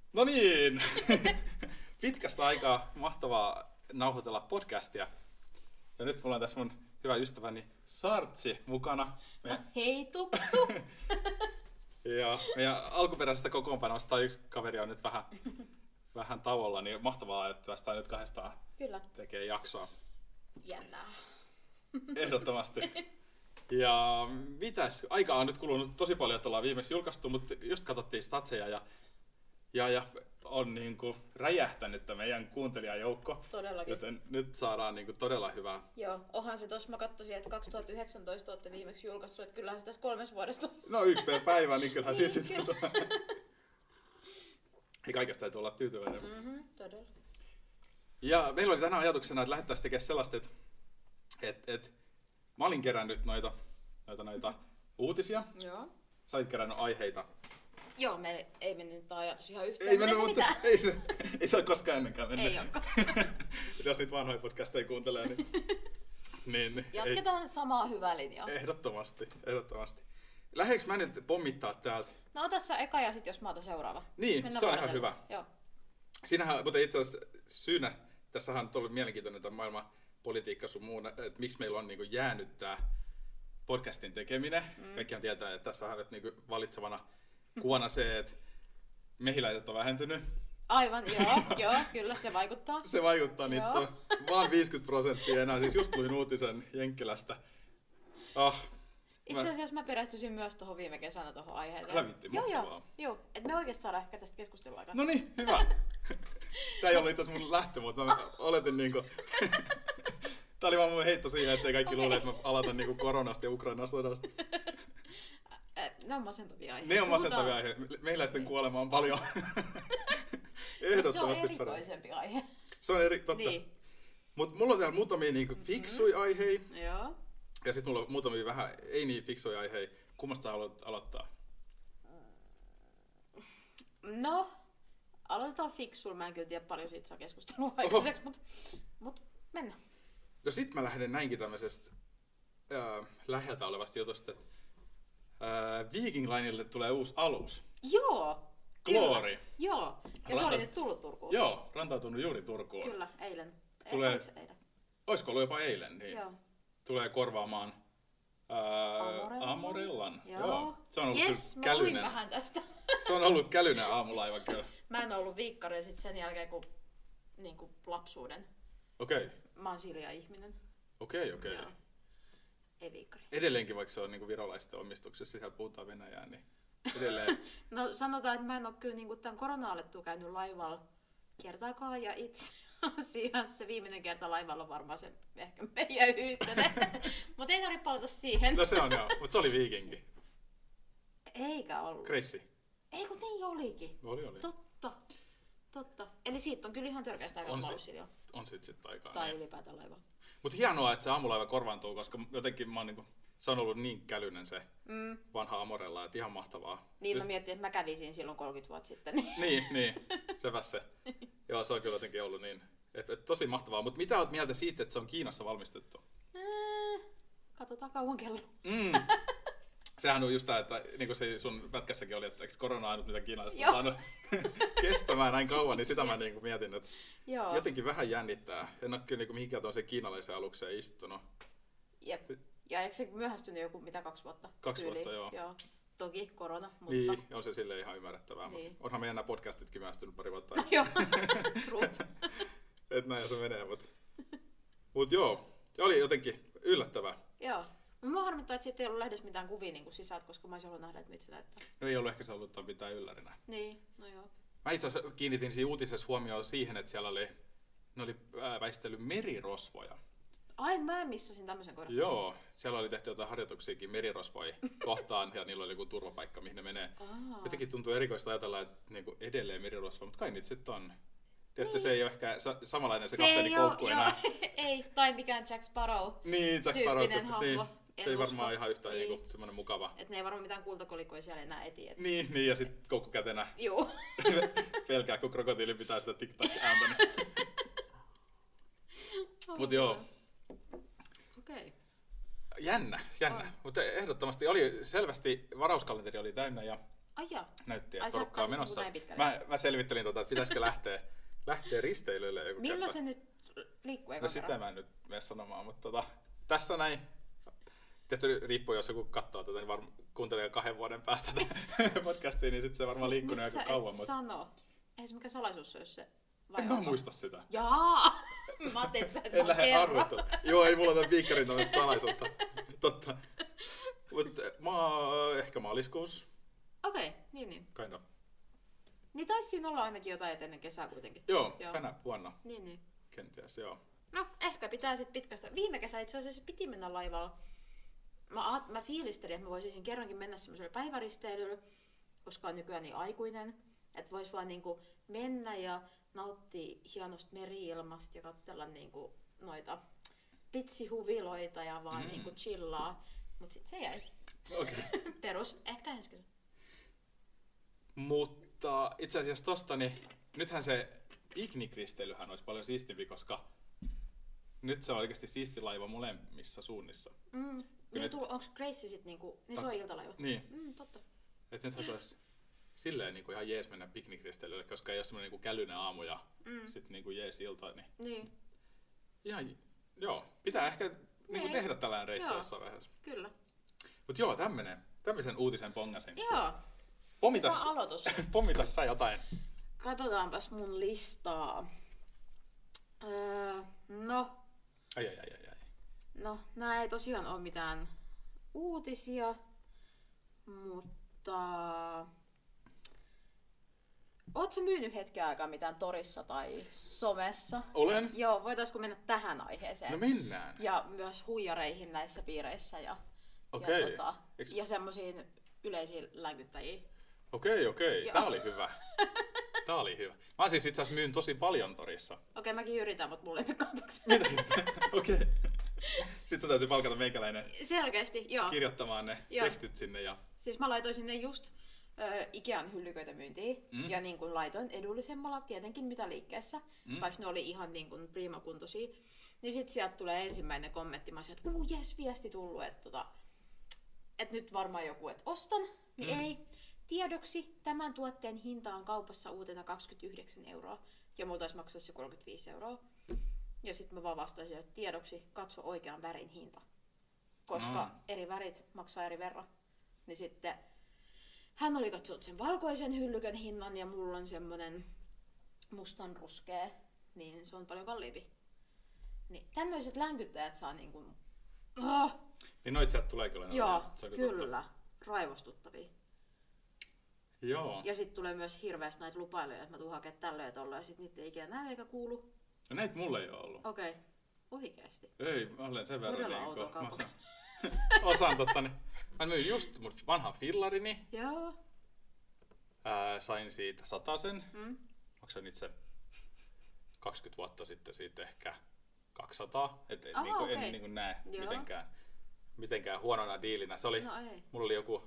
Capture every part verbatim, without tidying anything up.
No niin, pitkästä aikaa mahtavaa nauhoitella podcastia. Ja nyt mulla on tässä mun hyvä ystäväni Sartsi mukana. Me... No hei Tupsu! Ja meidän alkuperäisestä kokoonpanosta yksi kaveri on nyt vähän, vähän tauolla, niin mahtavaa, että päästään nyt kahdestaan Kyllä. tekemään jaksoa. Jännää. Ehdottomasti. Ja mitäs, aikaa on nyt kulunut tosi paljon, että ollaan viimeksi julkaistu, mutta just katsottiin statseja ja, ja, ja on niinku räjähtänyt tämä meidän kuuntelijajoukko. Todellakin. Joten nyt saadaan niinku todella hyvää. Joo, onhan se tossa, mä katsoisin, että kaksituhattayhdeksäntoista olette viimeksi julkaissut, että kyllähän se tässä kolmes vuodesta. No yksi per päivä, niin kyllähän niin, siitä sitten kyllä. Ei kaikesta täytyy olla tyytyväinen. Mm-hmm, todella. Ja meillä oli tänään ajatuksena, että lähdettäisiin tekemään sellaista, että, että, että mä olin kerännyt noita, noita, noita uutisia. Joo. Sä olit kerännyt aiheita. Joo, meillä ei mennyt tämä ajatus ihan yhteen. Ei Miten mennyt, se mutta mitään? ei se, ei se ole koskaan ennenkään mennyt. Ei olekaan. Jos niitä vanhoja podcasteja kuuntelee, niin, niin Jatketaan ei, samaa hyvää linjaa. Ehdottomasti, ehdottomasti. Lähdekö mä nyt pommittaa täältä? No ota sä eka ja sit jos mä otan seuraava. Niin, Mennään se on ihan vuorotellen. hyvä. Joo. Siinähän, mutta itse asiassa syynä, tässähän on ollut mielenkiintoinen tämä maailman politiikka sun muun, että miksi meillä on niin kuin jäänyt tämä podcastin tekeminen. Mm. Kaikkihan tietää, että tässä on nyt niin kuin valitsevana kuona se, että mehiläiset on vähentynyt. Aivan, joo, joo, kyllä se vaikuttaa. Se vaikuttaa, niitä on vaan viisikymmentä prosenttia enää. Siis just luin uutisen Jenkkilästä. Ah, Itse mä... asiassa mä perehtyisin myös tuohon viime kesänä tuohon aiheeseen. Älä vitti, joo, mahtavaa. joo, joo. Et me oikeesti saadaan ehkä tästä keskustelua kanssa. No niin, hyvä. Tää ei ollut itse asiassa mun lähtö, mutta mä oletin niinku... Tää oli vaan mun heitto siihen, ettei kaikki okay. luule, että mä aloitan niinku koronasta ja Ukrainan sodasta. Ne on masentavia aiheita. Ne on masentavia aiheita. Meiläisten kuolema on paljon. Ehdottomasti. Se on erikoisempi aihe. Se on eri, totta. Niin. Mut mulla on täällä muutamia niinku fiksuja mm-hmm. aiheita. Joo. Ja sit mulla on muutamia vähän ei niin fiksuja aiheita. Kummasta haluat aloittaa? No, aloitetaan fiksulla. Mä en kyllä tiedä paljon siitä saa keskustelua aikaiseksi, mut, mut mennään. No sit mä lähden näinkin tämmöisestä äh, läheltä olevasta jutusta, että äh, Viking Linelle tulee uusi alus. Joo. Glory. Kyllä. Joo. Ja Ranta... se oli nyt tullut Turkuun. Joo, rantautunut juuri Turkuun. Kyllä, eilen. Tulee... Oliko se eilen? Oisko ollut jopa eilen? Niin. Joo. Tulee korvaamaan ää, Amorellan. Amorellan. Joo. Joo. Se on ollut Jes, kyllä mä luin kälynen. vähän tästä. Se on ollut kälynen aamulaiva kyllä. Mä en ollut viikkari sit sen jälkeen, kun niin kuin lapsuuden. Okei. Okay. Mä oon Silja ihminen. Okei, okei. Joo. Ei viikkari. Edelleenkin, vaikka se on niin virolaisten omistuksessa, siellä puhutaan Venäjää, niin edelleen. No sanotaan, että mä en oo kyllä niin tämän korona-alettua käynyt laivalla kertaakaan ja itse asiassa se viimeinen kerta laivalla on varmaan se ehkä meidän yhteinen. Mutta ei tarvitse palata siihen. No se on joo, mutta se oli viikinki. Eikä ollut. Gracie. Ei kun niin olikin. Oli, oli. Totta. Totta. Eli siitä on kyllä ihan törkeästä aikaa palussilla. On sit sit aikaa. Tai niin. ylipäätään laivalla. Mutta hienoa, että se aamulaiva korvaantuu, koska jotenkin mä oon niinku, se on ollut niin kälynen se Mm. vanha Amorella, että ihan mahtavaa. Niin, Nyt... no miettii, että mä kävisin silloin kolmekymmentä vuotta sitten. Niin, niin, niin. Sepä se. Joo, se on kyllä jotenkin ollut niin. Et, et, tosi mahtavaa. Mutta mitä oot mieltä siitä, että se on Kiinassa valmistettu? Äh, katsotaan kauan kello. Mm. Sehän on just tää, että niin kuin se sun pätkässäkin oli, että eikö korona ainut mitä kiinalaiset on Joo. saanut kestämään näin kauan, niin sitä mä niin kuin mietin, että Joo. jotenkin vähän jännittää. En ole kyllä niin kuin mihinkään tuon se kiinalaisen alukseen istunut. Jep. Ja eikö se myöhästynyt joku mitä kaksi vuotta? Kaksi tyyliin? vuotta, joo. joo. Toki korona, mutta... Niin, on se silleen ihan ymmärrettävää, Niin. mutta onhan meidän nämä podcastitkin myöhästynyt pari vuotta. Joo, true. Et näin se menee, mutta mut joo, oli jotenkin yllättävää. Joo. Mua harmittaa, että siitä ei ollut lehdessä mitään kuvia niin sisältä, koska mä olisin halunnut nähdä, että mitä se näyttää. No ei ollut ehkä se ollut mitään yllärinä. Niin, no joo. Mä itse asiassa kiinnitin siinä uutisessa huomioon siihen, että siellä oli, ne oli äh, väistellyt merirosvoja. Ai, mä missasin tämmöisen kohdan. Joo, siellä oli tehty jotain harjoituksiakin merirosvoja kohtaan ja niillä oli joku turvapaikka, mihin ne menee. Aa. Jotenkin tuntuu erikoista ajatella, että niinku edelleen merirosvoja, mutta kai niitä sitten on. Tiedätte, Niin. se ei ole ehkä sa- samanlainen se, Se kapteeni ei koukku oo, enää. joo, ei, tai mikään Jack Sparrow. Niin, Jack Sparrow, tyyppinen hahmo. niin. En Se ei usko. varmaan ihan yhtä Niin. niinku, semmoinen mukava. Että ne ei varmaan mitään kultakolikoja siellä enää eti. Et... Niin, niin, ja sitten koukku kätenä Joo. pelkää, kun krokotiili pitää sitä tic-tac-ääntä. Niin. Mut joo. Okei. Okay. Jännä, jännä. On. Mutta ehdottomasti oli selvästi, varauskalenteri oli täynnä ja Ai jaa. Näytti, Ai, että sä porukkaa on pääsit menossa. näin pitkälle. Mä, mä selvittelin tota, että pitäisikö lähteä, lähteä risteilylle joku Milloin kerta. se nyt liikkuu eka No sitä kerran? mä en nyt mene sanomaan, mutta tota, tässä näin. Tietysti riippuu, jos joku katsoo tätä, niin varmaan kuuntelee kahden vuoden päästä tätä podcastia, niin sitten se varmaan Siis liikkunut miksi aika sä kauan. et Mutta sano? Eihän se mikä salaisuus se olisi se. Vai en mä onko? muista sitä. Jaa! Mä ajattelin, että sä et En vaan lähde kerro. arvoittamaan. Joo, ei mulla tämän viikkarin tämmöistä salaisuutta. Totta. Mutta mä ehkä maaliskuussa. Okei, okay, niin niin. Kind of. Niin taisi siinä olla ainakin jotain ennen kesää kuitenkin. Joo, Joo. tänä vuonna Niin niin. kenties, joo. No, ehkä pitää sit pitkästä. Viime kesä itse asiassa piti mennä laivalla. Mä, aat- mä fiilistelin, että mä voisin kerrankin mennä semmoiselle päiväristeilylle, koska on nykyään niin aikuinen. Että vois vaan niinku mennä ja nauttia hienosta meri-ilmasta ja katsella niinku noita pitsihuviloita ja vaan Mm. niinku chillaa. Mut sit se jäi. Okei. Okay. Perus. Ehkä ensi kesä. Mutta itse asiassa tosta, niin nythän se piknikristeilyhän olisi paljon siistimpi, koska nyt se on oikeasti siisti laiva molemmissa suunnissa. Mm. nyt- Niin, tuu, onks Grace sit niinku, niin se on iltalaiva? Niin, Mm, totta. että nythän se olisi silleen niin kuin ihan jees mennä piknikristeilylle, koska ei ole semmoinen niin kälyinen aamu ja Mm. sitten niin kuin jees ilta, niin Niin, ihan, joo, pitää ehkä niin kuin Niin. tehdä tällainen reissu Joo. jossain vaiheessa. kyllä. Mut joo, tämmönen, tämmöisen uutisen pongasin. Joo, Pommitas, hyvä aloitus. pommitas sä jotain. Katsotaanpas mun listaa. Öö, no, Ai ai ai ai ai. no, nää ei tosiaan ole mitään uutisia, mutta... Oot sä myynyt hetken aikaa mitään torissa tai somessa? Olen? Joo, voitaisko mennä tähän aiheeseen? No mennään. Ja myös huijareihin näissä piireissä ja, Okei. ja, tota, Eiks- ja semmoisiin yleisiin länkyttäjiin. Okei, okei. Joo. Tää oli hyvä. Tää oli hyvä. Mä siis itse asiassa myyn tosi paljon torissa. Okei, mäkin yritän, mutta mulla ei mene kaupaksi. Mitä? Okei. Sitten sun täytyy palkata meikäläinen Selkeästi, joo. kirjoittamaan ne Joo. tekstit sinne ja... Siis mä laitoin sinne just ö, Ikean hyllyköitä myyntiin. Mm. Ja niin kun laitoin edullisemmalla tietenkin mitä liikkeessä. Mm. Vaikka ne oli ihan niin kun priimakuntoisia. Niin sit sieltä tulee ensimmäinen kommentti. Mä sanoin, että uu jes, viesti tullut, että tota, et nyt varmaan joku, että ostan. Niin Mm. ei. Tiedoksi, tämän tuotteen hinta on kaupassa uutena kaksikymmentäyhdeksän euroa. Ja mulla taisi maksaa se kolmekymmentäviisi euroa. Ja sitten mä vaan vastasin, että tiedoksi, katso oikean värin hinta. Koska Mm. eri värit maksaa eri verran. Niin sitten hän oli katsonut sen valkoisen hyllykön hinnan ja mulla on semmonen mustan ruskea, niin se on paljon kalliimpi. Niin tämmöiset länkyttäjät saa niinku... Oh, Niin noit sieltä tulee kyllä. joo, Se on kyllä. Raivostuttavia. Joo. Ja sitten tulee myös hirveästi näitä lupailuja, että mä tuun hakemaan tällä ja tolla ja sit niitä ei ikinä näy eikä kuulu. No näitä mulla ei oo ollut. Okei, okay. Oikeesti. Ei, mä olen sen verran Todella niinku... outoa Mä kauppaa. osaan, osaan totta, niin... Mä myin just mun vanhan fillarini. Joo. Ää, sain siitä satasen. Mm. Maksoin itse kaksikymmentä vuotta sitten siitä ehkä kaksisataa. Et en, Aha, niinku, okei. en niinku näe Joo. mitenkään, mitenkään huonona diilinä. Se oli, No ei. mulla oli joku...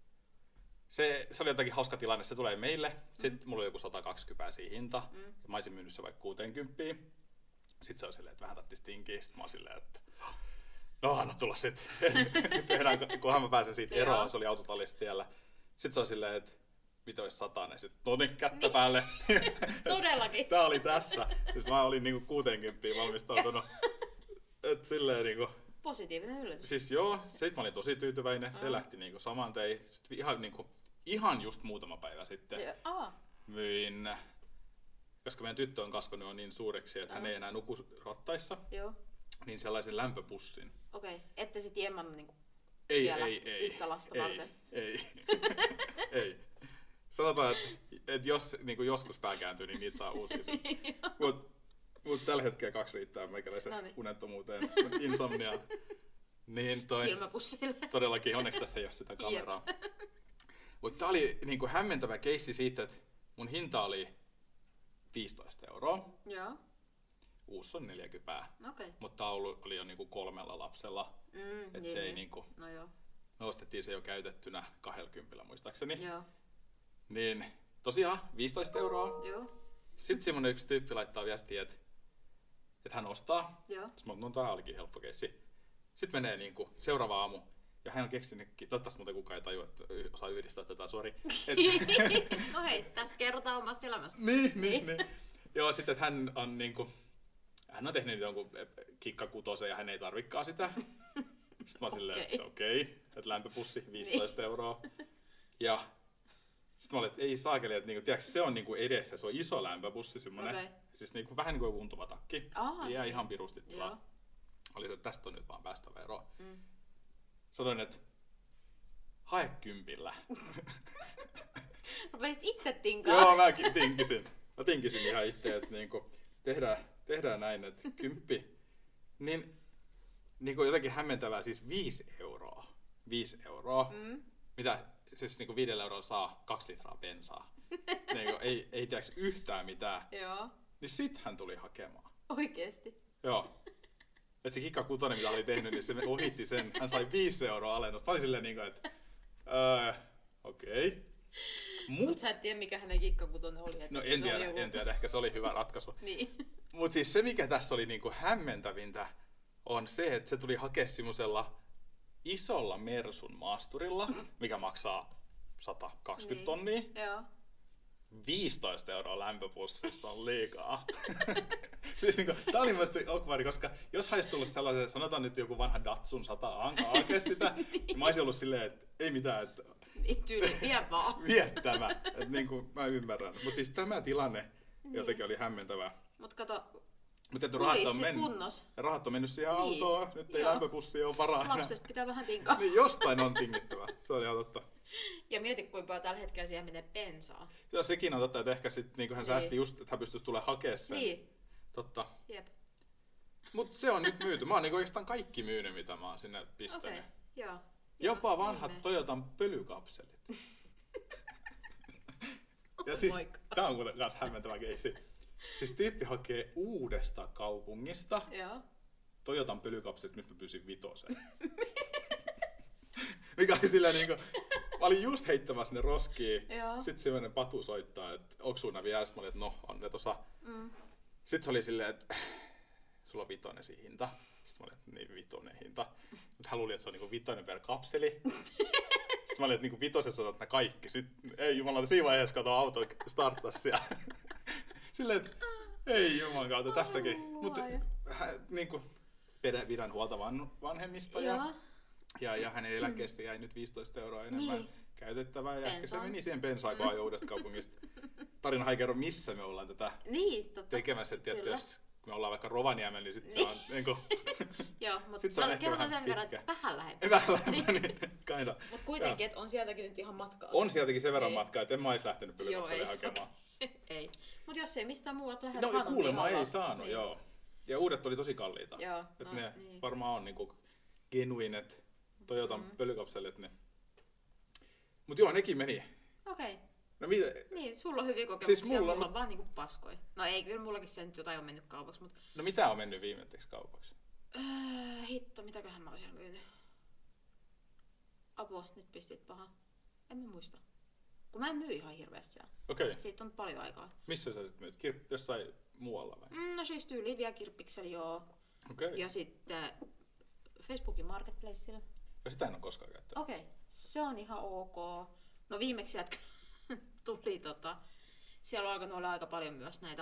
Se, se oli jotakin hauska tilanne, se tulee meille. Sitten mulla oli joku sata kaksikymmentä siinä hinta. Mm. Ja mä olisin myynyt se vaikka kuusikymmentä. Sitten se oli silleen, että vähän tarvitsisi tinkiä. Sitten mä olin silleen, että no anna tulla sit. Tehdään, kunhan mä pääsen siitä Joo. eroon. Se oli autotallistiellä. Sitten se oli silleen, että mitä olisi satanen. Sitten no niin, kättä päälle. Todellakin. Tää oli tässä. Siis mä olin niinku kuusikymmentä valmistautunut. Et silleen niinku... Positiivinen yllätys. Siis joo, sit mä olin tosi tyytyväinen. Se Mm. lähti niinku saman tein. Sitten ihan niinku... Ihan just muutama päivä sitten Joo. Aa. myin... Koska meidän tyttö on kasvanut jo niin suureksi, että hän Mm. ei enää nuku rattaissa, Joo. niin sellaisen lämpöpussin. Okei. Okay. Ette sit jemmannut niinku Ei, vielä ei, ei. yhtä lasta ei, varten. ei. ei. Sanotaan, että et jos niinku joskus pää kääntyy, niin niitä saa uusia. Mut, mut tällä hetkellä kaksi riittää meikäläisen Noniin. unettomuuteen, insomnia. Niin toi, Silmäpussille. todellakin, onneksi tässä ei ole sitä kameraa. Mutta tää oli niinku hämmentävä keissi siitä, että mun hinta oli viisitoista euroa. Joo. Uusi on neljäkymmentä. Okei. Okay. Mutta taulu oli jo niinku kolmella lapsella. Mm, Et niin, se ei niin. niinku, No joo. me ostettiin se jo käytettynä kaksikymmentä muistaakseni. Joo. Niin tosiaan viisitoista euroa. Joo. Sitten semmonen yksi tyyppi laittaa viestiä, että et hän ostaa. Joo. Sitten mä no tää olikin helppo keissi. Sitten menee niinku seuraava aamu. Ja hän on keksinytkin, toivottavasti muuten kukaan ei tajua, että osaa yhdistää tätä, sori. Et... no hei, tästä kerrotaan omasta elämästä. niin, niin, niin. Joo, sitten että hän on niinku, hän on tehnyt jonkun kikkakutosen ja hän ei tarvikaan sitä. Sitten mä oon silleen, että okei, okay, että lämpöpussi viisitoista euroa. Ja sitten mä olin, että ei saakeli, että niinku, tiiäks, se on niinku edessä, se on iso lämpöpussi semmonen. Okay. Siis niinku, vähän niin kuin untuva takki. Aha, ja ihan pirusti tilaa. Oli, että tästä on nyt vaan päästävä eroa. Mm. Sanoin, että hae kympillä. Rupesit itse tinkaa. Joo, mä tinkisin. Mä tinkisin ihan itse, että niinku, tehdään, tehdään näin, että kymppi. Niin niinku jotenkin hämmentävää, siis viisi euroa. Viisi euroa. Mm. Mitä siis niinku viidellä eurolla saa kaksi litraa bensaa. niinku, ei, ei tiedäks yhtään mitään. Joo. Niin sit hän tuli hakemaan. Oikeesti? Joo. Et se Kikka Kutonen, mitä oli tehnyt, niin se ohitti sen. Hän sai viisi euroa alennusta. Mä olin silleen niinku, että öö, okei. Okay. Mut, Mut sä et tiedä, mikä hänen kikkakutonen oli. No en tiedä, joku... en tiedä, ehkä se oli hyvä ratkaisu. niin. Mut siis se, mikä tässä oli niinku hämmentävintä, on se, että se tuli hakea semmoisella isolla Mersun maasturilla, mikä maksaa sata kaksikymmentä tonnia. Joo. viisitoista euroa lämpöpussista on liikaa. siis niinku, tää oli mielestäni awkward, koska jos olisi tullut sellaisen, sanotaan nyt joku vanha Datsun sata Anka hakea sitä, niin mä olisin ollut silleen, että ei mitään, että niin tyyli, vie vaan. vie tämä. Että niinku, mä ymmärrän. Mut siis tämä tilanne niin. jotenkin oli hämmentävä. Mut kato, Mutta rahat on, mennyt, kunnos. rahat on mennyt siihen niin. autoon, nyt ei lämpöpussia ole varaa. Lapsesta pitää vähän tinkaa. niin jostain on tingittävä, se on ihan totta. Ja mieti, kuinka paljon tällä hetkellä siihen menee bensaa. Ja sekin on totta, että ehkä sit, niin hän niin. säästi just, että hän pystyisi tulemaan hakemaan sen. Niin. Totta. Jep. Mut se on nyt myyty. Mä oon niinku oikeastaan kaikki myynyt, mitä mä oon sinne pistänyt. Okei, okay. joo. Jopa joo, vanhat niin Toyotan pölykapselit. ja siis, tää on kuitenkin kans hämmentävä keissi. Siis tyyppi hakee uudesta kaupungista joo. Toyotan pölykapselit, nyt mä pysin vitosen. Mikä oli silleen niinku, mä olin just heittämässä ne roskiin, sit semmonen patu soittaa, että onks sun nää vielä? Sit mä olin, että no, on ne tossa. Mm. Sit se oli silleen, että sulla on vitonen siinä hinta. Sit mä olin, että niin vitonen hinta. Mut hän luuli, että se on niinku vitonen per kapseli. Sit mä olin, että niinku vitosessa otat nää kaikki. Sit ei jumalauta, siinä vaiheessa kato auto starttaa siellä. Silleen, että ei jumalan kautta tässäkin. Mut niinku pidän huolta van, vanhemmista ja, ja, ja hänen eläkkeestä jäi nyt viisitoista euroa enemmän niin. käytettävää. Ja ehkä se meni siihen bensaan, kun ajoi uudesta kaupungista. Tarina ei kerro, missä me ollaan tätä niin, totta. tekemässä. Tietysti, jos me ollaan vaikka Rovaniemellä, niin sitten niin. se on niinku... Joo, mutta se on kerrotaan sen verran, että vähän lähempää. Vähän lähempää, niin kinda. Mutta kuitenkin, että on sieltäkin nyt ihan matkaa. On sieltäkin sen verran ei. matkaa, että en mä ois lähtenyt pölykapselia hakemaan. ei. Mutta jos ei mistään muualta lähde no, saanut, kuulemma ei saanut, niin. joo. Ja uudet oli tosi kalliita. Joo, että no, ne niin. varmaan on niinku genuinet Toyotan mm. pölykapselit. Niin. Mut joo, nekin meni. Okei. Okay. No mitä? Niin, sulla on hyviä kokemuksia, siis mulla, mulla on vaan niinku paskoi. No ei, kyllä mullakin se nyt jotain on mennyt kaupaksi, mut... No mitä on mennyt viimeiseksi kaupaksi? Öö, hitto, mitäköhän mä oon siellä myynyt? Apua, nyt pistit paha. En mä muista. Kun mä en myy ihan hirveästi siellä. Okei. Okay. Siitä on paljon aikaa. Missä sä sit myyt? Kir- jossain muualla vai? Mm, no siis tyyliin vielä Kirppiksellä, joo. Okei. Okay. Ja sitten Facebookin Marketplacella. Ja sitä en ole koskaan käyttänyt. Okei, okay. Se on ihan ok. No viimeksi sieltä tuli tota... Siellä on alkanut olla aika paljon myös näitä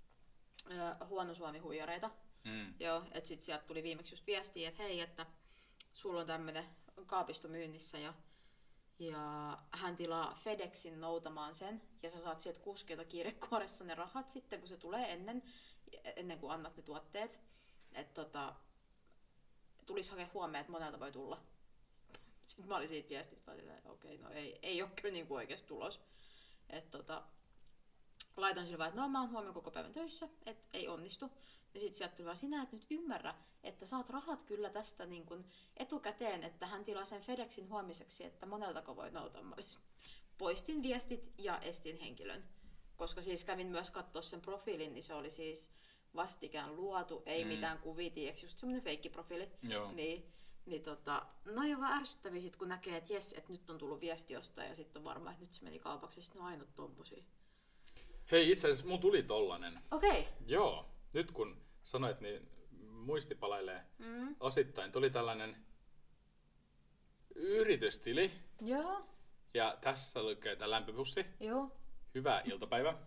ö, huono Suomi-huijareita. Mm. Joo, et sit sieltä tuli viimeksi just viestiä, että hei, että sulla on tämmönen kaapisto myynnissä ja, ja hän tilaa FedExin noutamaan sen ja sä saat sieltä kuskilta kiirekuoressa ne rahat sitten, kun se tulee ennen, ennen kuin annat ne tuotteet. Että tota, tulis hakea huomioon, että monelta voi tulla. Sitten mä olin siitä viestistä, että okei, okay, no ei, ei ole kyllä niinku oikeasti tulos. Että tota, laitoin sille vaan, että no mä oon huomenna koko päivän töissä, että ei onnistu. Ja sit sieltä tuli vaan, sinä et nyt ymmärrä, että saat rahat kyllä tästä niin kun etukäteen, että hän tilaa sen FedExin huomiseksi, että moneltako voi noutaa. Mä siis poistin viestit ja estin henkilön. Koska siis kävin myös katsoa sen profiilin, niin se oli siis vastikään luotu, ei mm. mitään kuvia, tiiäks, just semmonen feikkiprofiili. Joo. Niin, niin tota, no on vaan ärsyttäviä sit, kun näkee, että jes, että nyt on tullut viesti jostain ja sitten on varma, että nyt se meni kaupaksi ja sitten on aina tommosia. Hei, itse asiassa mun tuli tollanen. Okei. Okay. Joo, nyt kun sanoit, niin muisti palailee mm. osittain. Tuli tällainen yritystili. Joo. Ja tässä lukee tämä lämpöpussi. Joo. Hyvää iltapäivää.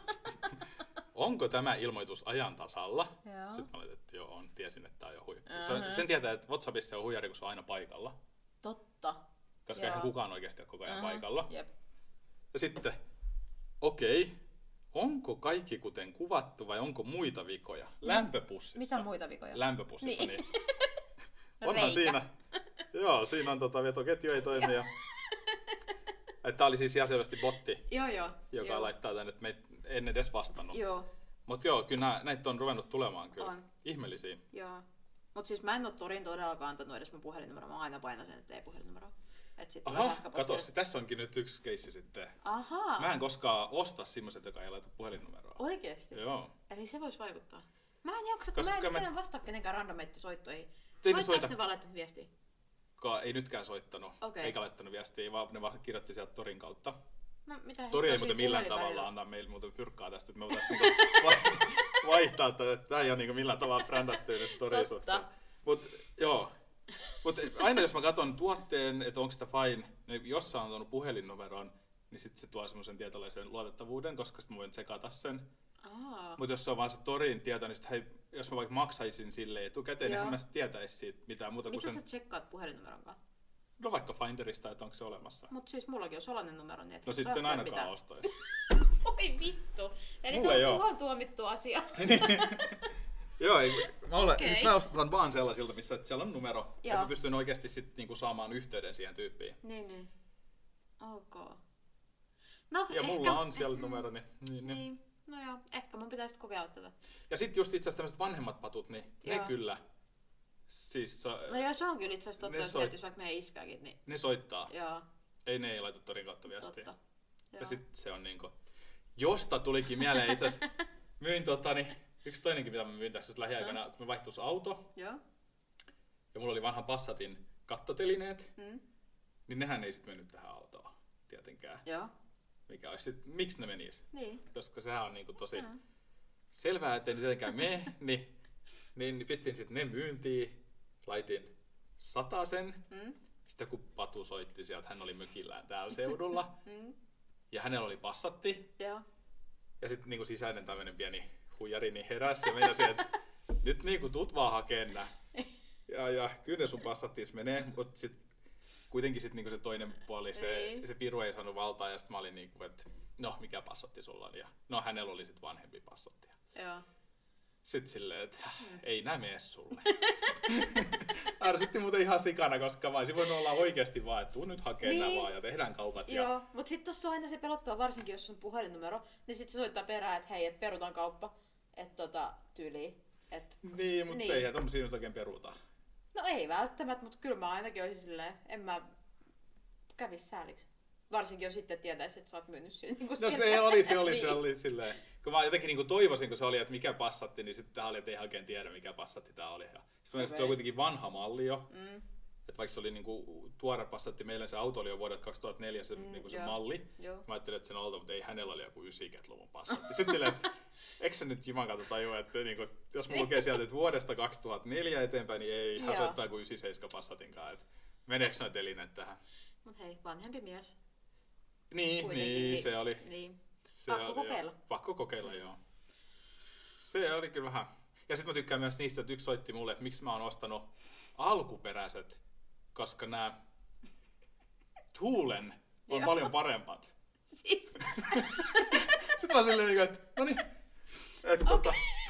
Onko tämä ilmoitus ajan tasalla? Joo. Sitten mä olin, että joo, on. Tiesin, että tämä on jo huija. Uh-huh. Sen tietää, että WhatsAppissa on huijari, kun se on aina paikalla. Totta. Koska Joo. eihän kukaan oikeasti ole koko ajan Uh-huh. paikalla. Jep. Ja sitten, okei, okay. Onko kaikki kuten kuvattu vai onko muita vikoja? Lämpöpussissa. Mitä muita vikoja? Lämpöpussissa, niin. Niin. Onhan Reikä. siinä. Joo, siinä on tota, vetoketju ei toimi. Ja... Tämä oli siis ihan selvästi botti, Joo, joo. joka joo. laittaa tänne, että me en edes vastannut. Joo, Mutta joo, kyllä nää, näitä on ruvennut tulemaan kyllä. On. Ihmeellisiä. joo. Mut siis mä en oo Torin todellakaan antanut edes mun puhelinnumeroa. Mä aina painan sen, että ei puhelinnumeroa. Et sit tulee Aha, sähköpostille. kato, tässä onkin nyt yksi keissi sitten. Ahaa. Mä en koskaan osta semmoiset, joka ei laita puhelinnumeroa. Oikeesti? Joo. Eli se vois vaikuttaa. Mä en jaksa, kun Koska mä en mä- ikinä vastaa kenenkään randomeittisoittoihin. Ei ne Soittaaks soita. ne vaan laittanut viestiä? Ka- ei nytkään soittanut, Okei. eikä laittanut viestiä, vaan ne vaan kirjoitti sieltä Torin kautta. No mitä Tori ei hittoa muuten siinä millään puhelin tavalla välillä? anna meille muuten fyrkkaa tästä, että me voitaisiin niinku vai- vaihtaa tätä, että tämä ei ole niinku millään tavalla brändätty nyt Torin Totta. suhteen. Mut joo. Mut aina jos mä katson tuotteen, että onko sitä fine, niin jos sä on antanut puhelinnumeron, niin sitten se tuo semmoisen tietynlaisen luotettavuuden, koska sitten mä voin tsekata sen. Aa. Mutta jos se on vaan se Torin tieto, niin sit, hei, jos mä vaikka maksaisin sille etukäteen, niin Joo. en mä sit tietäisi siitä mitään muuta kuin Mitä sen, sä tsekkaat puhelinnumeron? no vaikka Finderista, että onko se olemassa. Mut siis mullakin on salainen numero, niin et No saa sitten sen ainakaan mitään. ostoisi. Oi vittu. Eli Mulle tuo joo. tuo on tuomittu asia. Joo, ei, mä, olen, Okei. siis mä ostan vaan sellaisilta, missä että siellä on numero, Joo. että mä pystyn oikeasti sit niinku saamaan yhteyden siihen tyyppiin. Niin, niin. Ok. No, Ja ehkä... mulla on siellä numero, niin, niin, niin. Niin. No joo, ehkä mun pitäisi kokeilla tätä. Ja sitten just itse asiassa tämmöiset vanhemmat patut, niin ne Joo. kyllä, siis so, No joo, se on kyllä itse asiassa totta, Ne jos soit- miettis vaikka meidän iskääkin, niin ne soittaa. joo, Ei ne ei laita Torin kautta viestiä. totta. Joo. Ja sitten se on niinku, josta tulikin mieleen itse asiassa, myin tota, niin, yksi toinenkin mitä mä myin tässä just lähiaikana, kun me vaihtuisi auto, Joo. ja mulla oli vanha Passatin kattotelineet, Mm. niin nehän ei sit mennyt tähän autoon tietenkään. Joo. Mikä olisi sit, miksi ne menis? Niin. Koska sehän on niinku tosi Mm. selvää, ettei ne tietenkään mene, niin, niin pistin sitten ne myyntiin, laitin satasen. Mm. Sitten kun Patu soitti sieltä, hän oli mökillään täällä seudulla, Mm. ja hänellä oli Passatti, Joo. ja sitten niinku sisäinen tämmöinen pieni huijari niin heräsi ja meinasi, että nyt niinku tuut vaan hakeen nää. Ja, ja kyllä ne sun Passattis menee, mutta sitten kuitenkin sit niinku se toinen puoli, se, Ei. se piru ei saanut valtaa, ja sitten mä olin niinku, että no mikä Passatti sulla on, ja no hänellä oli sitten vanhempi Passatti. Joo. Sitten silleen, että ei nää mene sulle. Ärsytti muuten ihan sikana, koska mä olisin voinut olla oikeasti vaan, että tuu nyt hakee niin. Niin. nää vaan ja tehdään kaupat. Ja... Joo, mut sit tossa on aina se pelottava, varsinkin jos on puhelinnumero, niin sit se soittaa perään, että hei, et perutaan kauppa, että tota, tyyliin, et Niin, mutta Niin. eihän tommosia nyt oikein peruta. no ei välttämättä, mutta kyllä mä ainakin olisin silleen, en mä kävis sääliksi. Varsinkin jos sitten tietäisi, että sä oot myynyt sen niin No sille. se oli, se oli, niin. se oli silleen. Kun mä jotenkin niinku toivoisin, kun se oli, että mikä Passatti, niin sitten tää oli, että ei oikein tiedä, mikä Passatti tää oli. Ja sitten okay. se on kuitenkin vanha malli jo. Mm, Että vaikka se oli niinku tuore Passatti, meillä se auto oli jo vuodet kaksituhattaneljä se, Mm, niinku se joo. malli. joo. Mä ajattelin, että sen olta, mutta ei hänellä oli joku yhdeksänkymmentäluvun Passatti. Sitten silleen, että eikö sä nyt juman kautta tajua, että niinku, jos mulla lukee sieltä, että vuodesta kaksituhattaneljä eteenpäin, niin ei, hän Joo. soittaa kuin yhdeksänkymmentäseitsemän Passatinkaan. Että meneekö noin telineet tähän? Mut hei, vanhempi mies. Niin, Kuitenkin, niin, niin- se oli. Niin. Se Pakko oli, kokeilla. Joo. Pakko kokeilla, joo. Se oli kyllä vähän. Ja sitten mä tykkään myös niistä, että yksi soitti mulle, että miksi mä oon ostanut alkuperäiset, koska nämä Tuulen on Joo. paljon parempat. Siis, Sitten mä silleen, niinku, että no niin, että tota,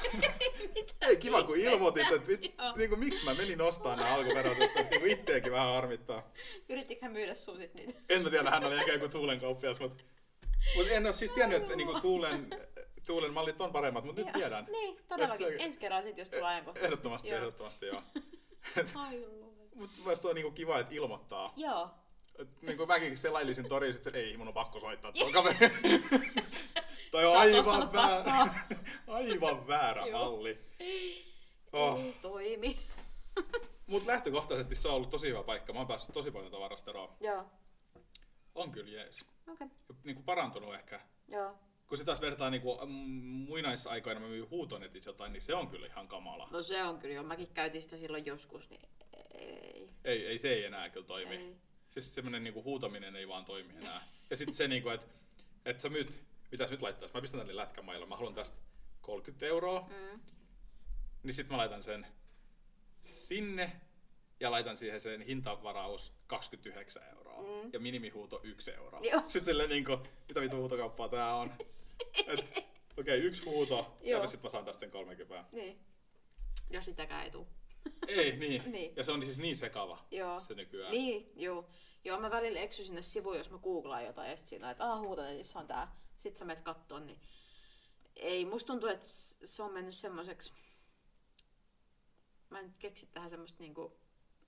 ei kiva kun ilmoitit, että vit, Joo. niinku, miksi mä menin ostamaan nämä alkuperäiset, että niinku itteekin vähän harmittaa. yrittikö hän myydä sun sit niitä? En mä tiedä, hän oli ehkä joku Tuulen kauppias, mutta, mutta en ole siis tiennyt, että niinku Tuulen, Tuulen mallit on paremmat, mutta nyt Joo. tiedän. Niin, todellakin. Et se- Ensi kerralla sit, jos tulee ajankohta. Ehdottomasti, Joo. ehdottomasti joo. Ai luulen. Mutta mielestäni on niinku kiva, että ilmoittaa. Joo. Et niinku mäkin selailisin toriin, sit se, ei mun on pakko soittaa tuon kaveri. Toi on Sä oot aivan ostanut väärä, paskaa. aivan väärä Joo. malli. Oh. Ei toimi. Mut lähtökohtaisesti se on ollut tosi hyvä paikka. Mä oon päässyt tosi paljon tavarasta eroon. Joo. On kyllä jees. Okei. Ja niinku parantunut ehkä. Joo. Kun se taas vertaa niinku mm, muinaisaikoina mä myin huutonetissä jotain, niin se on kyllä ihan kamala. No se on kyllä jo. Mäkin käytin sitä silloin joskus, niin ei. Ei, ei se ei enää kyllä toimi. Ei. siis semmonen niinku huutaminen ei vaan toimi enää. Ja sitten se niinku, että et sä myyt, mitä sä nyt laittais? Mä pistän tänne lätkämailla, mä haluan tästä kolmekymmentä euroa. Mm. Niin sit mä laitan sen sinne ja laitan siihen sen hintavaraus kaksikymmentäyhdeksän euroa. Mm. Ja minimihuuto yksi euro. Joo. Sitten silleen niinku, mitä vitu huutokauppaa tää on? Okei, okay, yksi huuto Joo. ja sit mä saan tästä sen kolmekymmentä. Niin. Jos sitäkään ei tuu. Ei, niin. niin. Ja se on siis niin sekava joo. se nykyään. Niin, joo. Joo, mä välillä eksyn sinne sivuun, jos mä googlaan jotain ja sit siinä, että aah huutanetissa on tää. Sit sä menet kattoon, niin ei, musta tuntuu, että se on mennyt semmoiseksi. Mä en nyt keksi tähän semmoista niinku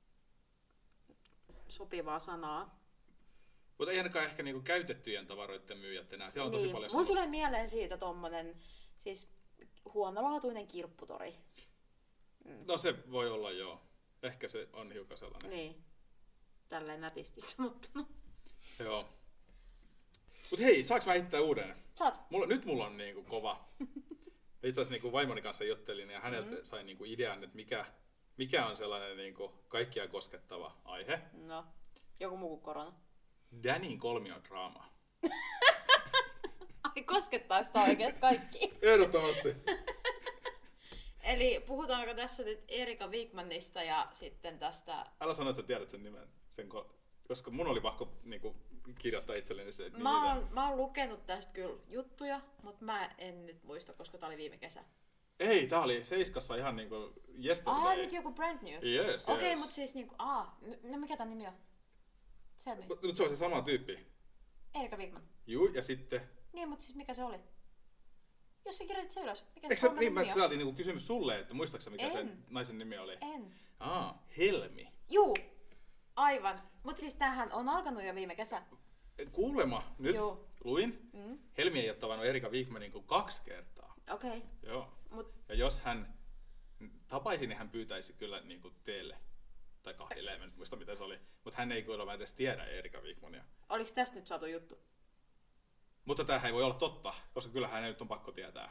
sopivaa sanaa. Mutta ei ainakaan ehkä niinku käytettyjen tavaroiden myyjät enää. Siellä on niin. tosi paljon mulla tulee mieleen siitä tommonen siis huonolaatuinen kirpputori. Mm. No se voi olla joo. Ehkä se on hiukan sellainen. Niin. Tälleen nätisti sanottu. Joo. Mut hei, saaks mä heittää uuden? Saat. Mulla, nyt mulla on niinku kova. Itse asiassa niinku vaimoni kanssa juttelin ja häneltä mm. sain niinku idean, että mikä, mikä on sellainen niinku kaikkia koskettava aihe. No, joku muu kuin korona. Danin kolmiodraama. Ai, koskettaako tää oikeesti kaikki? Ehdottomasti. Eli puhutaanko tässä nyt Erika Wigmanista ja sitten tästä... Älä sano, että tiedät sen nimen, sen ko... koska mun oli pakko niinku, kirjoittaa itselleni se nimi. Mä oon, mä oon lukenut tästä kyllä juttuja, mutta mä en nyt muista, koska tää oli viime kesä. Ei, tää oli Seiskassa ihan niinku yesterday. Ah, nyt joku brand new? Yes, Okei, okay, yes. mut siis niinku, ah, no mikä tän nimi on? Selmi. Mut, mut se on se sama tyyppi. Erika Wigman. Juu, ja sitten... Niin, mut siis mikä se oli? Jos sä kirjoitit se ylös, mikä Eikö se on niin, mä saatiin niinku kysymys sulle, että muistaaksä mikä en. sen naisen nimi oli? En. Aa, Helmi. Juu, aivan. Mut siis tämähän on alkanut jo viime kesä. Kuulema, nyt Joo. luin. Mm. Helmi ei ole tavannut Erika Wigmanin kuin kaksi kertaa. Okei. Okay. Joo. Mut... Ja jos hän tapaisi, niin hän pyytäisi kyllä niinku teille. Tai kahdelle, en muista mitä se oli. Mutta hän ei kuulemma edes tiedä Erika Wigmania. Oliko tästä nyt saatu juttu? Mutta tämähän ei voi olla totta, koska kyllä hän nyt on pakko tietää.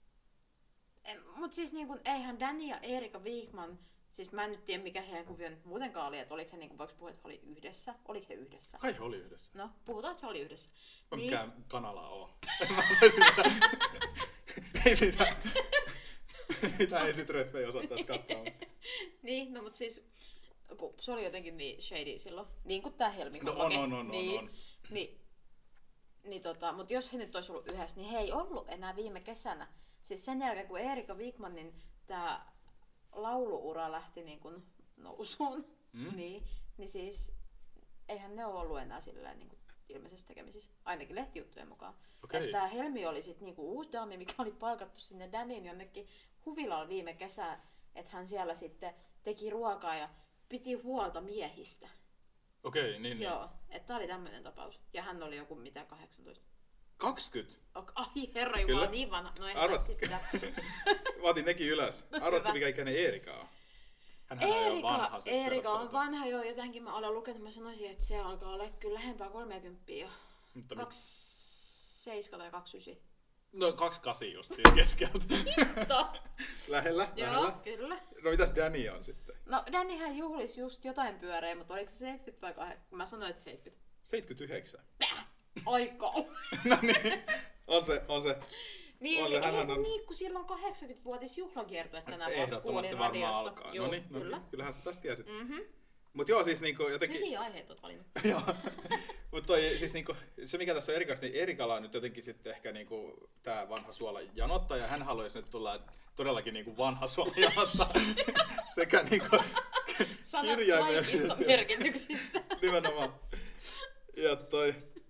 Mutta siis niin kun, eihän Danny ja Erika Wigman, siis mä en nyt tiedä mikä heidän kuvio nyt muutenkaan oli, että oliko he, niin kuin, voiko puhua, että he oli yhdessä? Oliko he yhdessä? Kai he oli yhdessä. No, puhutaan, että he oli yhdessä. Mä niin... mikään kanala oo. Mä osaisin mitään. Ei mitään. Mitään esitreffejä osaa tässä katsoa. Niin, no mut siis, kun se oli jotenkin niin shady silloin, niin kuin tää Helmi. No on, on, on, niin, on, on. Niin, niin tota, mutta jos he nyt olisi ollut yhdessä, niin he ei ollut enää viime kesänä. Siis sen jälkeen, kun Erika Wigmanin tää lauluura lähti niin kuin nousuun, mm. niin, niin siis eihän ne ole ollut enää silleen niin kuin ilmeisesti tekemisissä, ainakin lehtijuttujen mukaan. Okay. Että tää Helmi oli sit niinku uusi daami, mikä oli palkattu sinne Danin jonnekin huvilalle viime kesää, että hän siellä sitten teki ruokaa ja piti huolta miehistä. Okei, okay, niin Joo, niin. että tää oli tämmönen tapaus. Ja hän oli joku mitä kahdeksantoista. kaksikymmentä? Ok, ai herra jumala, niin vanha. No en Arvat... sitä. Mä otin nekin ylös. Arvatte mikä ikäinen Eerika on? Hänhän Eerika, on jo vanha. Eerika on vanha jo, jotenkin mä olen lukenut, mä sanoisin, että se alkaa olla kyllä lähempää kolmekymmentä jo. Mutta kaksi seitsemän tai kaksi yhdeksän. No kaksi kahdeksan justiin keskeltä. Hitto! Lähellä, Joo, lähellä. Kyllä. No mitäs Danny on sitten? No Dannyhän juhlisi just jotain pyöreä, mutta oliko se seitsemänkymmentä vai kahdeksankymmentä? Mä sanoin, että seitsemänkymmentä. seitsemänkymmentäyhdeksän. Tää! Aika! No niin, on se, on se. Niin, on eli se, ei on... niin, kun sillä on kahdeksankymmentä-vuotis juhlakiertue tänä vuonna. Ehdottomasti varmaan alkaa. Joo, no niin, no kyllä. niin, kyllähän sä tästä tiesit. Mm-hmm. Mut joo, siis niinku jotenkin... Hyviä aiheita oot valinnut. Joo. Mut toi, siis niinku, se mikä tässä on erikoista, niin Erikalla on nyt jotenkin sitten ehkä niinku tää vanha suola janottaja. Hän haluaisi nyt tulla todellakin niinku vanha suola janottaa. Sekä niinku kirjaimellisesti. Sanat kaikissa merkityksissä. Nimenomaan. Ja toi...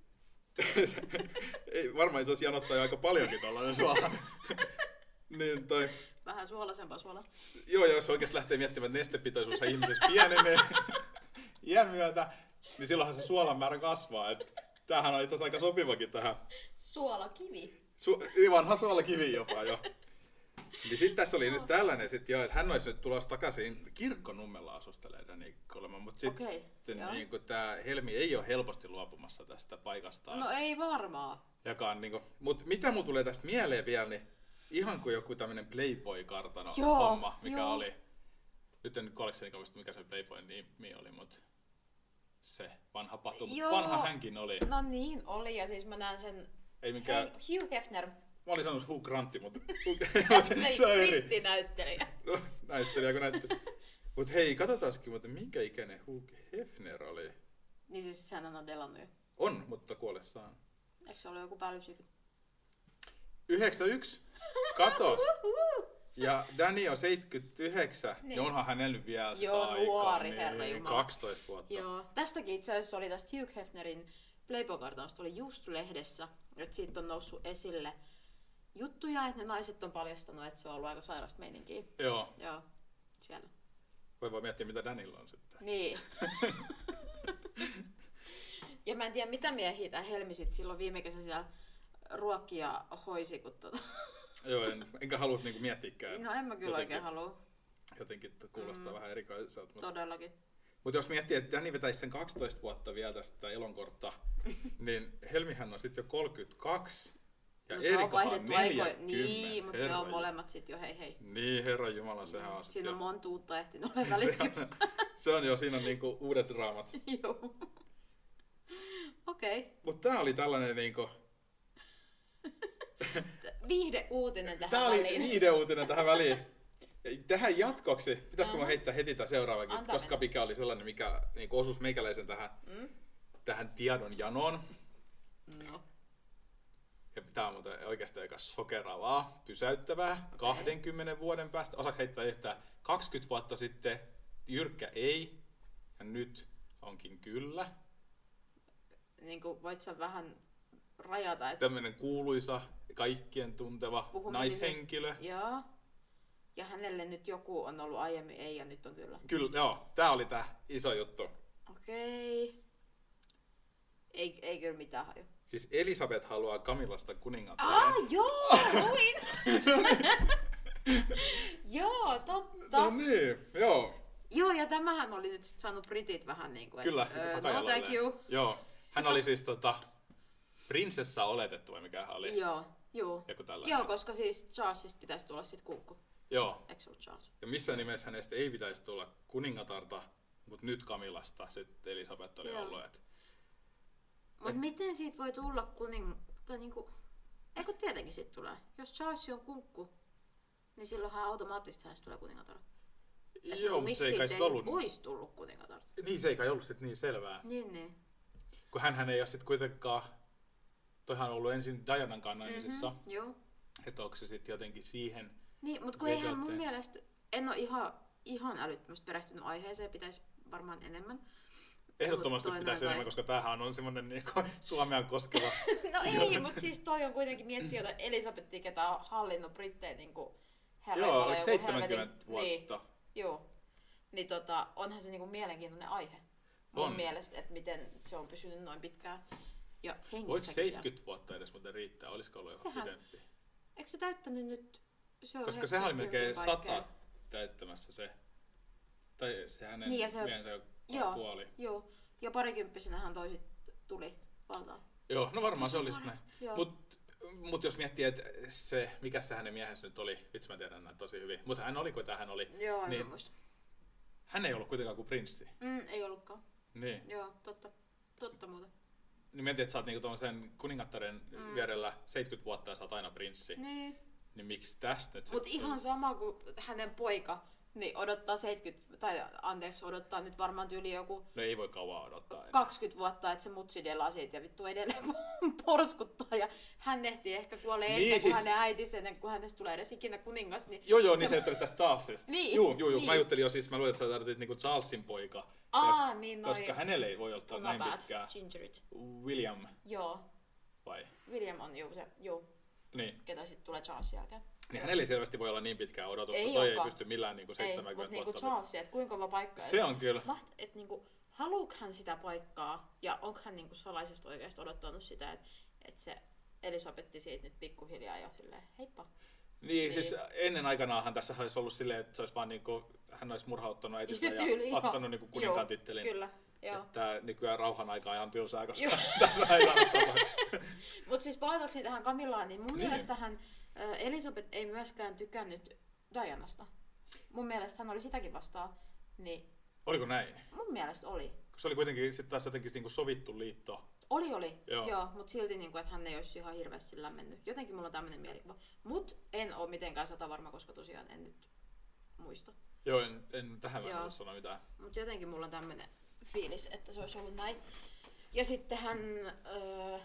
Ei, varmaan itse asiassa janottaa jo aika paljonkin tollainen suola. Niin toi... Vähän suolaisempaa suolaa. S- joo, jos oikeasti lähtee miettimään, että nestepitoisuus ihmisessä pienenee iän myötä, niin silloinhan se suolan määrä kasvaa. Et tämähän on itse asiassa aika sopivakin tähän. Suolakivi. Su- vanha suolakivi jopa jo. Niin sitten tässä oli nyt tällainen, sit jo, että hän olisi nyt tulossa takaisin Kirkkonummella asustelemaan niin kuulemma, mutta sitten okay, niin tämä Helmi ei ole helposti luopumassa tästä paikastaan. No ei varmaan. Jakaan, niin mutta mitä mulla tulee tästä mieleen vielä, niin ihan kuin joku tämmöinen Playboy-kartano joo, homma, mikä joo. oli. Nyt en nyt kollekseni muista, mikä se Playboyn nimi oli, mutta se vanha patu, mutta Joo. vanha hänkin oli. No niin oli, ja siis mä näen sen Ei mikään, Hugh Hefner. mä olin sanonut Hugh Grantti, mutta se, se on eri. brittinäyttelijä. No, näyttelijä kun näyttelijä. Mut hei, katsotaankin, mutta minkä ikäinen Hugh Hefner oli? Niin siis hän on delannut jo. On, mutta kuollessaan. Eikö se ole joku päälle yhdeksänkymmentä? yhdeksänkymmentäyksi. Katos. Ja Danny on seitsemänkymmentäyhdeksän. Niin. Niin onhan hänellä vielä sitä Joo, aikaa. nuori, niin, herranjumala. kaksitoista vuotta. Joo. Tästäkin itse asiassa oli tästä Hugh Hefnerin Playboy-kartausta oli just lehdessä, että siitä on noussut esille juttuja, että ne naiset on paljastanut, että se on ollut aika sairasta meininkiä. Joo. Joo, siellä. Voi vaan miettiä, mitä Danilla on sitten. Niin. Ja mä en tiedä, mitä miehiä tää Helmi sit silloin viime kesä siellä ruokki ja hoisi, kun tota... Joo, en, enkä halua niinku miettiäkään. No en mä kyllä jotenkin, oikein halua. Jotenkin kuulostaa mm. vähän erikoiselta. Mutta, Todellakin. mutta jos miettii, että Danny vetäisi sen kaksitoista vuotta vielä tästä elonkortta, niin Helmihän on sitten jo kolmekymmentäkaksi. Ja No se on Erikahan vaihdettu aikoja. neljäkymmentä. Niin, mutta ne on molemmat sit jo hei hei. Niin, herran jumala, sehän on sit Siinä on jo... monta uutta ehtinyt ole välissä. se, on, se on jo, siinä on niinku uudet draamat. Joo. Okei. Okay. Mutta tää oli tällainen niinku... Viihde-uutinen tähän Tää oli väliin. viihdeuutinen tähän väliin. Ja tähän jatkoksi, pitäisikö mä Aha. heittää heti tää seuraavakin, Anta koska mennä. mikä oli sellainen, mikä niinku osuisi meikäläisen tähän, Mm? tähän tiedon janoon. No. Ja tää on muuten oikeastaan aika sokeraavaa, pysäyttävää. Okei. kaksikymmentä vuoden päästä, osaako heittää yhtään, kaksikymmentä vuotta sitten jyrkkä ei, ja nyt onkin kyllä. Niin kuin voit sä vähän rajata, että Tämmöinen kuuluisa, kaikkien tunteva puhumisesta- naishenkilö. Joo. Ja hänelle nyt joku on ollut aiemmin ei ja nyt on kyllä. Kyllä, joo, tää oli tää iso juttu. Okei. Ei, ei kyllä mitään haju. Siis Elisabeth haluaa Camillasta kuningattaren. Ah, joo, luin! Joo, totta. No niin, joo. Joo, ja tämähän oli nyt sit saanut britit vähän niinku, että Kyllä, öö, no takajaloilleen. thank you. Joo, hän oli siis tota, prinsessa oletettu vai mikä hän oli? Joo, joo. Joku tällainen. Joo, koska siis Charlesista pitäisi tulla sit kuukku. Joo. Eikö se ollut Charles? Ja missään nimessä hänestä ei pitäisi tulla kuningatarta, mutta nyt Camillasta sitten Elisabeth oli Joo. ollut. Et... Mut miten siitä voi tulla kuning... Tai niinku... Eikö tietenkin siitä tulee. Jos Charles on kunkku, niin silloinhan automaattisesti hänestä tulee kuningatar. Et Joo, mutta miksi se ei kai siitä sit ollut. sit ois tullut kuningatar? Niin, se ei kai ollut sit niin selvää. Niin, niin. Kun hänhän ei ole sit kuitenkaan, toihan on ollut ensin Dianan kannaisissa, Mm-hmm, joo. että onko se sitten jotenkin siihen. Niin, mutta kun eihän mun Vedoten. mielestä... En ole ihan, ihan älyttömästi perehtynyt aiheeseen, pitäisi varmaan enemmän. Ehdottomasti Mut toi pitäisi noin enemmän, vai- koska tämähän on semmoinen niinku Suomea koskeva. No ei, mutta siis toi on kuitenkin miettiä jota Elisabetia, ketä on hallinnut Brittejä niinku herra Joo, Jumala, oliko joku seitsemänkymmentä helvetin- vuotta? Niin, joo. Niin tota, onhan se niinku mielenkiintoinen aihe. Mun On. mielestä, että miten se on pysynyt noin pitkään. Ja Voisi hengissäkin. seitsemänkymmentä vuotta edes muuten riittää, olisiko ollut jopa Sehän- pidempi? Eikö se täyttänyt nyt? Se on Koska sehän oli melkein yhdeksänkymmentä sata täyttämässä se. Tai se hänen Niin, ja se- miehensä jo Joo. kuoli. Joo. Ja parikymppisenähän toisit tuli valtaan. Joo, no varmaan se oli Tosi näin. Joo. Mut, mut jos miettii, että se, mikä se hänen miehensä nyt oli, vitsi mä tiedän näitä tosi hyvin, mutta hän oli kuin hän oli, Joo, en niin muista. hän ei ollut kuitenkaan kuin prinssi. Mm, ei ollutkaan. Niin. Joo, totta. Totta muuten. Niin mietit, että sä oot niinku tommosen kuningattaren Mm. vierellä seitsemänkymmentä vuotta ja sä oot aina prinssi. Niin. Niin miksi tästä nyt Mut sitten- ihan sama kuin hänen poika, niin odottaa seitsemänkymmentä, tai anteeksi, odottaa nyt varmaan tyyli joku No ei voi kauan odottaa enää. kaksikymmentä vuotta, että se mutsi delaa siitä ja vittu edelleen porskuttaa. Ja hän ehtii ehkä kuolee Niin, ennen kuin siis- hänen äitinsä, ennen kuin hänestä tulee edes ikinä kuningas. Niin Joo joo, se- niin se juttelit tästä Charlesista. Niin, Juu, juu, juu. niin. Mä ajattelin jo siis, mä luulen, että sä tarvitsit niinku Charlesin poika. Aa, Ja- niin noi. Koska hänelle ei voi ottaa My näin bad. pitkään. Gingerit. William, Joo, vai? William on juu se, juu, Niin. ketä sitten tulee Charlesin jälkeen. Niin hänellä ei selvästi voi olla niin pitkää odotusta. Ei Toi ei olekaan. pysty millään niinku Ei, seitsemänkymmentä mutta niinku vuotta. Charles, että kuinka kova paikka. Se on kyllä. Maht, et niinku, haluuko hän sitä paikkaa ja onko hän niinku salaisesti oikeasti odottanut sitä, että et se Elisabetti siitä nyt pikkuhiljaa jo silleen, heippa. Niin, Niin. siis ennen aikanaanhan tässä olisi ollut silleen, että se olisi vaan niinku, hän olisi murhauttanut äitinsä Tyyli, ja joo. ottanut niinku kuninkaan Joo, tittelin. Kyllä, joo. Että nykyään rauhan aika on ihan tylsää, koska Joo. tässä ei saada tapahtua. Mutta siis palatakseni tähän Camillaan, niin mun Niin. niin. mielestähän ä, Elisabeth ei myöskään tykännyt Dianasta. Mun mielestä hän oli sitäkin vastaan. Niin Oliko näin? mun mielestä oli. Se oli kuitenkin sitten taas jotenkin niinku sovittu liitto. Oli, oli. Joo. Joo, mutta silti, niin kuin, että hän ei olisi ihan hirveästi lämmennyt. Jotenkin mulla on tämmöinen mielikuva. Mut en ole mitenkään sata varma, koska tosiaan en nyt muista. Joo, en, en tähän mä en Joo. voi sanoa mitään. Mutta jotenkin mulla on tämmöinen fiilis, että se olisi ollut näin. Ja sitten hän äh,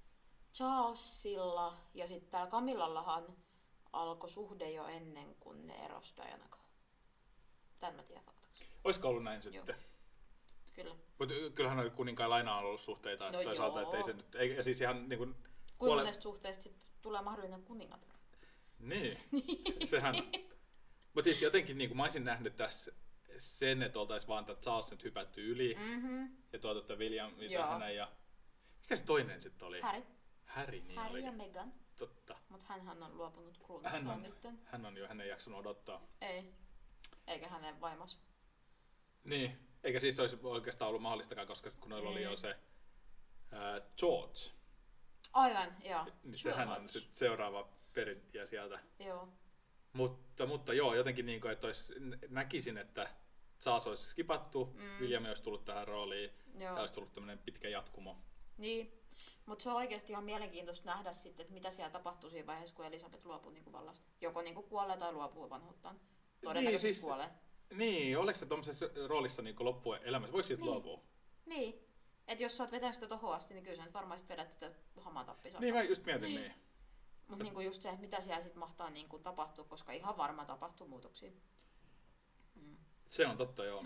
Charlesilla ja sitten täällä Camillallahan alkoi suhde jo ennen kuin ne erosi Diana kanssa. Tän mä tiedän faktaksi. Olisiko ollut näin sitten? Joo. Kyllä. Mutta kyllähän oli kuninkaan lainaan ollut suhteita, No toisaalta, joo. että ei se nyt, ei, ja siis ihan niinku... Kuinka puole- monesta suhteesta sit tulee mahdollinen kuningatar? Niin, sehän... Mutta siis jotenkin niinku mä olisin nähnyt tässä sen, että oltais vaan tätä Charles nyt hypätty yli, Mm-hmm. ja tuota että William, mitä Joo. hänen ja... Mikä se toinen sitten oli? Harry. Harry, niin Harry oli. ja Meghan. Totta. Mutta hänhän on luopunut Hän kruunustaan on, nytten. hän on jo, hän ei jaksanut odottaa. Ei. Eikä hänen vaimos. Niin, eikä siis olisi oikeastaan ollut mahdollistakaan, koska sit kun noilla oli Mm. jo se ää, George, Aivan, joo. niin sehän on George. sit seuraava perintiä sieltä. Joo. Mutta, mutta joo, jotenkin niin kuin, että olisi, näkisin, että Charles olisi skipattu, Mm. William olisi tullut tähän rooliin Joo. ja olisi tullut tämmöinen pitkä jatkumo. Niin. Mutta se on oikeasti ihan mielenkiintoista nähdä sitten, että mitä siellä tapahtuu siinä vaiheessa, kun Elisabeth luopuu niinku vallasta. Joko niinku kuolee tai luopuu vanhuuttaan. Todennäköisesti Niin, siis- kuolee. Niin, oliko se tuommoisessa roolissa niin loppuun elämässä? Voiko siitä Niin. luopua? Niin. Et jos sä oot vetänyt sitä tohon asti, niin kyllä sä nyt varmaan sit vedät sitä hamaa tappiin. Niin, mä just mietin niin. niin. Mutta niinku just se, että mitä siellä sit mahtaa niinku tapahtua, koska ihan varma tapahtuu muutoksia. Mm. Se on totta, joo.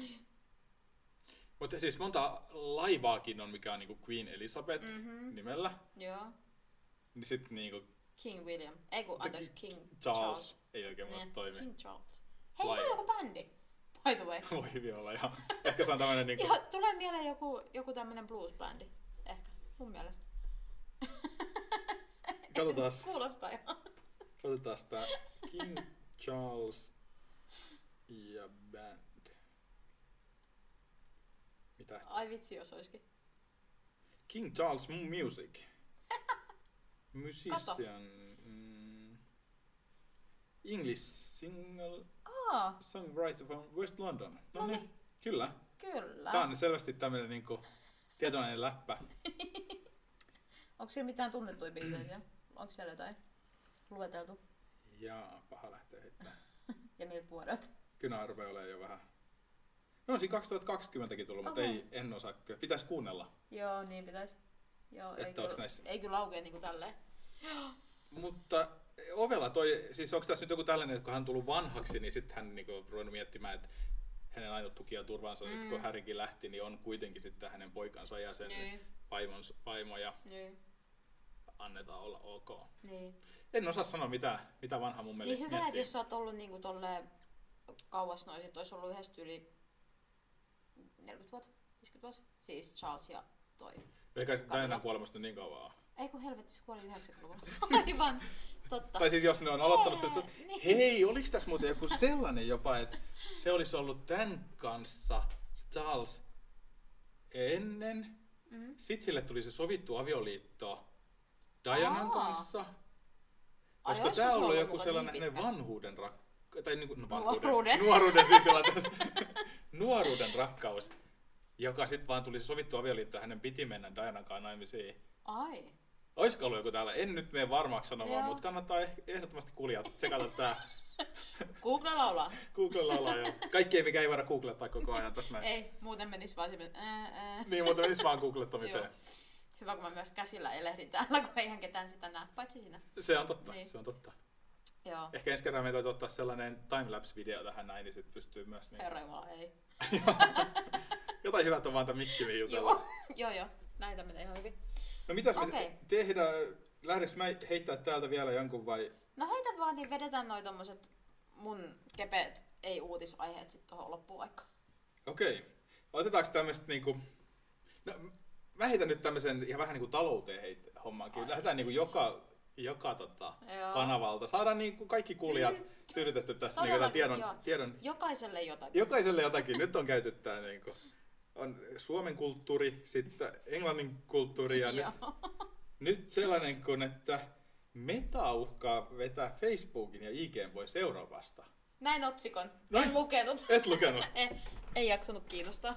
Mutta siis monta laivaakin on, mikä on niinku Queen Elizabeth Mhm. nimellä. Joo. Niin sitten niinku King William. Ei kun, anteeksi, King Charles, Charles. ei oikein muista Niin, toimi. King Charles. Hei, se Laiva. on joku bändi. By the way. Voi hyvin olla, ja ehkä se on tämmönen niinku... Ihan, tulee mieleen joku, joku tämmönen blues-bändi. Ehkä, mun mielestä. Katsotaas. Kuulostaa ihan. Otetaan tää King Charles ja band. Mitä? Ai vitsi, jos olisikin. King Charles Music. Musician. Mm, English single Aa, songwriter from West London. No Noniin. niin, kyllä. kyllä. Tää on selvästi tämmönen niinku tietoinen läppä. Onko siellä mitään tunnettuja biisejä siellä? Onko siellä jotain lueteltu? Ja paha lähtee heittämään. Ja miltä vuodelta? Kyllä rupeaa olemaan jo vähän. No on siinä kaksituhattakaksikymmentäkin tullut, mutta Okei. ei, en osaa kyllä. Pitäis kuunnella. Joo, niin pitäis. Joo, ei Että onks kyllä, näissä- ei kyllä laukea niinku tälleen. Mutta ovella toi, siis onko tässä nyt joku tällainen, että kun hän on tullut vanhaksi, niin sitten hän niinku ruvennut miettimään, että hänen ainut tuki ja turvansa, mm. nyt kun Harrykin lähti, niin on kuitenkin sitten hänen poikansa ja sen Niin. vaimon, vaimo ja Niin. annetaan olla ok. Niin. En osaa sanoa, mitä, mitä vanha mun mielestä Niin hyvä, että jos sä oot ollut niinku tolleen kauas noin, sit ois ollut yhdessä yli neljäkymmentä vuotta, viisikymmentä vuotta. Siis Charles ja toi. Eikä Camilla. Dianan kuolemasta niin kauan ole. Ei kun helvetti, se kuoli yhdeksänkymmentäluvulla. Aivan, totta. Tai siis jos ne on aloittanut se... Hei, niin. Hei, oliks tässä muuten joku sellainen jopa, että se olisi ollut tämän kanssa, se Charles, ennen. Mm. Sitten sille tuli se sovittu avioliitto Dianan Aa. kanssa. Ai, Olisiko olisiko tää se ollut ollut joku muka sellainen niin hänen pitkä? vanhuuden rakkaus, tai niinku, no, vanhuuden, Nuoruuden. nuoruuden, siitä nuoruuden rakkaus, joka sitten vaan tuli se sovittu avioliitto ja hänen piti mennä Dianan kanssa naimisiin. Ai. Olisiko ollut joku täällä? En nyt mene varmaksi sanomaan, Joo. mutta kannattaa eh- ehdottomasti kuulijat tsekata tää. Google laulaa. Googlella ollaan jo. Kaikki ei mikä ei voida googlettaa koko ajan tässä näin. Ei, muuten menis vaan semmoinen ää, ää. Niin, mutta menisi vaan googlettamiseen. Joo. Hyvä, kun mä myös käsillä elehdin täällä, kun eihän ketään sitä näe, paitsi sinä. Se on totta, Niin. se on totta. Joo. Ehkä ensi kerran meidän täytyy ottaa sellainen timelapse-video tähän näin, niin sit pystyy myös niin... Herra Jumala, ei. Jotain hyvää on vaan tämän mikki mihin jutella. Joo, joo, joo. Näitä menee ihan hyvin. No mitäs Okei. me tehdään? Lähdeks mä heittää täältä vielä jonkun vai? No heitä vaan, niin vedetään noi tommoset mun kepeet ei-uutisaiheet sit tohon loppuun vaikka. Okei. Otetaanko tämmöstä niinku... No, mä heitän nyt tämmösen ihan vähän niinku talouteen heit hommaankin. Ai, Lähdetään niinku vitsi. joka, joka tota, Joo. kanavalta. Saadaan niinku kaikki kuulijat tyydytetty tässä niinku tämän Todellakin, tiedon, joo. tiedon... Jokaiselle jotakin. Jokaiselle jotakin. Nyt on käyty tää niinku... On Suomen kulttuuri, sitten Englannin kulttuuri ja nyt, Joo. nyt sellainen kuin, että Meta uhkaa vetää Facebookin ja I G:n pois Euroopasta. Näin otsikon. Noin. En lukenut. Et lukenut? ei, ei jaksanut kiinnostaa.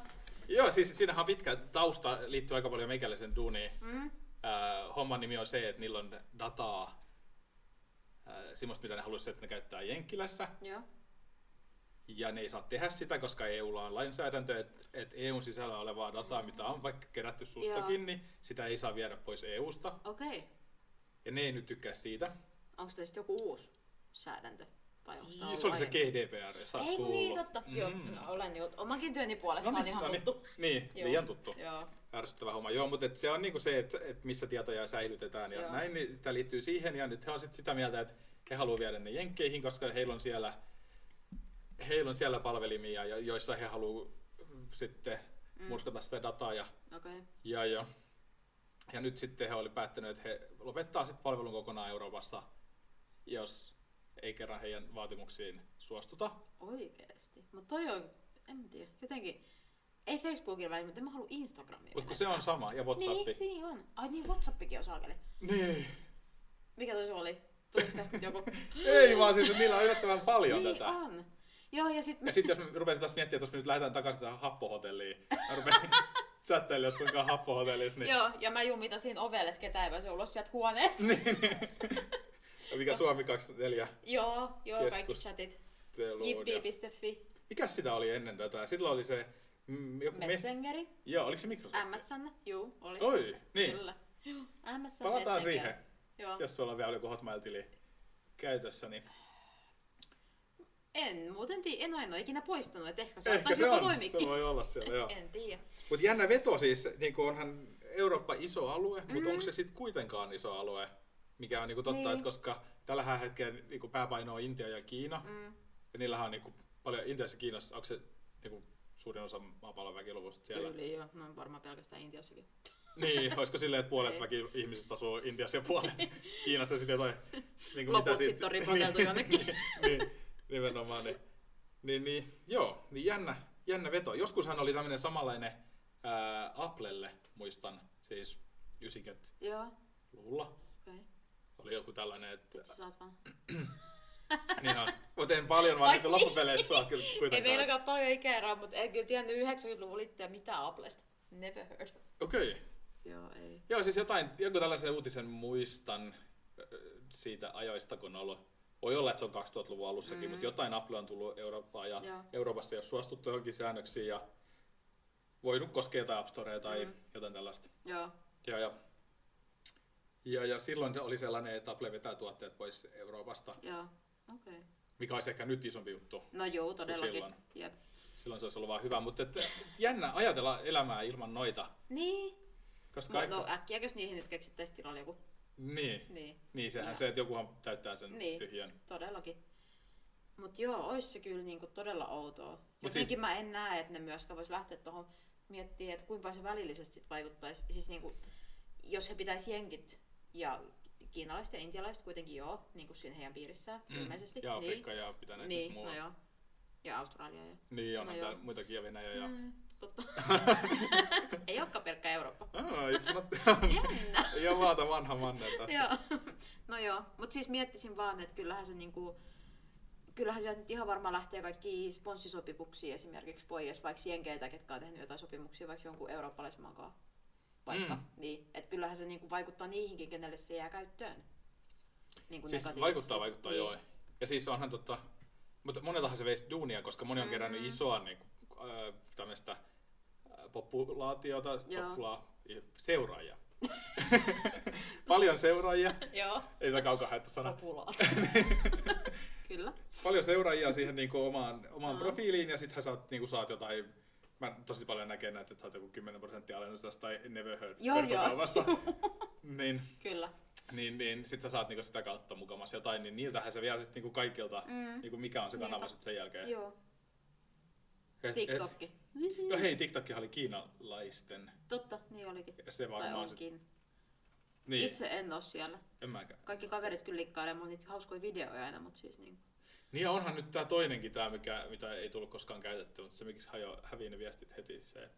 Joo, siis siinähän on pitkä tausta, liittyy aika paljon meikäläisen duuniin. Mm. Äh, homman nimi on se, että niillä on dataa, äh, semmoista mitä ne haluaisi, että ne käyttää Jenkkilässä. Joo. Ja ne ei saa tehdä sitä, koska E U:lla on lainsäädäntö, että et E U:n sisällä olevaa dataa, mitä on vaikka kerätty sustakin, niin sitä ei saa viedä pois E U:sta. Okei. Okay. Ja ne ei nyt tykkää siitä. Onko tämä sitten joku uusi säädäntö? Vai onko tämä Se oli se G D P R, jos ei kun niin, totta. Mm. Joo, no, olen jo omankin työni puolesta no, on ihan no, tuttu. Niin, Joo. liian tuttu. Joo. Ärsyttävä homma. Joo, mutta et se on niinku se, että et missä tietoja säilytetään ja Joo. näin, niin sitä liittyy siihen. Ja nyt he on sit sitä mieltä, että he haluaa viedä ne jenkkeihin, koska heillä on siellä, heillä on siellä palvelimia, joissa he haluaa sitten mm. murskata sitä dataa. Ja, okay. ja, ja, ja nyt sitten he oli päättänyt, että he lopettaa sitten palvelun kokonaan Euroopassa, jos ei kerran heidän vaatimuksiin suostuta. Oikeesti? Mutta toi on, en mä tiedä, jotenkin, ei Facebookilla väliin, mutta en mä halua Instagramia. Mutta se on sama, ja WhatsApp. Niin, siinä on. Ai niin, WhatsAppikin on saakeli. Niin. Mikä toi se oli? Tuliko tästä joku? Ei vaan siis, niillä on yllättävän paljon niin tätä. on. Joo, ja sit... Ja sit jos me rupesin taas miettimään, että jos me nyt lähdetään takaisin tähän happohotelliin, mä rupesin chattailla jos sunkaan happohotellissa, niin... Joo, ja mä jumitasin ovelle, että ketään ei pääse ulos sieltä huoneesta. niin, niin. Mikä Kos... Suomi kaksikymmentäneljä? Joo, joo, Keskus... kaikki chatit. Jippi piste fi. Mikäs sitä oli ennen tätä? Silloin oli se... Mm, joku Messengeri. Mes... Joo, oliko se Microsoft? M S N, juu, oli. Oi, niin. Kyllä. Joo, M S N Palataan Messenger. siihen, Joo. jos sulla on vielä joku Hotmail-tili käytössä, niin... En muuten tiedä, en aina ikinä poistanut, että ehkä ehkä se jopa on, toimikin. se voi olla siellä, joo. En tiedä. Mutta jännä veto siis, niin onhan Eurooppa iso alue, mm. mutta onko se sitten kuitenkaan iso alue, mikä on niinku totta, niin. että koska tällä hetkellä niinku pääpaino on Intia ja Kiina, Mm. ja niillähän on niinku paljon Intiassa ja Kiinassa, onko se niinku suurin osa maapallon väkiluvusta siellä? Tyyliin joo, no varmaan pelkästään Intiassakin. Niin, olisiko silleen, että puolet väki ihmisistä asuu Intiassa ja puolet Kiinassa sitten jotain... Niin loput sitten on ripoteltu niin, jonnekin. niin, nimenomaan. Niin, niin, niin, joo, niin jännä, jännä veto. Joskushan oli tämmöinen samanlainen ää, Applelle, muistan, siis yhdeksänkymmentäluvulla. Joo. Okay. Oli joku tällainen, että... Vitsi, sä oot vaan. niin on. Mutta en paljon, vaan sitten loppupeleissä sua kyllä kuitenkaan. Ei meilläkään paljon ikäeroa, mutta en kyllä tiennyt yhdeksänkymmentäluvulla itseä mitään Applesta. Never heard. Okei. Okay. Joo, ei. Joo, siis jotain, joku tällaisen uutisen muistan siitä ajoista, kun on ollut. Voi olla, että se on kaksituhattaluvun alussakin, mm. mutta jotain Apple on tullut Eurooppaan ja Joo. Euroopassa ei ole suostuttu johonkin säännöksiin ja voinut koskea jotain App Storea tai mm. jotain tällaista. Joo. Ja, ja, ja, ja silloin se oli sellainen, että Apple vetää tuotteet pois Euroopasta. Joo, okei. Okay. Mikä olisi ehkä nyt isompi juttu. No joo, todellakin. Silloin. Jep. Silloin se olisi ollut vaan hyvä, mutta et, jännä ajatella elämää ilman noita. Niin. Koska no, aika... no äkkiäkös niihin nyt keksittäisiin tilalle joku? Niin. Niin, niin sehän Ihan. se, että jokuhan täyttää sen niin, tyhjän. Todellakin. Mut joo, ois se kyllä niinku todella outoa. Mut Jotenkin siis... mä en näe, että ne myöskään vois lähteä tuohon miettimään, että kuinka se välillisesti sit vaikuttaisi. Siis niinku, jos he pitäisi jenkit ja kiinalaiset ja intialaiset kuitenkin joo, niinku siinä heidän piirissään mm. ilmeisesti. Ja Afrikka niin. Ja pitäneet niin, muualla. No joo. Ja Australia. Ja... Niin, onhan no täällä muitakin ja Venäjä. Ja... Mm, totta. Ei olekaan pelkkä Eurooppa. Ah, itse Jännä. Ja maata vanha manne tässä. Joo. No joo, mutta siis miettisin vaan, että kyllähän se niinku, kyllähän sieltä nyt ihan varmaan lähtee kaikki sponssisopimuksia esimerkiksi pois, vaikka jenkeiltä, ketkä on tehnyt jotain sopimuksia vaikka jonkun eurooppalaisen makaan. Vaikka, mm. niin, että kyllähän se niinku vaikuttaa niihinkin, kenelle se jää käyttöön. Niinku siis vaikuttaa, vaikuttaa niin. Joo. Ja siis onhan totta, mutta moneltahan se veisi duunia, koska moni on mm-hmm. kerännyt isoa niinku, äh, tämmöistä äh, populaatiota, popula- seuraajia. Paljon seuraajia. Joo. Ei sitä kaukaa haettu sana. Populaatio. Kyllä. Paljon seuraajia siihen niinku omaan, omaan mm. profiiliin ja sit saat, niinku, saat jotain, mä tosi paljon näkee näitä, että saat joku kymmenen prosenttia alennusta tai never heard verkkokaupasta. niin, Kyllä. Niin, niin sit sä saat niinku sitä kautta mukamassa jotain, niin niiltähän se vie sit niinku kaikilta, mm. niinku mikä on se kanava sit sen jälkeen. Joo. Et, TikTokki. Et, no hei, TikTokkihan oli kiinalaisten. Totta, niin olikin. Ja se tai onkin. Sit... Niin. Itse en oo siellä. En mäkään. Kaikki kaverit kyllä likkailee, mulla on niitä hauskoja videoja aina, mut siis niin. Niin ja onhan nyt tää toinenkin tää, mikä, mitä ei tullut koskaan käytetty, mutta se miksi hajo, hävii ne viestit heti se.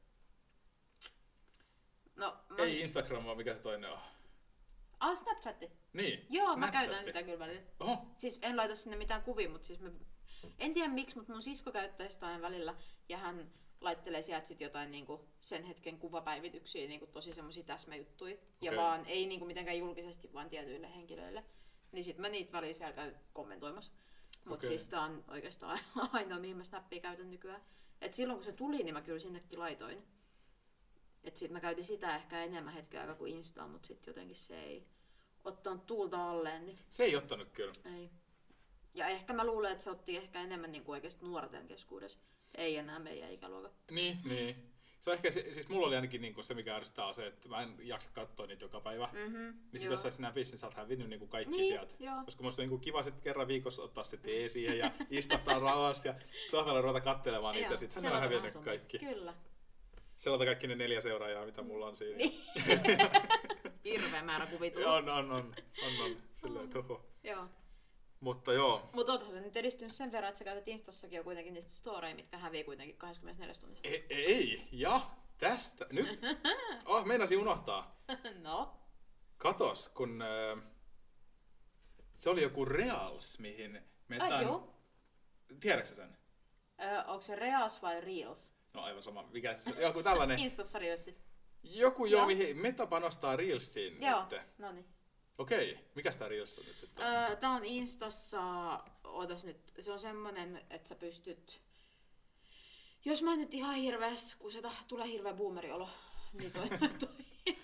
No, mä... Ei Instagram, vaan mikä se toinen on. Ah, Snapchatti. Niin. Joo, Snapchatti. Mä käytän sitä kyllä välillä. Oho. Siis en laita sinne mitään kuvia, mutta siis mä... En tiedä miksi, mutta mun sisko käyttää sitä aina välillä. Ja hän laittelee sieltä sit jotain niinku sen hetken kuvapäivityksiä, niinku tosi semmosia täsmäjuttuja. Okay. Ja Okei. vaan ei niinku mitenkään julkisesti, vaan tietyille henkilöille. Niin sit mä niitä väliin siellä käyn kommentoimassa. Mut Okei. siis tää on oikeastaan ainoa, mihin mä snappia käytän nykyään. Et silloin kun se tuli, niin mä kyllä sinnekin laitoin. Et sit mä käytin sitä ehkä enemmän hetken aikaa kuin Instaa, mut sit jotenkin se ei ottanut tuulta alleen. Niin Se ei ottanut kyllä. ei. Ja ehkä mä luulen, että se otti ehkä enemmän niinku oikeesti nuorten keskuudessa. Ei enää meidän ikäluokan. Niin, niin. Se on ehkä, se, siis mulla oli ainakin niinku se, mikä ärsyttää on se, että mä en jaksa katsoa niitä joka päivä. Mm-hmm, Niin sit jos sä snapissa, niin sä oot hävinnyt niinku kaikki Niin, sieltä. joo. Koska musta on niinku kiva sit kerran viikossa ottaa se tee siihen ja istahtaa rauhassa ja sohvalla ruveta kattelemaan niitä ja sit hän on selata hävinnyt vähän somea. kaikki. Kyllä. Selata kaikki ne neljä seuraajaa, mitä mulla on siinä. Niin. Hirveä määrä kuvia tullut. on, on, on, on, on. Silleen, että oho. Joo. Mutta joo. Mut oothan se nyt edistynyt sen verran, että sä käytät Instassakin jo kuitenkin niistä storeja, mitkä hävii kuitenkin kaksikymmentäneljä tunnissa. Ei, ei, ja tästä, nyt. Oh, meinasin unohtaa. No. Katos, kun äh, se oli joku Reals, mihin me Ai tämän... joo. Tiedätkö sä sen? Öö, onko se Reals vai Reels? No aivan sama, mikä se joku tällainen. Instassa Reelsit. Joku joo, Joo. mihin Meta panostaa Reelsiin Joo, nyt. no niin. Okei, mikäs tää Reels on nyt sitten? Öö, tää on Instassa, ootas nyt, se on semmonen, että sä pystyt, jos mä nyt ihan hirveästi, kun se ta- tulee hirveä boomeriolo, niin toi, toi, toi.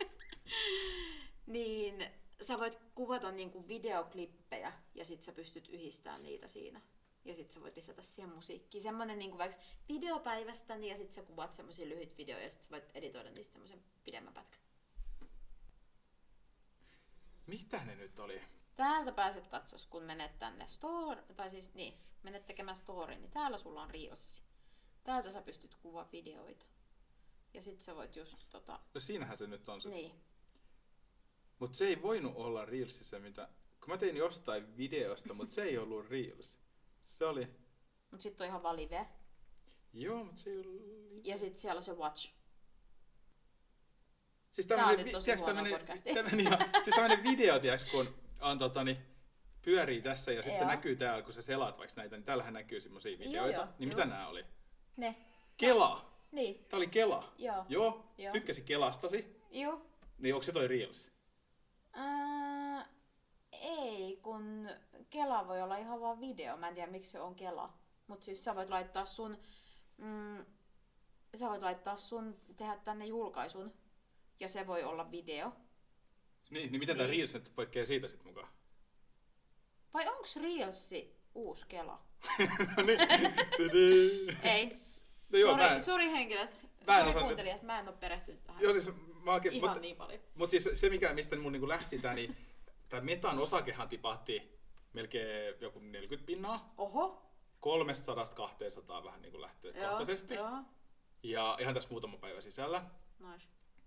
niin sä voit kuvata niinku videoklippejä ja sit sä pystyt yhdistämään niitä siinä. Ja sit sä voit lisätä siihen musiikkiin. Semmonen niinku vaikka videopäivästä, niin ja sit sä kuvaat semmosia lyhyt videoja ja sit sä voit editoida niistä semmosen pidemmän pätkän. Mitä ne nyt oli? Täältä pääset katsos, kun menet tänne store, tai siis niin, menet tekemään story, niin täällä sulla on Reels. Täältä sä pystyt kuvaa videoita. Ja sit sä voit just tota, No siinähän se nyt on se. niin. Mut se ei voinut olla Reelsissä mitä... Kun mä tein jostain videosta, mut se ei ollut Reels. Se oli... Mut sit on ihan vaan live. Joo, mut se ei ollut... Ja sit siellä on se watch. Siis Tää on tämmönen, nyt tosi tiiäks, huono tämmönen, podcasti. tämmönen, ja, siis tämmönen video, tiiäks, kun on totani, pyörii tässä ja sit se Joo. näkyy täällä, kun sä selaat vaikka näitä, niin täällähän näkyy semmosia videoita. joo, Niin joo. mitä nää oli? Ne. Kela! Niin. Tää oli Kela. Joo. Joo, Joo. tykkäsin Kelastasi. Joo. Niin onko se toi Reels? Ää, ei, kun Kela voi olla ihan vaan video. Mä en tiedä miksi se on Kela. Mut siis sä voit laittaa sun... Mm, sä voit laittaa sun, tehdä tänne julkaisun. Ja se voi olla video. Niin, niin miten tää Niin. Reels nyt poikkeaa siitä sit mukaan? Vai onks Reelsi uusi Kela? no niin. Tuduu. Ei. s- No joo, sori, mä en- sori henkilöt. mä en Sori osannut- kuuntelijat, mä en oo perehtynyt tähän. Joo siis mä oikein, Ihan mut, niin paljon. mut siis se mikä, mistä mun niinku lähti tää, niin tää Metan osakehan tipahti melkein joku neljäkymmentä pinnaa. Oho. kolmestasadasta kahteensataan vähän niinku lähtökohtaisesti. Joo. Ja ihan tässä muutama päivä sisällä. Nice.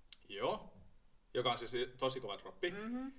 Joo. Joka on siis tosi kova droppi. Mhm.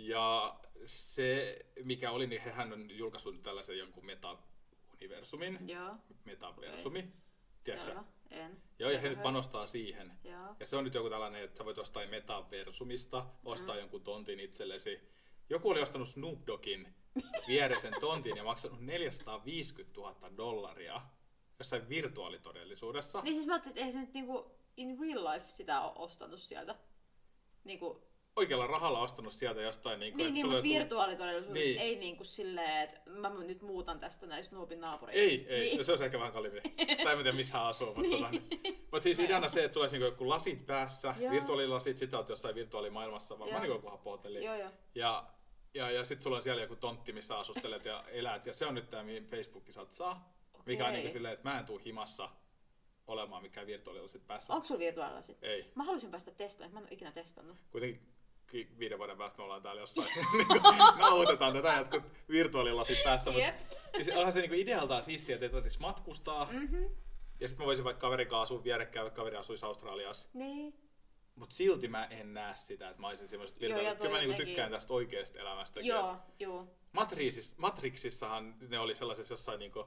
Ja se, mikä oli, niin hehän on julkaissut tällaisen jonkun meta-universumin. Joo. Metaversumi. Tiedätkö sä? Selvä. En. Joo, ja he Eipä nyt hör. panostaa siihen. Joo. Ja se on nyt joku tällainen, että sä voit ostaa metaversumista, ostaa Mm. jonkun tontin itsellesi. Joku oli ostanut Snoop Doggin vieresen tontin ja maksanut neljäsataaviisikymmentätuhatta dollaria jossain virtuaalitodellisuudessa. Niin siis mä ajattelin, että ei se nyt niinku in real life sitä ole ostanut sieltä. Niinku, Oikealla rahalla ostanut sieltä jostain. Niin, niin, niin, mutta virtuaalitodellisuudessa Niin. ei niinku silleen, että mä nyt muutan tästä näin Snoopin naapuria. Ei, ei. Niin. Se on ehkä vähän kalliimpi. Tai en tiedä missä hän asuu. Mutta tota, mut siis No ideana joo. se, että sulla olisi niinku joku lasit päässä, Joo. virtuaalilasit, sit sä oot jossain virtuaalimaailmassa, varmaan Joo. niin joku happohotelli. Joo, joo. Ja, ja, ja sit sulla on siellä joku tontti, missä asustelet ja elät. Ja se on nyt tää, mihin Facebook satsaa. Mikä on Okei. niinku silleen, että mä en tuu himassa olemaan mikään virtuaalilasit päässä. Onko sulla virtuaalilasit? Ei. Mä haluaisin päästä testaamaan, mä en ole ikinä testannut. Kuitenkin ki- viiden vuoden päästä me ollaan täällä jossain. Nauhoitetaan tätä jotkut virtuaalilasit päässä. Mut, Jep. siis onhan se niinku idealtaan siistiä, että ei tarvitsisi matkustaa. Mhm. Ja sit mä voisin vaikka kaverin kanssa asua vierekkäin, vaikka kaveri asuisi Australiassa. Niin. Mut silti mä en näe sitä, että mä olisin semmoiset Joo, ja virtuaaliset. toi Kyllä mä niinku jotenkin- tykkään tästä oikeasta elämästä. Joo, joo. Matrixis, Matrixissahan ne oli sellaisessa jossain niinku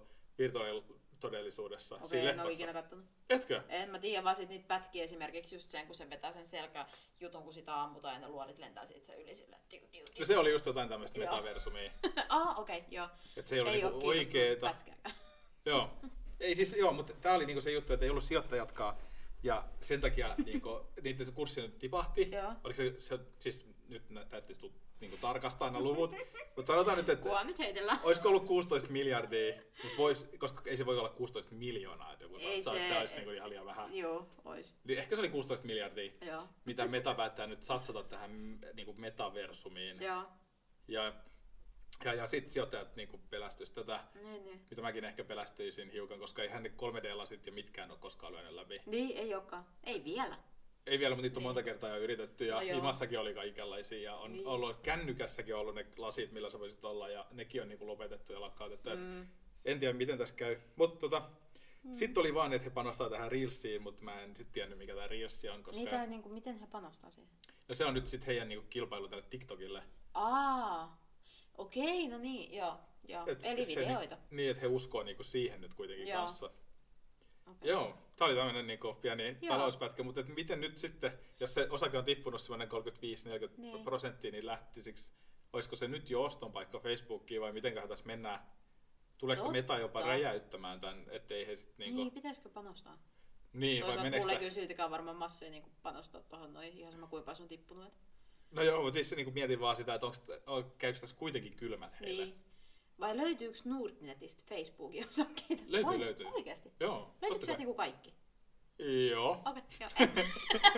virtuaalitodellisuudessa. Okei, siinä en ole leffassa. ikinä kattonut. Etkö? En mä tiedä, vaan sit niitä pätkiä esimerkiksi just sen, kun se vetää sen selkäjutun, kun sitä ammutaan ja ne luodit lentää siitä se yli silleen. Tiu, tiu, tiu. No se oli just jotain tämmöistä Joo. metaversumia. Ah, okei, okay, joo. Että se ei, Ei ole oo niinku kiinnostunut oikeeta. pätkääkään. Joo. Ei siis, joo, mutta tää oli niinku se juttu, että ei ollut sijoittajatkaan. Ja sen takia niinku, niiden kurssi nyt tipahti. Oliko se, se siis nyt täytyisi tulla niinku tarkastaa nämä luvut. Mutta sanotaan nyt, että Kua nyt heitellään. olisiko ollut kuusitoista miljardia, mutta vois, koska ei se voi olla kuusitoista miljoonaa, että joku ei saa, se, se olisi niinku ihan liian vähän. Joo, ois. Ehkä se oli kuusitoista miljardia, joo. mitä Meta päättää nyt satsata tähän niinku metaversumiin. Joo. Ja, ja, ja sitten sijoittajat niinku pelästyis tätä, niin, niin. mitä mäkin ehkä pelästyisin hiukan, koska eihän ne kolme D-lasit ja mitkään ole koskaan lyönyt läpi. Niin, ei olekaan. Ei vielä. Ei vielä, mutta niitä on niin. monta kertaa jo yritetty ja no himassakin oli kaikenlaisia ja on niin. ollut kännykässäkin ollut ne lasit, millä sä voisit olla ja nekin on niinku lopetettu ja lakkautettu. Mm. En tiedä miten tässä käy, mutta tota, mm. sitten oli vaan, että he panostaa tähän Reelsiin, mutta mä en sitten tiennyt mikä tämä Reels on. Koska... Niitä, niin kuin, miten he panostaa siihen? No se on nyt sitten heidän niinku kilpailu tälle TikTokille. Aa, okei, no niin, joo. joo. Et Eli videoita. Niin, niin, että he uskoo niinku siihen nyt kuitenkin joo. kanssa. Okay. Joo, tää oli tämmönen niinku pieni Joo. talouspätkä, mutta et miten nyt sitten, jos se osake on tippunut semmoinen kolmekymmentäviisi neljäkymmentä niin. prosenttia, niin lähtisiksi, olisiko se nyt jo oston paikka Facebookiin vai mitenköhän tässä mennään? Tuleeko Totta. Meta jopa räjäyttämään tämän, ettei he sit niinku... Niin, pitäisikö panostaa? Niin, toisaalta vai meneekö mulle kyllä siltikään varmaan massia niinku panostaa tohon noin, ihan sama kuinka paljon on tippunut. No joo, mutta siis niinku mietin vaan sitä, että onko, käykö tässä kuitenkin kylmät heille? Niin. Vai löytyykö Nordnetistä Facebookin osakkeita? Löytyy, Oi, löytyy. Oikeesti? Joo. Löytyykö sieltä niinku kaikki? Joo. Okei, okay, joo.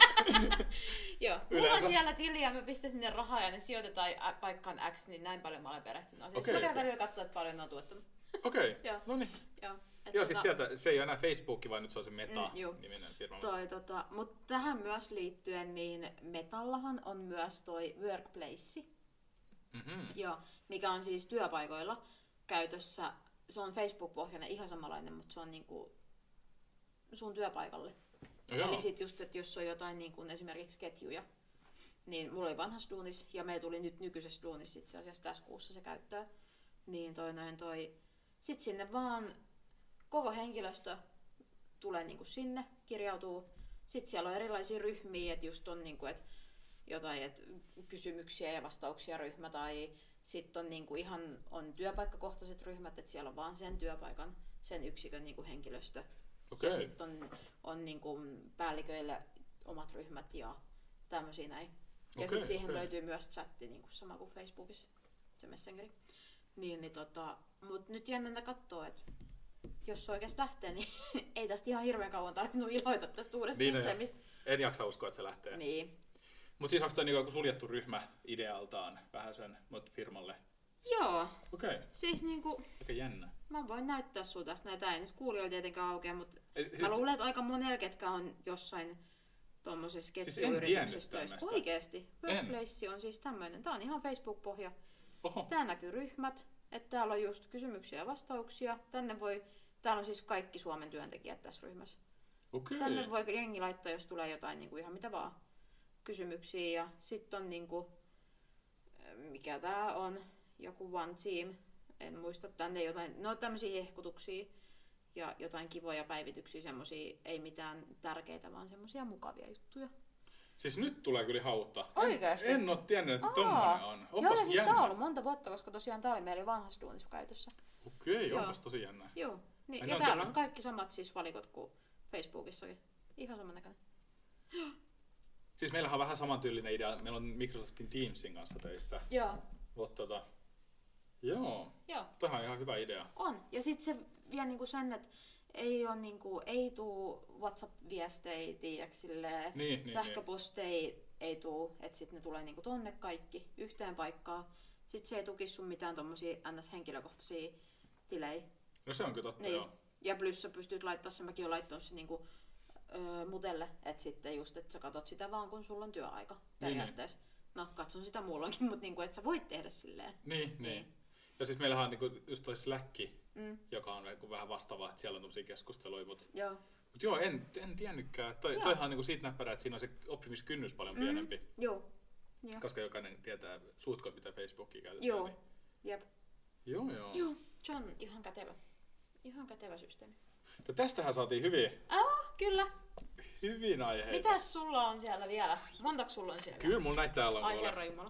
joo. Mulla on siellä tili ja mä pistän sinne rahaa ja ne sijoitetaan paikkaan X, niin näin paljon mä olen perehtynyt asiaan. Okay, mä käyn okay. välillä katsoa, että paljon ne on tuottanut. Okei, okay. no niin. Joo. Et joo, tota... siis sieltä, se ei ole enää Facebook, vaan nyt se on se Meta-niminen mm, firma. Toi, tota, mutta tähän myös liittyen, niin Metallahan on myös toi Workplace. Mm-hmm. Joo, mikä on siis työpaikoilla käytössä. Se on Facebook-pohjainen, ihan samanlainen, mutta se on niinku sun työpaikalle. No eli sit just, että jos on jotain niin kuin esimerkiksi ketjuja, niin mulla oli vanhassa duunissa ja me tuli nyt nykyisessä duunissa itse asiassa tässä kuussa se käyttöön. Niin toi noin toi. Sit sinne vaan koko henkilöstö tulee niinku sinne, kirjautuu. Sitten siellä on erilaisia ryhmiä, että just on niinku, et jotain et kysymyksiä ja vastauksia ryhmä tai sitten on niinku ihan on työpaikkakohtaiset ryhmät, että siellä on vaan sen työpaikan, sen yksikön niinku henkilöstö. Okay. Ja sitten on, on niinku päälliköille omat ryhmät ja tämmöisiä näin. Ja okay, sitten siihen okay. löytyy myös chatti, niinku sama kuin Facebookissa, se Messengeri. Niin, niin tota, mut nyt jännäntä kattoo, että jos se oikeasti lähtee, niin ei tästä ihan hirveän kauan tarvinnut iloita tästä uudesta niin systeemistä. En jaksa uskoa, että se lähtee. Niin. Mutta siis onko toi niinku suljettu ryhmä idealtaan vähän sen firmalle? Joo. Okei. Okay. Siis niinku... Aika jännä. Mä voin näyttää sulle tästä näitä, ei nyt kuulijoilla tietenkään aukea, mutta siis mä luulen, että aika monella, ketkä on jossain tommosessa ketjuyrityksessä töissä. Oikeesti. Workplace on siis tämmöinen. Tää on ihan Facebook-pohja. Oho. Tää näkyy ryhmät, että täällä on just kysymyksiä ja vastauksia. Tänne voi, täällä on siis kaikki Suomen työntekijät tässä ryhmässä. Okay. Tänne voi jengi laittaa, jos tulee jotain niin kuin ihan mitä vaan kysymyksiä. Ja sitten on niinku, mikä tää on, joku One Team. En muista tänne jotain, no tämmöisiä hehkutuksia ja jotain kivoja päivityksiä, semmosia ei mitään tärkeitä, vaan semmosia mukavia juttuja. Siis nyt tulee kyllä hautta. Oikeesti? En, en oo tiennyt, että tommonen on. Onpas joo, ja siis jännä. tää on ollut monta vuotta, koska tosiaan tää oli meillä vanhassa duunissa käytössä. Okei, okay, onpas tosi jännä. Joo, niin, ja täällä on kaikki samat siis valikot kuin Facebookissakin. Ihan samannäköinen. Siis meillähän on vähän samantyylinen idea. Meillä on Microsoftin Teamsin kanssa töissä. Joo. Mutta tota, joo. Joo. Tämähän on ihan hyvä idea. On. Ja sit se vie niinku sen, että ei, on niinku, ei tuu WhatsApp-viestejä, tiiäks, silleen, niin, niin, sähköposteja niin. ei tuu, että sit ne tulee niinku tonne kaikki yhteen paikkaan. Sit se ei tuki sun mitään tommosia ns. Henkilökohtaisia tilejä. No se on kyllä totta, niin. joo. Ja plus sä pystyt laittaa sen, mäkin oon laittanut se niinku, öö, mutelle, että sitten just, että sä katot sitä vaan kun sulla on työaika periaatteessa. Niin, niin. No katson sitä muulloinkin, mutta niinku, että sä voit tehdä silleen. Niin, niin. niin. Ja siis meillähän on niinku just toi Slack, mm. joka on niinku vähän vastaava, että siellä on tommosia keskusteluja, mutta joo. Mut joo, en, en tiennytkään. Toi, joo. Toihan on niinku siitä näppärä, että siinä on se oppimiskynnys paljon mm. pienempi. Joo. Jo. Koska jokainen tietää suutkot, mitä Facebookia käytetään. Joo, niin. jep. Joo, joo. Joo, se on ihan kätevä. Ihan kätevä systeemi. No tästähän saatiin hyvin. Ah, kyllä. Hyvin aiheita. Mitäs sulla on siellä vielä? Montaks sulla on siellä? Kyllä, mulla näitä täällä on. Ai herra jumala.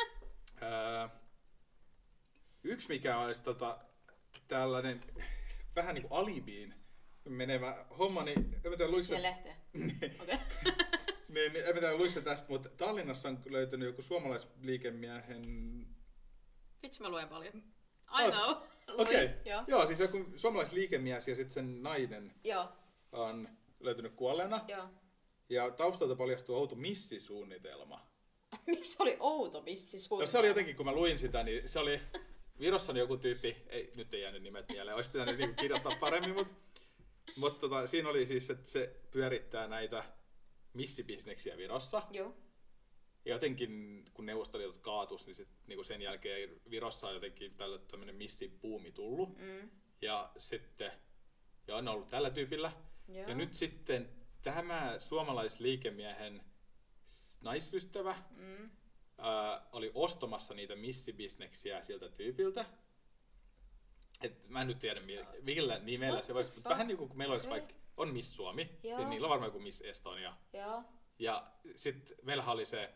öö, yksi mikä olisi tota, tällainen vähän niin kuin alibiin menevä homma, niin en mä tiedä, Siis siihen lehteen? Okei. niin, niin, en mä tiedä, luissa tästä, mutta Tallinnassa on löytynyt joku suomalaisliikemiehen... Vitsi, mä luen paljon. I know. Okei. Okay. Joo. Joo, siis joku suomalaisliikemies ja sitten sen nainen Joo. on löytynyt kuolleena. Joo. Ja taustalta paljastuu outo missisuunnitelma. Miksi oli outo missisuunnitelma? No se oli jotenkin, kun mä luin sitä, niin se oli... Virossa on joku tyyppi, ei, nyt ei jäänyt nimet mieleen, olisi pitänyt niinku kirjoittaa paremmin, mutta mut tota, siinä oli siis, että se pyörittää näitä missibisneksiä Virossa. Joo. Ja jotenkin, kun Neuvostoliitot kaatus, niin sit, niinku sen jälkeen Virossa on jotenkin tällä tämmöinen missibuumi tullut. Mm. Ja sitten, ja on ollut tällä tyypillä. Joo. Ja nyt sitten tämä suomalaisliikemiehen naisystävä mm. ää, oli ostamassa niitä missibisneksiä siltä tyypiltä. Et mä en nyt tiedä millä nimellä What se voisi, mutta vähän niin kuin kun meillä olisi okay. vaikka, on Miss Suomi, Joo. niin niillä on varmaan joku Miss Estonia. Joo. Ja sitten meillähän oli se,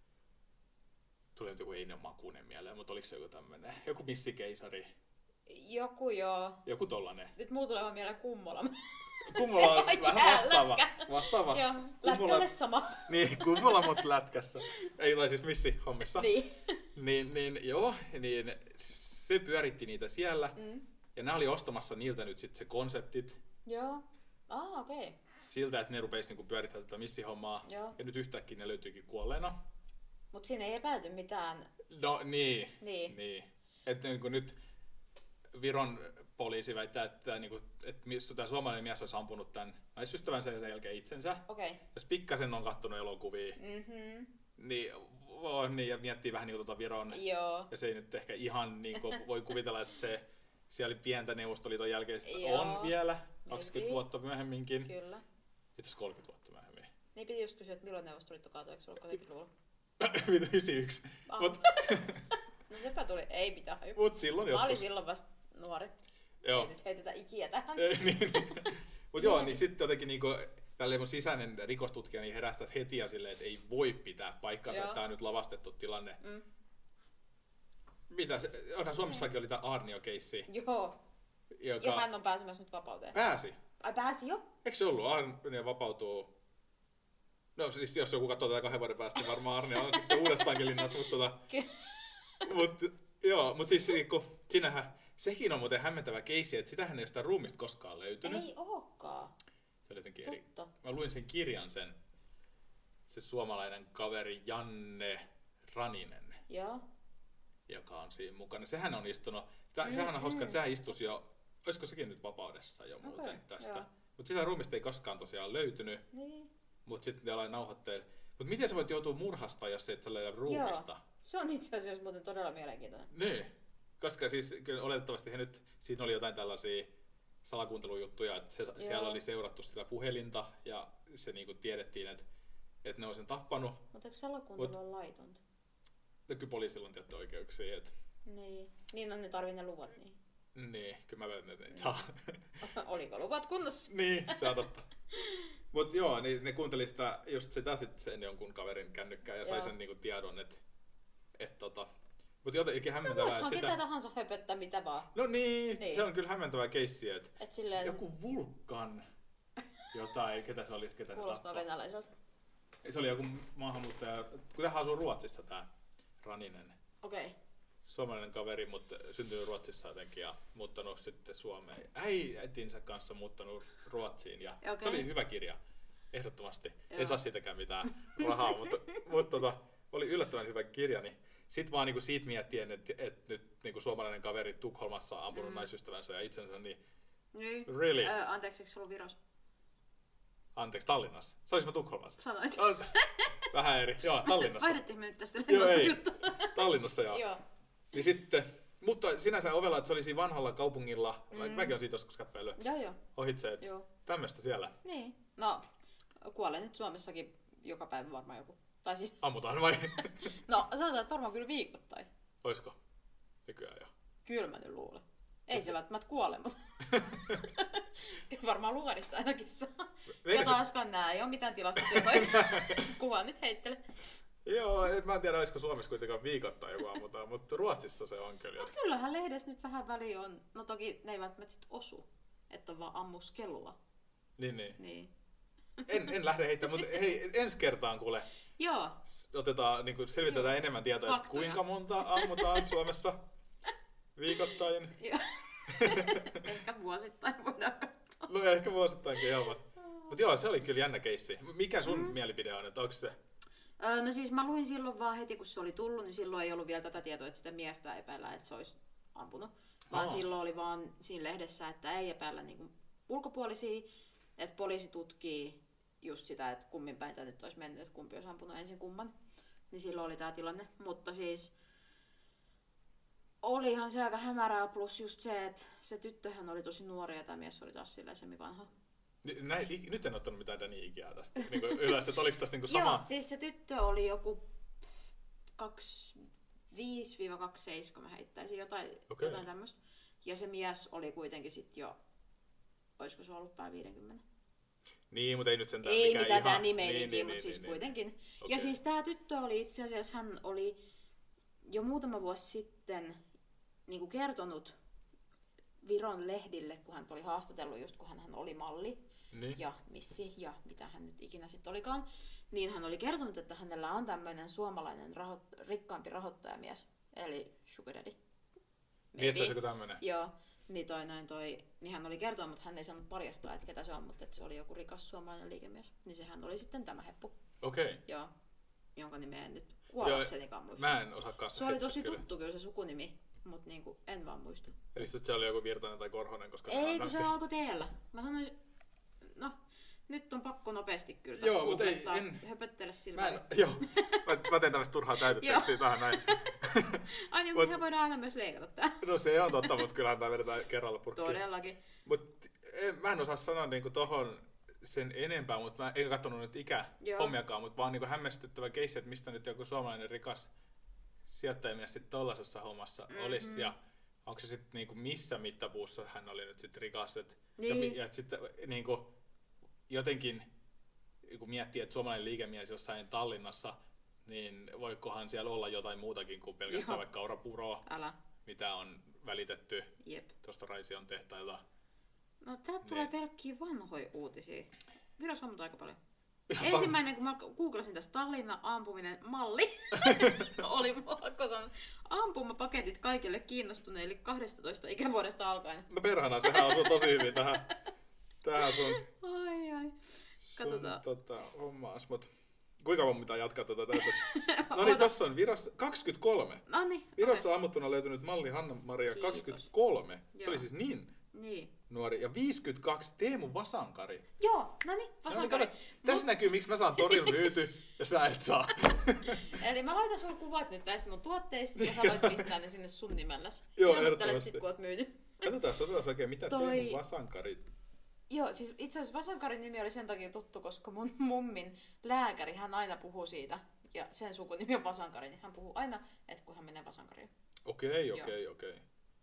tuli nyt joku Eino Makunen mieleen, mutta oliko se joku tämmönen, joku missikeisari? Joku joo. Joku tollanen. Nyt muu tulee vaan mieleen Kummola. Kummola on vähän vastaava. vastaava. Joo, lätkälle sama. Niin, Kummola mut lätkässä. Ei ole siis missihommissa. Niin. niin, niin joo, niin se pyöritti niitä siellä. Mm. Ja nämä oli ostamassa niiltä nyt sitten se konseptit. Joo. Ah, okei. Okay. Siltä, että ne rupesi niinku pyörittämään tätä missihommaa. Joo. Ja nyt yhtäkkiä ne löytyykin kuolleena. Mut siinä ei epäilty mitään. No niin. Niin. niin. Että niinku nyt Viron poliisi väittää, että, niinku, että tämä suomalainen mies olisi ampunut tämän naisystävänsä ja sen jälkeen itsensä. Okei. Okay. Jos pikkasen on kattonut elokuvia, mm-hmm. niin, oh, niin ja miettii vähän niinku tuota Viron. Joo. Ja se ei nyt ehkä ihan niinku voi kuvitella, että se siellä oli pientä Neuvostoliiton jälkeistä on vielä, kaksikymmentä vuotta myöhemminkin. Kyllä. Itse asiassa kolmekymmentä vuotta myöhemmin. Niin piti just kysyä, että milloin Neuvostoliitto kaatui, eikö se ollut kahdeksankymmentäluvulla? yhdeksänkymmentäyksi. Ah. Mut... no sepä tuli, ei mitään. Mut silloin Mä joskus. olin silloin vasta nuori. Joo. Ei nyt heitetä ikiä tähän. Ei, niin, niin. Mut joo, niin sitten jotenkin niinku, tälleen mun sisäinen rikostutkija niin heräsi heti ja silleen, että ei voi pitää paikkaansa, että tää on nyt lavastettu tilanne. Mm. Mitä se, onhan Suomessakin oli tää Aarnio-keissi. Joo. Joka... Ja hän on pääsemässä nyt vapauteen. Pääsi? Ai pääsi jo? Eikö se ollut? Aarnio vapautuu... No siis jos joku katsoo tätä kahden vuoden päästä, niin varmaan Aarnio on sitten uudestaankin linnassa, mutta tota... mut, joo, mut siis niinku, sinähän, sekin on muuten hämmentävä keissi, että sitähän ei ole sitä ruumista koskaan löytynyt. Ei ookaan. Se oli jotenkin eri. Mä luin sen kirjan sen, se suomalainen kaveri Janne Raninen. Joo. Joka on siinä mukana. Sehän on istunut, Tää, mm, sehän on hauska, mm. että sehän istuisi jo, olisiko sekin nyt vapaudessa jo muuten okay, tästä. Mutta sitä ruumista ei koskaan tosiaan löytynyt. Niin. Mutta sitten ne aloin nauhoitteella. Mutta miten sä voit joutua murhasta, jos et sä löydä ruumista? Joo. Se on itse asiassa muuten todella mielenkiintoinen. Niin. Koska siis kyllä oletettavasti he nyt, siinä oli jotain tällaisia salakuuntelujuttuja, että se, siellä oli seurattu sitä puhelinta ja se niinku tiedettiin, että, että ne on sen tappanut. Mutta eikö salakuuntelu ole laitonta? No kyllä poliisilla on tietty oikeuksia. Että... Niin. Niin on ne tarvii ne luvat niin. Niin, kyllä mä väitän, että ne saa. Oliko luvat kunnossa? Niin, se on totta. Mut joo, niin ne kuunteli sitä, just sitä sit sen jonkun kaverin kännykkää ja sai joo. sen niinku tiedon, että et tota... Mut jotenkin hämmentävää, no, että sitä... ketä tahansa höpöttää mitä vaan. No niin, niin. Se on kyllä hämmentävää keissiä, että et silleen... joku Vulkan jotain, ketä se oli, ketä kuulostaa venäläiseltä. Se oli joku maahanmuuttaja, kun tähän asuu Ruotsissa tää Raninen. Okei. Okay. Suomalainen kaveri, mutta syntynyt Ruotsissa jotenkin ja muuttanut sitten Suomeen. Äi, äitinsä kanssa muuttanut Ruotsiin ja okay. Se oli hyvä kirja, ehdottomasti. Joo. En saa siitäkään mitään rahaa, mutta, mutta tota, oli yllättävän hyvä kirja. Niin sitten vaan niinku siitä miettien, että et nyt niinku suomalainen kaveri Tukholmassa on ampunut mm. naisystävänsä ja itsensä, niin, niin. Really? Ö, anteeksi, eikö se ollut Virossa? Anteeksi, Tallinnassa. Se olisi mä Tukholmassa. Sanoit. Vähän eri. Joo, Tallinnassa. Vaihdettiin me nyt tästä lennosta juttua. Tallinnassa joo. joo. Niin sitten, mutta sinänsä ovella, että se oli siinä vanhalla kaupungilla, mm. mäkin olen siitä joskus käppäillyt joo, joo. ohitse, että tämmöistä siellä. Niin, no kuolee nyt Suomessakin joka päivä varmaan joku. Tai siis... Ammutaan vai? No sanotaan, että varmaan kyllä viikoittain. Oisko? Nykyään jo. Kyllä mä nyt luulen. Ei se välttämättä kuole, mutta varmaan luvarista ainakin saa. Ja taaskaan nää ei ole mitään tilastotietoja. Kuva nyt heittele. Joo, mä en tiedä, olisiko Suomessa kuitenkaan viikoittain joku ammutaan, mutta Ruotsissa se on kyllä. Mutta kyllähän lehdessä nyt vähän väliä on. No toki ne ei välttämättä sit osu. että on vaan ammuskelua. Niin, niin. Niin. En, en lähde heittämään, mutta hei, ensi kertaan kuule. Joo. Otetaan, niin kuin selvitetään Joo. enemmän tietoa, että Faktoja. kuinka monta ammutaan Suomessa viikoittain. Joo. Ehkä vuosittain voidaan katsoa. No ehkä vuosittainkin, joo. Mutta joo, se oli kyllä jännä keissi. Mikä sun mm. mielipide on, että onko se? Öö, no siis mä luin silloin vaan heti, kun se oli tullut, niin silloin ei ollut vielä tätä tietoa, että sitä miestä epäillään, että se olisi ampunut. Vaan Aa. silloin oli vaan siinä lehdessä, että ei epäillä niin kuin ulkopuolisia, että poliisi tutkii just sitä, että kummin päin tämä nyt olisi mennyt, että kumpi olisi ampunut ensin kumman. Niin silloin oli tämä tilanne. Mutta siis olihan se aika hämärää, plus just se, että se tyttöhän oli tosi nuori ja tämä mies oli taas silleen semivanha. Näin, nyt en ottanut mitään Dani ikää tästä niin ylös, että oliko tässä niin sama? Joo, siis se tyttö oli joku kaksikymmentäviisi kaksikymmentäseitsemän, mä heittäisin jotain, Okei. jotain tämmöistä. Ja se mies oli kuitenkin sit jo, olisiko se ollut päällä viisikymmentä? Niin, mutta ei nyt sentään Ei mikään mitään ihan... tää nimeä niin, niin, niin, mutta niin, siis niin, kuitenkin. niin. Ja Okei. siis tää tyttö oli itse asiassa, hän oli jo muutama vuosi sitten niin kuin kertonut Viron lehdille, kun hän oli haastatellut just kun hän oli malli Niin. ja missi ja mitä hän nyt ikinä sitten olikaan, niin hän oli kertonut, että hänellä on tämmöinen suomalainen raho- rikkaampi rahoittajamies, eli sugar daddy. Niin, että se olisi joku tämmönen. Joo, niin toi noin toi, niin hän oli kertonut, mutta hän ei saanut paljastaa, että ketä se on, mutta että se oli joku rikas suomalainen liikemies. Niin sehän oli sitten tämä heppu, Okei. joo, jonka nimeä en nyt kuollaksenikaan muista. Mä en osaa kanssa Se oli heittää tosi kyllä. tuttu kyllä se sukunimi, mutta niinku en vaan muista. Eli sitten se oli joku Virtanen tai Korhonen, koska... Ei, kun on se tämmösiä- alkoi teellä. Mä sanoin, no nyt on pakko nopeasti kyllä Joo, taas mut ei- googlettaa. en- Höpöttele sillä Mä en, välillä. joo, mä, mä teen tämmöistä turhaa täytetekstiä tähän näin. Ai niin, Mut- mutta mehän voidaan aina myös leikata tää. No se on totta, mutta kyllähän tää vedetään kerralla purkkiin. Todellakin. Mut en, mä en osaa sanoa niinku tohon sen enempää, mutta mä en katsonut nyt ikähommiakaan, mutta vaan niinku hämmästyttävä keissi, että mistä nyt joku suomalainen rikas sijoittajamies sitten tollasessa hommassa Mhm. olisi. Ja onko se sitten niinku missä mittapuussa hän oli nyt sitten rikas. Et, ja, Niin. mi- ja et sitten niinku jotenkin, kun miettii, että suomalainen liikemies jossain Tallinnassa, niin voikohan siellä olla jotain muutakin kuin pelkästään Joo. vaikka Aura-puroa, Älä. mitä on välitetty Jep. tuosta Raision tehtailta. No täältä tulee Niin. pelkkiä vanhoja uutisia. Virossa on aika paljon. Ihan Ensimmäinen, kun mä googlasin tästä Tallinna ampuminen malli, oli mulla, kun se on ampumapaketit kaikille kiinnostuneille kahdestatoista ikävuodesta alkaen. No perhana, sehän osuu tosi hyvin tähän, tähän sun, Ai ai. sun Katsotaan. tota, hommaas. Mut kuinka mun pitää jatkaa tätä täytyy? No niin, Oota. tossa on Virossa kaksikymmentäkolme. No niin. Virossa on ammuttuna löytynyt malli Hanna-Maria Kiitos. kaksikymmentäkolme. Se Joo. oli siis niin Niin. nuori. Ja viisikymmentäkaksi Teemu Vasankari. Joo, no niin, No niin, vasankari. kato, tässä näkyy, miksi mä saan torilla myyty ja sä et saa. Eli mä laitan sulle kuvat nyt näistä mun tuotteista ja sä voit pistää ne sinne sun nimelläsi. Joo, Ilmoittele ehdottomasti. sit, kun oot myynyt. Katsotaan, otetaan oikein, mitä Toi- Teemu Vasankari. Joo, siis itse asiassa Vasankarin nimi oli sen takia tuttu, koska mun mummin lääkäri, hän aina puhuu siitä. Ja sen sukunimi on Vasankari, niin hän puhuu aina, että kun hän menee Vasankariin. Okei, Joo. okei, okei.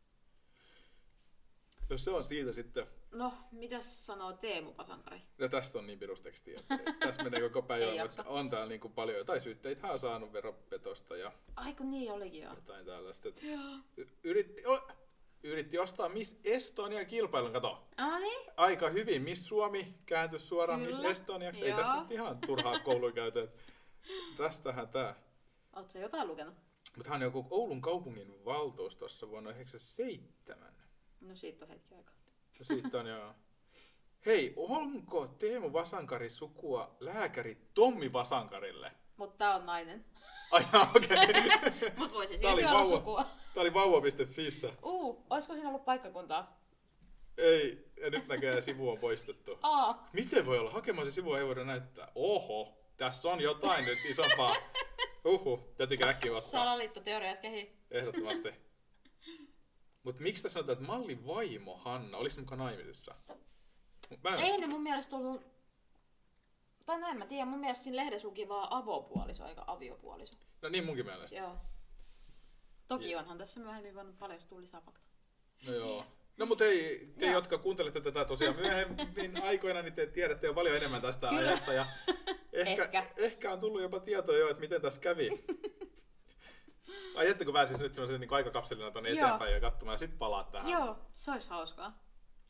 No se on siitä sitten. No, mitäs sanoo Teemu Vasankari? Ja tästä on niin pirustekstiä, että tässä menee koko päivä, Ei mutta jaksa. on täällä niin kuin paljon jotain syytteitä. Hän on saanut veropetosta ja Ai kun niin olikin joo. jotain tällaista. Et Joo. y- Yritti, o, yritti ostaa Miss Estonia kilpailun, kato. Ah niin? Aika hyvin. Miss Suomi kääntyi suoraan Kyllä. Miss Estoniaksi. Ei Joo. tässä nyt ihan turhaa koulua käytä. Tästähän tää. Oot sä jotain lukenut? Mutta hän on joku Oulun kaupungin valtuustossa vuonna yhdeksänkymmentäseitsemän. No siitä on hetki aikaa. No siitä on joo. Hei, onko Teemu Vasankari sukua lääkäri Tommi Vasankarille? Mutta tää on nainen. Ai okei. Okay. Mut voisi Tää oli silti olla vauva. sukua. Tää oli vauva piste fissä. Uu, oisko siinä ollut paikkakuntaa? Ei, ja nyt näkee sivu on poistettu. Aa. Miten voi olla? Hakemaan se sivu ei voida näyttää. Oho, tässä on jotain nyt isompaa. Uhu, täytyykö äkkiä vastaan? Salaliittoteoriat kehi. Ehdottomasti. Mut miksi tässä sanotaan, että mallin vaimo Hanna, oliko se mukaan naimisissa? Mä en... Ei ne mun mielestä ollut... Tai no en mä tiedä, mun mielestä siinä lehdessä luki vaan avopuoliso eikä aviopuoliso. No niin munkin mielestä. Joo. Toki Ja- onhan tässä myöhemmin voinut paljastua lisää faktaa. No joo. No mut hei, te Joo. jotka kuuntelette tätä tosiaan myöhemmin aikoina, niin te tiedätte jo paljon enemmän tästä Kyllä. ajasta. Ja ehkä, Ehkä. ehkä on tullut jopa tietoa jo, että miten tässä kävi. Ai että kun pääsis nyt semmoisen niin aikakapselina tuonne Joo. eteenpäin ja katsomaan ja sit palaat tähän. Joo, se olisi hauskaa.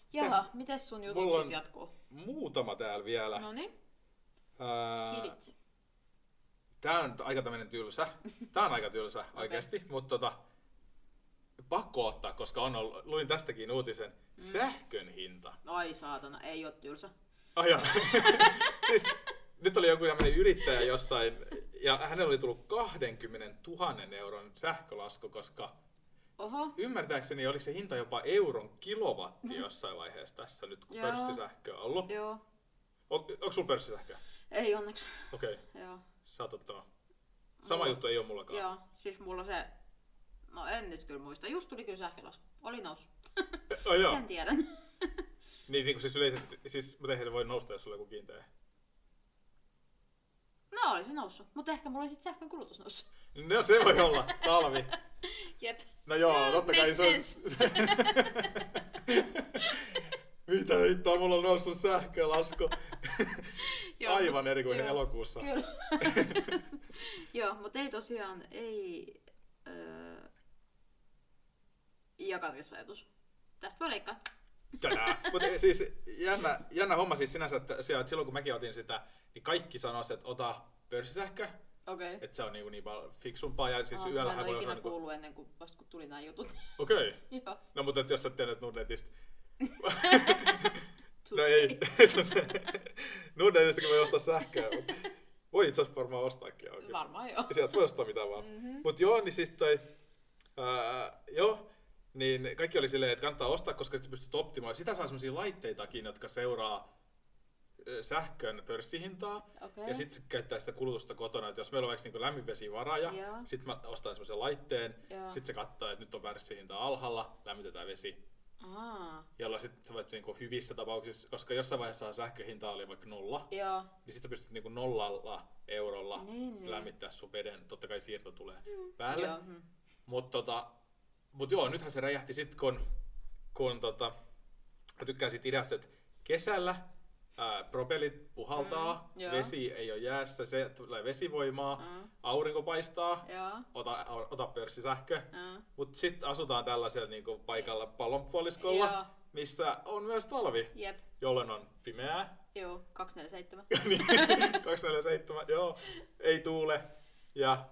Jaha, mites sun jutut Mulla sit on jatkuu? muutama täällä vielä. Noniin, Ää, hidit. Tää on aika tämmönen tylsä. Tää on aika tylsä oikeesti, mutta tota, pakko ottaa, koska on ollut, luin tästäkin uutisen. Mm. Sähkön hinta. Ai saatana, ei oo tylsä. Ai oh, siis nyt oli joku tämmönen yrittäjä jossain, ja hänellä oli tullut kaksikymmentätuhatta euron sähkölasku, koska Oho. ymmärtääkseni oliko se hinta jopa euron kilowatti jossain vaiheessa tässä nyt, kun Joo. pörssisähkö on ollut. Joo. On, onko sulla pörssisähköä? Ei onneksi. Okei, okay. Joo. Sä oot ottanut. Sama Mulla- juttu ei ole mullakaan. Joo, siis mulla se... No en nyt kyllä muista. Just tuli kyllä sähkölasku. Oli noussut. Oh, joo. Sen tiedän. Niin, niin kuin siis yleisesti, siis, mutta eihän se voi nousta, jos sulla on joku kiinteä. No oli se noussut. Mutta ehkä mulla oli sit sähkön kulutus noussut. No se voi olla, talvi. Jep. No joo, totta kai Makes se on... sense. Mitä hittoa, mulla on noussut sähkölasku. Joo, Aivan mut- eri kuin joo, elokuussa. Kyllä. Joo, mutta ei tosiaan, ei... Öö, jakamisajatus. Tästä voi leikkaa. Mutta siis jännä, jännä homma siis sinänsä, että siellä, että silloin kun mäkin otin sitä, niin kaikki sanoisivat, että ota pörssisähkö, Okei. Okay. että se on niin, niin paljon fiksumpaa ja siis Ah, yöllä mä en voi ole olla... ikinä Niin kuin... kuullut ennen kuin vasta kun tuli nämä jutut. Okei. Okay. Joo. No mutta et jos sä et tiennyt Nordnetistä. Touché. No ei. Nordnetistäkin voi ostaa sähköä, mutta voi itse asiassa varmaan ostaakin auki. Varmaan joo. Sieltä voi ostaa mitä vaan. Mm-hmm. Mut joo, niin siis toi... Ää, joo, niin kaikki oli silleen, että kannattaa ostaa, koska sä pystyt optimoimaan. Sitä saa semmosia laitteitakin, jotka seuraa ö, sähkön pörssihintaa. Okay. Ja sitten se käyttää sitä kulutusta kotona. Että jos meillä on vaikka niinku lämminvesivaraja, Joo. sitten mä ostan semmoisen laitteen. Joo. Sitten se katsoo, että nyt on pörssihinta alhaalla, lämmitetään vesi. Aa. Jolloin sitten sä voit niinku hyvissä tapauksissa, koska jossain vaiheessa sähköhinta oli vaikka nolla, Joo. niin sitten pystyt niinku nollalla eurolla Niin, niin. lämmittää sun veden. Totta kai siirto tulee mm. päälle. Joo. Mm. Mutta tota, mut joo, nythän se räjähti sit, kun, kun tota, mä tykkään siitä ideasta, että kesällä ää, propellit puhaltaa, Mm, joo. vesi ei ole jäässä, se tulee vesivoimaa, Mm. aurinko paistaa, Joo. ota, ota pörssisähkö. Mm. Mutta sitten asutaan tällaisella niinku paikalla pallonpuoliskolla, Joo. missä on myös talvi, Jep. jolloin on pimeää. Joo. kaksisataaneljäkymmentäseitsemän. Niin, kaksikymmentäseitsemän, joo, ei tuule ja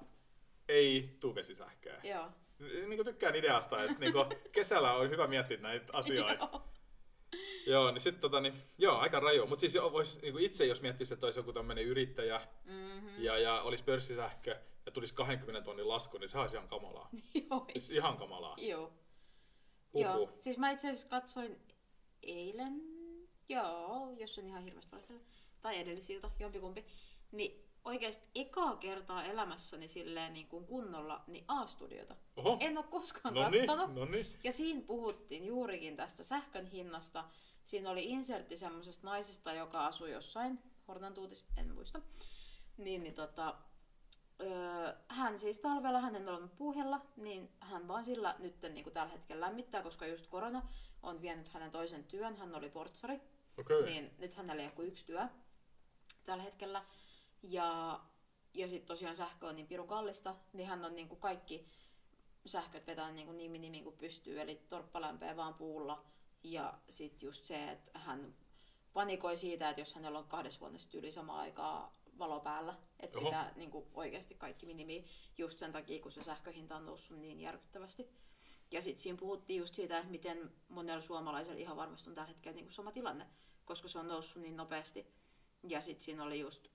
ei tuu vesisähköä. Joo. Niin kuin tykkään ideasta, että niin kuin kesällä on hyvä miettiä näitä asioita. Joo. Joo, niin sitten tota, niin, joo, aika raju. Mutta siis vois, niin kuin itse, jos miettisi, että olisi joku tämmöinen yrittäjä Mm-hmm. ja, ja olisi pörssisähkö ja tulisi kaksikymmentä tonnin lasku, niin se olisi ihan kamalaa. Joo. Siis ihan kamalaa. Joo. Huhhuh. Joo. Siis mä itse asiassa katsoin eilen, joo, jos on ihan hirveästi valitella, tai edellisiltä, jompikumpi, niin oikeasti ekaa kertaa elämässäni silleen niin kuin kunnolla niin A-studiota. Oho, En ole koskaan no niin, kattonut. no niin. Ja siinä puhuttiin juurikin tästä sähkön hinnasta. Siinä oli insertti semmoisesta naisesta, joka asui jossain, Hornantuutis, en muista. Niin, niin tota, öö, hän siis talvella, hän ei ollut puuhella, niin hän vaan sillä nyt niin kuin tällä hetkellä lämmittää, koska just korona on vienyt hänen toisen työn. Hän oli portsari, Okei. Okay. niin nyt hänellä ei ole kuin yksi työ tällä hetkellä. Ja, ja sitten tosiaan sähkö on niin pirun kallista, niin hän on niin kuin kaikki sähköt vetää niin kuin nimi nimi kuin pystyy, eli torppa lämpää vaan puulla. Ja sitten just se, että hän panikoi siitä, että jos hänellä on kahdessa huoneessa yli samaan aikaan valo päällä, että Oho. pitää niin kuin oikeasti kaikki minimi just sen takia, kun se sähköhinta on noussut niin järkyttävästi. Ja sitten siinä puhuttiin just siitä, että miten monella suomalaisella ihan varmasti on tällä hetkellä niin kuin sama tilanne, koska se on noussut niin nopeasti. Ja sitten siinä oli just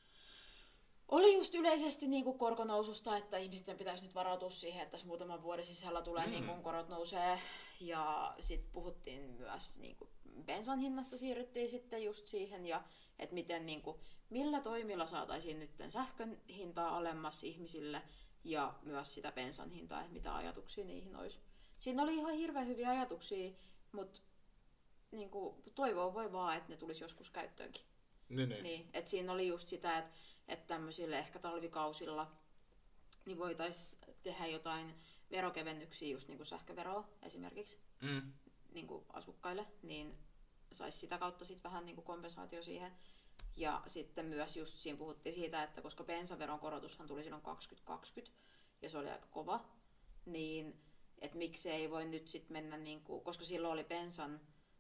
Oli just yleisesti niin kuin korkonoususta, että ihmisten pitäisi nyt varautua siihen, että tässä muutaman vuoden sisällä tulee Mm. niin kuin korot nousee. Ja sitten puhuttiin myös niin kuin bensan hinnasta, siirryttiin sitten just siihen, ja että miten, niin kuin, millä toimilla saataisiin nyt sähkön hintaa alemmas ihmisille ja myös sitä bensan hintaa, että mitä ajatuksia niihin olisi. Siinä oli ihan hirveän hyviä ajatuksia, mutta niin kuin, toivoa voi vaan, että ne tulisi joskus käyttöönkin. Niin, niin. Niin, että siinä oli just sitä, että, että tämmöisille ehkä talvikausilla niin voitaisiin tehdä jotain verokevennyksiä, just niin kuin sähköveroa esimerkiksi Mm. niin kuin asukkaille, niin saisi sitä kautta sitten vähän niin kuin kompensaatio siihen. Ja sitten myös just siinä puhuttiin siitä, että koska bensaveron korotushan tuli silloin kaksituhattakaksikymmentä ja se oli aika kova, niin että miksi ei voi nyt sitten mennä, niin kuin, koska silloin oli bensan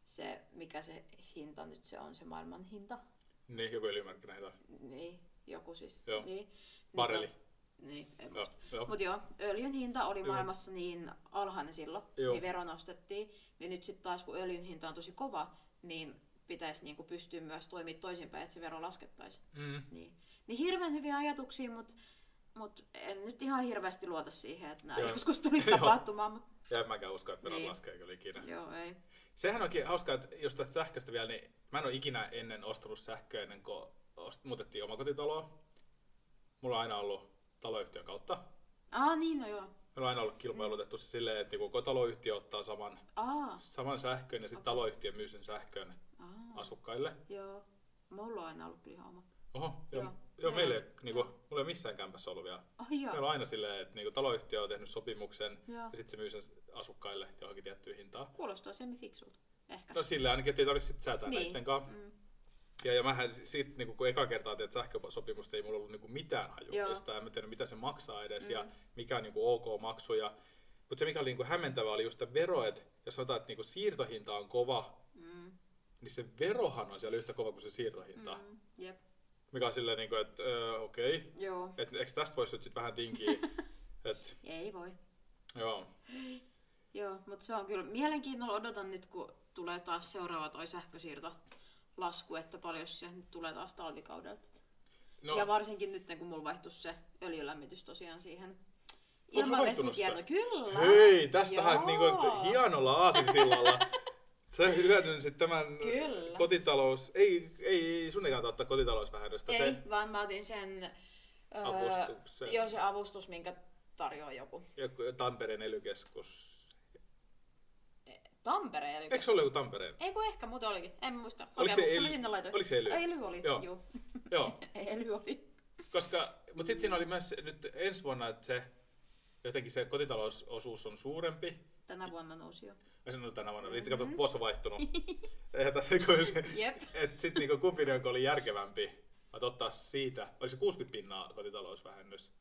se, mikä se hinta nyt se on, se maailman hinta. Niin, joku öljymarkkina hinta. Niin, joku siis. Joo. Niin. Barreli. Niin, en Joo, muista. joo. Mut joo, öljyn hinta oli Joo. maailmassa niin alhainen silloin, Joo. niin vero nostettiin. Niin nyt sitten taas kun öljyn hinta on tosi kova, niin pitäisi niinku pystyä myös toimimaan toisinpäin, että se vero laskettaisiin. Mm. Niin. niin hirveän hyviä ajatuksia, mutta mut en nyt ihan hirveästi luota siihen, että nämä Joo. joskus tulisi Joo. tapahtumaan. Mut... Ja en mäkään usko, että verot Niin. laskee kyllä ikinä. Joo, ei. Sehän onkin hauskaa, että jos tästä sähköstä vielä, niin mä en ole ikinä ennen ostanut sähköä ennen kuin ost- muutettiin omakotitaloa. Mulla on aina ollut taloyhtiön kautta. Aa, niin, no joo. Meillä on aina ollut kilpailutettu se silleen, että niinku taloyhtiö ottaa saman, Aa, saman sähkön ja sitten Okei. taloyhtiö myy sen sähkön aa. asukkaille. Joo. Mulla on aina ollut kyllä ihan oma. Oho, joo, Joo. joo, meillä ei, Joo. niinku, mulla ei ole missään kämpässä ollut vielä. Ai joo. Meillä on aina silleen, että niinku taloyhtiö on tehnyt sopimuksen Joo. ja sitten se myy sen asukkaille johonkin tiettyyn hintaan. Kuulostaa semi-fiksulta. Ehkä. No sillä ainakin, että ei tarvitse sit säätää Niin. näitten kanssa. Mm. Ja, ja mähän sit, niinku, kun eka kertaa teet sähkösopimusta, ei mulla ollut niinku mitään hajua. Joo. Ja sitä en mä tiedä, mitä se maksaa edes Mm. ja mikä on niinku ok-maksu. Mutta se mikä oli niinku hämmentävää oli just tämä vero, että jos sanotaan, että niinku siirtohinta on kova, Mm. niin se verohan on siellä yhtä kova kuin se siirtohinta. Mm. Jep. Mikä on silleen, niinku, että öö, okei, okay. Joo. että eikö tästä voisi nyt sit vähän tinkiä. Et, Ei voi. joo. Joo, mutta se on kyllä mielenkiinnolla odotan nyt, kun tulee taas seuraava toi sähkösiirtolasku, että paljon se nyt tulee taas talvikaudelta. No, Ja varsinkin nyt, kun mulla vaihtuisi se öljylämmitys tosiaan siihen Onko se ilman vaihtunut se? vesikierto. Kyllä! hei, tästähän Joo. niinku, hienolla aasinsillalla. Sä hyödynsit tämän Kyllä. kotitalous... Ei, ei sun ei kannata ottaa kotitalousvähennystä. Ei, Se vaan mä otin sen... avustuksen. Öö, joo, se avustus, minkä tarjoaa joku. Joku Tampereen ely-keskus. Tampereen ely. Eikö se ole joku Tampereen? Ei kun ehkä, mutta olikin. En muista. Oliko se Kokemuksella Ely- sinne laitoin. oliko se Ely? Ely oli, Joo. joo. Joo, Ely oli. koska... Mutta sitten siinä oli myös nyt ensi vuonna, että se... Jotenkin se kotitalousosuus on suurempi. Tänä vuonna nousi jo. Ai se on tänä vuonna. Itse Mhm. kato, vuosi on vaihtunut. Eihän tässä kuin se... Jep. Että sitten niinku kumpi ne oli järkevämpi. Että ottaa siitä. Oliko se kuusikymmentä pinnaa kotitalousvähennys?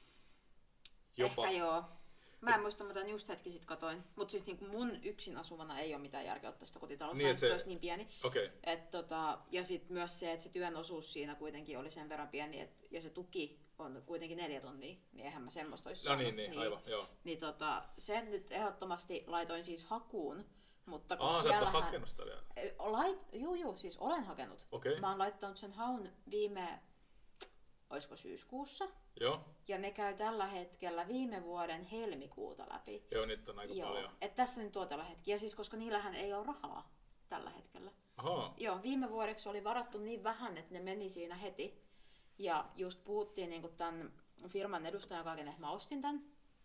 Jopa. Ehkä joo. Mä en muista, mä tän just hetki sit katoin. Mut siis niinku mun yksin asuvana ei ole mitään järkeä ottaa sitä kotitalousvähennystä, Niin, niin, et se... se- se olisi niin pieni. Okei. Okay. Et tota, ja sitten myös se, että se työn osuus siinä kuitenkin oli sen verran pieni, et, ja se tuki on kuitenkin neljä tonnia, niin eihän mä semmoista olisi No saanut. niin, niin, aivan, joo. Niin tota, sen nyt ehdottomasti laitoin siis hakuun, mutta kun Aa, sä et ole siellähän... hakenut sitä vielä. Eh, Lait... Juu, juu, siis olen hakenut. Okei. Mä oon laittanut sen haun viime, oisko syyskuussa, Joo, ja ne käy tällä hetkellä viime vuoden helmikuuta läpi. joo, niitä on aika Joo, paljon. et tässä nyt tuo tällä hetkellä, ja siis koska niillähän ei ole rahaa tällä hetkellä. Ahaa, Joo, viime vuodeksi oli varattu niin vähän, että ne meni siinä heti. Ja just puhuttiin niin tämän firman edustajan kanssa, kenelle mä ostin tämän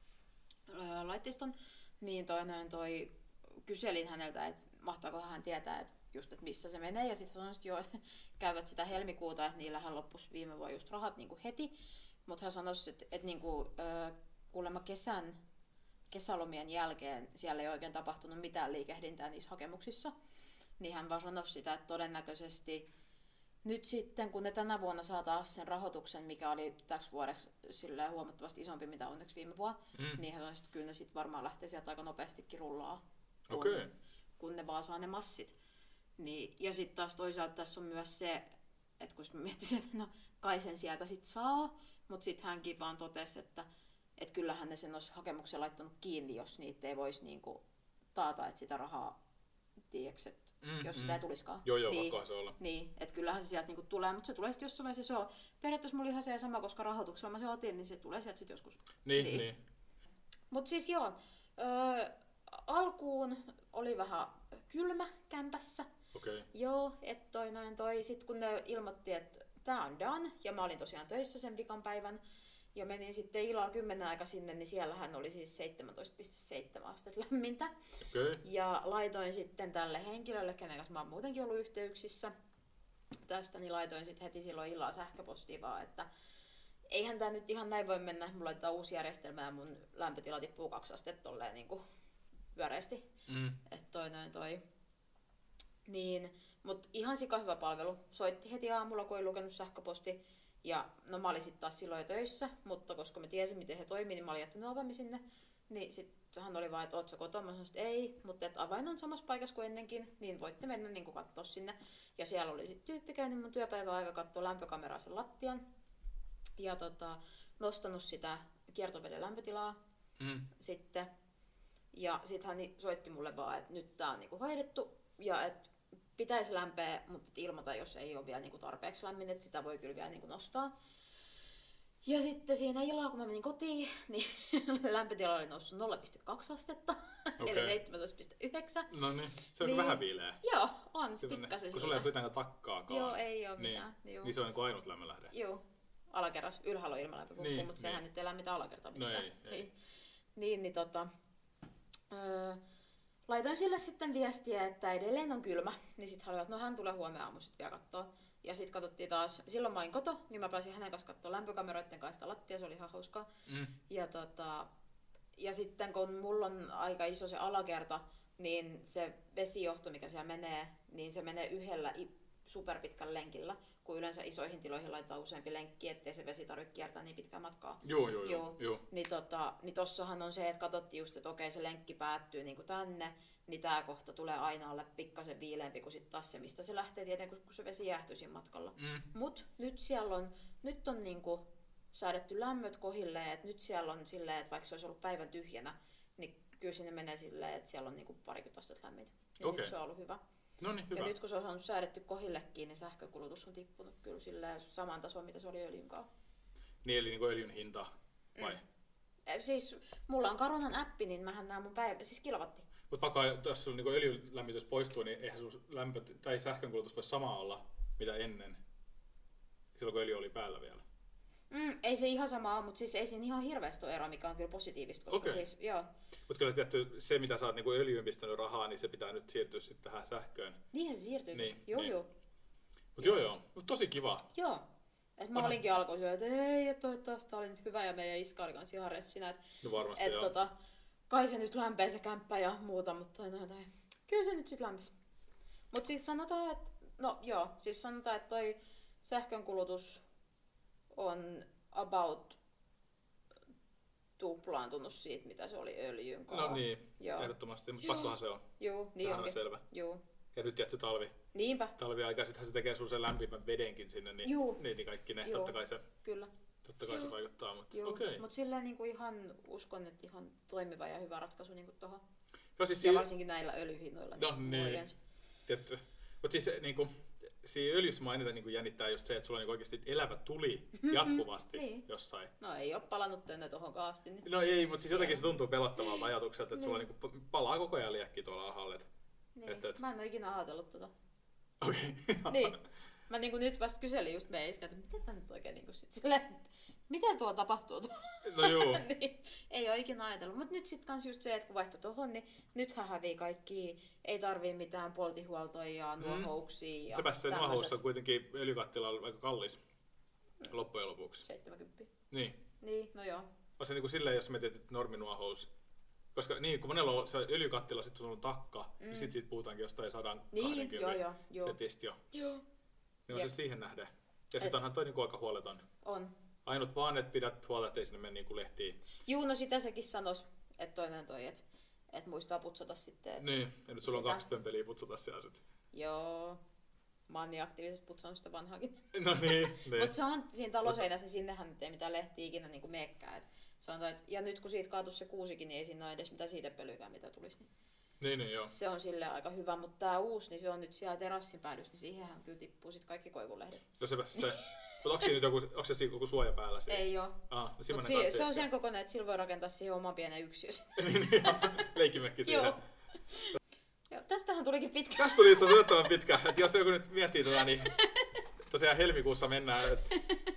öö, laitteiston, niin toi, noin, toi kyselin häneltä, että mahtaako hän tietää, että just, että missä se menee. Ja sitten hän sanoi, että joo, että käyvät sitä helmikuuta, että niillähän loppus viime vuonna just rahat niin kuin heti. Mutta hän sanoi, että, että niin kuin, öö, kuulemma kesän, kesälomien jälkeen siellä ei oikein tapahtunut mitään liikehdintää niissä hakemuksissa. Niin hän vaan sanoi sitä, että todennäköisesti nyt sitten, kun ne tänä vuonna saa taas sen rahoituksen, mikä oli täksi vuodeksi silleen huomattavasti isompi, mitä onneksi viime vuonna, Mm. niin hän sanoi, että kyllä ne sitten varmaan lähtee sieltä aika nopeastikin rullaa, kun, okei. kun ne vaan saa ne massit. Niin, ja sitten taas toisaalta tässä on myös se, että kun mä miettisin, että no kai sen sieltä sitten saa, mutta sitten hänkin vaan totesi, että, että kyllähän ne sen olisi hakemuksen laittanut kiinni, jos niitä ei voisi niinku taata, että sitä rahaa, tiedätkö, että Mm, jos mm. sitä ei tulisikaan. Joo, joo, niin, pakkohan se olla. niin, että kyllähän se sieltä niinku tulee, mutta se tulee sitten jossain vaiheessa, se on periaatteessa mulla ihan se sama, koska rahoituksella mä se otin, niin se tulee sieltä sitten joskus. Niin, Niin. niin. Mutta siis joo, öö, alkuun oli vähän kylmä kämpässä. Okei. Joo, että toi noin toi. Sitten kun ne ilmoitti, että tää on done, ja mä olin tosiaan töissä sen vikan päivän, ja menin sitten illalla kymmenen aika sinne, niin siellähän oli siis seitsemäntoista pilkku seitsemän astetta lämmintä. Okei. Ja laitoin sitten tälle henkilölle, kenen kanssa mä oon muutenkin ollut yhteyksissä tästä, niin laitoin sitten heti silloin illalla sähköpostiin vaan, että eihän tää nyt ihan näin voi mennä, mulla laitetaan uusi järjestelmä ja mun lämpötila tippuu kaksi astetta tolleen niinku pyöreästi. Mm. Että toi noin toi. Niin, mut ihan sika hyvä palvelu. Soitti heti aamulla, kun ei lukenut sähköposti. Ja no mä olin sit taas silloin jo töissä, mutta koska mä tiesin miten he toimii, niin mä olin jättänyt avaimen sinne. Niin sit hän oli vaan, että ootko kotona? Mä sanoin, että ei, mutta että avain on samassa paikassa kuin ennenkin, niin voitte mennä niin katsoa sinne. Ja siellä oli sitten tyyppi käynyt mun työpäivän aika katsoa lämpökameraa sen lattian. Ja tota, nostanut sitä kiertoveden lämpötilaa Mm. sitten. Ja sitten hän soitti mulle vaan, että nyt tää on niinku hoidettu ja että pitäisi lämpeä, mutta ilmoita, jos ei ole vielä niinku tarpeeksi lämmin, että sitä voi kyllä vielä niinku nostaa. Ja sitten siinä illalla, kun mä menin kotiin, niin lämpötila oli noussut nolla pilkku kaksi astetta, Okay. eli seitsemäntoista pilkku yhdeksän. No niin, se on Niin. vähän viileä. Joo, on se Sellainen- pikkasen kun sulla ei ole kuitenkaan takkaakaan. Joo, ei ole niin. mitään. Joo. Niin se on niin kuin ainut lämmönlähde. Joo, alakerras. Ylhäällä on ilmalämpöpumppu, Niin, mutta sehän niin. nyt ei lämmitä alakertaa No mitään. ei, ei. Niin, niin, niin tota, öö, laitoin sille sitten viestiä, että edelleen on kylmä. Niin sitten haluaa, että no hän tulee huomenna aamu sitten vielä katsoa. Ja sitten katsottiin taas, silloin mä olin koto, niin mä pääsin hänen kanssa katsoa lämpökameroiden kanssa sitä lattia, se oli ihan hauskaa. Mm. Ja, tota, ja sitten kun mulla on aika iso se alakerta, niin se vesijohto, mikä siellä menee, niin se menee yhdellä i- superpitkällä lenkillä, kun yleensä isoihin tiloihin laitetaan useampi lenkki, ettei se vesi tarvitse kiertää niin pitkää matkaa. Joo, joo, joo. Joo. joo. Niin, tota, niin tossahan on se, että katsottiin just, että okei se lenkki päättyy niin kuin tänne, niin tää kohta tulee aina alle pikkasen viileämpi kuin sit taas se, mistä se lähtee tietenkin, kun se vesi jäähtyy siinä matkalla. Mm. Mut nyt siellä on, nyt on niinku säädetty lämmöt kohilleen, että nyt siellä on silleen, että vaikka se olisi ollut päivän tyhjänä, niin kyllä sinne menee silleen, että siellä on niinku parikymmentä astetta lämmintä. Ja Okei. nyt se on ollut hyvä. No niin, hyvä. Ja nyt kun se on saanut säädetty kohillekin, niin sähkökulutus on tippunut kyllä silleen saman tason, mitä se oli öljyn kanssa. Niin, eli niin kuin öljyn hinta, vai? Mm. Eh, Siis mulla on Carunan appi, niin mähän näen mun päivä, siis kilowatti. Mutta vaikka jos sun niin öljylämmitys poistuu, niin eihän sun lämpö tai sähkönkulutus voi sama olla mitä ennen, silloin kun öljy oli päällä vielä. Mm, ei se ihan sama ole, mutta siis ei siinä ihan hirveästi ole eroa, mikä on kyllä positiivista, koska Okei. siis, joo. Mutta kyllä tietty, se, mitä sä oot niin öljyyn pistänyt rahaa, niin se pitää nyt siirtyä sitten tähän sähköön. Niinhän se siirtyy. Niin, joo, niin. joo. Mutta joo, joo. Mut tosi kiva. Joo. Et mä Onhan- olinkin alkuun silleen, että ei, että toivottavasti tää oli nyt hyvä ja meidän iska oli kanssa ihan ressinä, että No varmasti et, joo. tota, kai se nyt lämpee se kämppä ja muuta, mutta no, tai, kyllä se nyt sit lämpisi. Mut siis sanotaan, että no joo, siis sanotaan, että toi sähkönkulutus on about tuplaantunut siitä, mitä se oli öljyn kanssa. No niin, Joo. ehdottomasti, mutta Joo. pakkohan se on. Joo, niin Sehän on onkin. selvä. Joo. Ja nyt tietty talvi, Niinpä, talviaika, sittenhän se tekee sun sen lämpimän vedenkin sinne, niin, Juu. niin, niin kaikki ne, Joo. totta kai se, kyllä. totta kai se Joo. vaikuttaa, mutta Joo. okei. Mut silleen niinku ihan uskon, että ihan toimiva ja hyvä ratkaisu niinku tohon. No siis Ja si- varsinkin näillä öljyhinnoilla. No niin niin. morjens. tietty. Mutta siis se, niinku, siinä öljyssä mainita niinku jännittää just se, että sulla on niinku oikeasti elävä tuli jatkuvasti Niin. jossain. No ei oo palannut tänne tohon kaasti. Niin. No ei, mutta siis Siellä. jotenkin se tuntuu pelottavalta ajatukselta, että sulla Niin. niinku palaa koko ajan liekki tuolla alhaalla. et- Niin. et- et. Mä en oo ikinä ajatellut tota. Okei. Niin. Mä niinku nyt vasta kyselin just meidän iskä, että mitä tää nyt oikein niinku sit silleen, mitä tuolla tapahtuu tuolla? No joo. niin, ei oo ikinä ajatellut. Mut nyt sit kans just se, että kun vaihtoi tohon, niin nythän hävii kaikki, ei tarvii mitään poltihuoltoja ja nuohouksia. Ja Sepä se tämmöset. nuohous on kuitenkin öljykattila aika kallis loppujen lopuksi. seitsemänkymmentä. Niin. Niin, no joo. On se niinku silleen, jos mietit, että norminuohous. Koska niin, kun monella on se öljykattila, sit sulla on takka, mm. niin sit siitä puhutaankin jostain sata Niin, kaksikymmentä joo, joo, joo. sentistä jo. Joo. Niin on Jep. se siihen nähden. Ja Et- sit onhan toi niinku aika huoleton. On. Ainut vaan, että pidät huolta, ettei sinne mene niinku lehtiin. Juu, no sitä sekin sanos, että toinen toi, että et muistaa putsata sitten. Et Niin, ja nyt sulla on sitä- kaksi pömpeliä putsuta siellä sit. Joo. Mä oon niin aktiivisesti putsannut sitä vanhaakin. No niin, niin. Mutta se on siinä taloseinässä, sinnehän nyt ei mitään lehtiä ikinä niinku meekään. Et se on toi, et, ja nyt kun siitä kaatus se kuusikin, niin ei siinä ole edes mitään siitepölyykään, mitä tulisi. Niin Niin, niin joo. se on sille aika hyvä, mutta tää uusi, niin se on nyt siellä terassin päädyssä, niin siihenhän kyllä tippuu sit kaikki koivulehdet. No sepä se. Mutta onko siinä nyt joku, onko se siinä joku suoja päällä siinä? Ei oo. Ah, no Mut semmonen si- kanssa se on ehkä. sen kokoinen, että sillä voi rakentaa siihen oman pienen yksiön. Niin, niin, joo. Leikimekki siihen. Joo. Joo, tästähän tulikin pitkä. Tästä tuli itse asiassa yllättävän pitkä. Et jos joku nyt miettii tätä, niin tosiaan helmikuussa mennään. Et,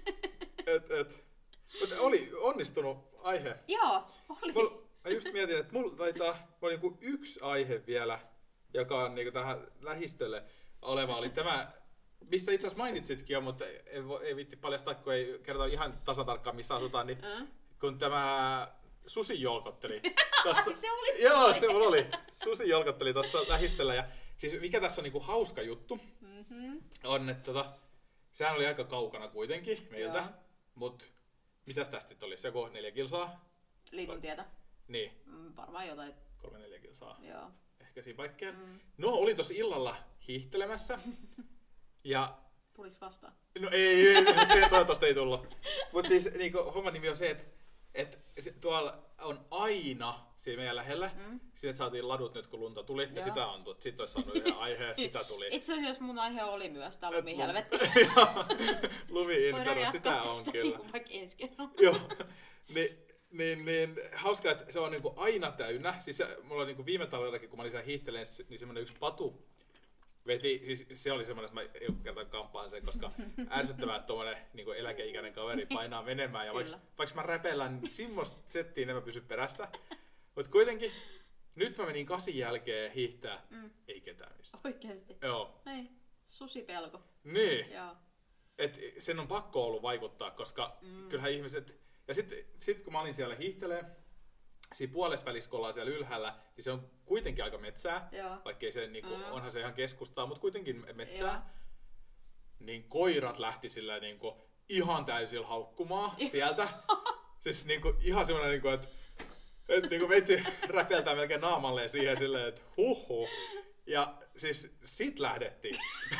et, et. Mut oli onnistunut aihe. Joo, oli. Mulla, mä just mietin, että mulla taitaa mulla niinku yksi aihe vielä, joka on niinku tähän lähistölle oleva, oli tämä, mistä itse asiassa mainitsitkin jo, mutta ei, vo- ei viitti paljastaa, kun ei kertoa ihan tasan tarkkaan, missä asutaan, niin Mm. kun tämä Susi jolkotteli tossa, Se oli joo, sulla. se mulla oli. Susi jolkotteli tuossa lähistöllä. Ja siis mikä tässä on niinku hauska juttu, Mm-hmm. on, että tota, sehän oli aika kaukana kuitenkin meiltä, Joo. mut mitäs tästä sitten oli? Se joku neljä kilsaa? Liikuntietä. Niin. Mm, varmaan jotain. Kolme neljä kilsaa. Joo. Ehkä siinä paikkeilla. Mm. No, olin tossa illalla hiihtelemässä. Ja... Tuliks vastaan? No ei, ei, ei toivottavasti ei tullut. Mutta siis niinku, homman nimi on se, että et, tuolla on aina siinä meidän lähellä. Mm. Sitten saatiin ladut nyt kun lunta tuli. Joo. Ja sitä on, sit olisi saanut yhden aiheen, sitä tuli. Itse asiassa mun aihe oli myös tää lumihelvetti. Lumi-infero, sitä on kyllä. Niinku vaikka ensi kerran. Joo. Ni, niin, niin, hauska, että se on niinku aina täynnä. Siis se, mulla on niinku viime talvellakin, kun mä olin siellä hiihteleen, niin semmonen yksi patu veti, siis se oli semmoinen, että mä joku kertaan kamppaan sen, koska ärsyttävää, että tommonen niin eläkeikäinen kaveri painaa menemään. Ja vaikka, vaikka mä räpellän, niin semmoista settiin en mä pysy perässä. Mutta kuitenkin, nyt mä menin kasin jälkeen hiihtää, mm. ei ketään mistä. Oikeesti? Joo. Ei, susipelko. Niin. Joo. Et sen on pakko ollut vaikuttaa, koska mm. kyllähän ihmiset... Ja sitten sit kun mä olin siellä hiihtelee, siinä puolesvälissä, kun ollaan siellä ylhäällä, niin se on kuitenkin aika metsää, vaikkei se, niinku, mm. onhan se ihan keskustaa, mutta kuitenkin metsää. Joo. Niin koirat lähti sillä niinku, ihan täysillä haukkumaan sieltä. Siis niinku, ihan semmoinen, niinku, että et, niinku, veitsi räpeltää melkein naamalleen siihen silleen, että huhhuh. Ja siis sit lähdettiin.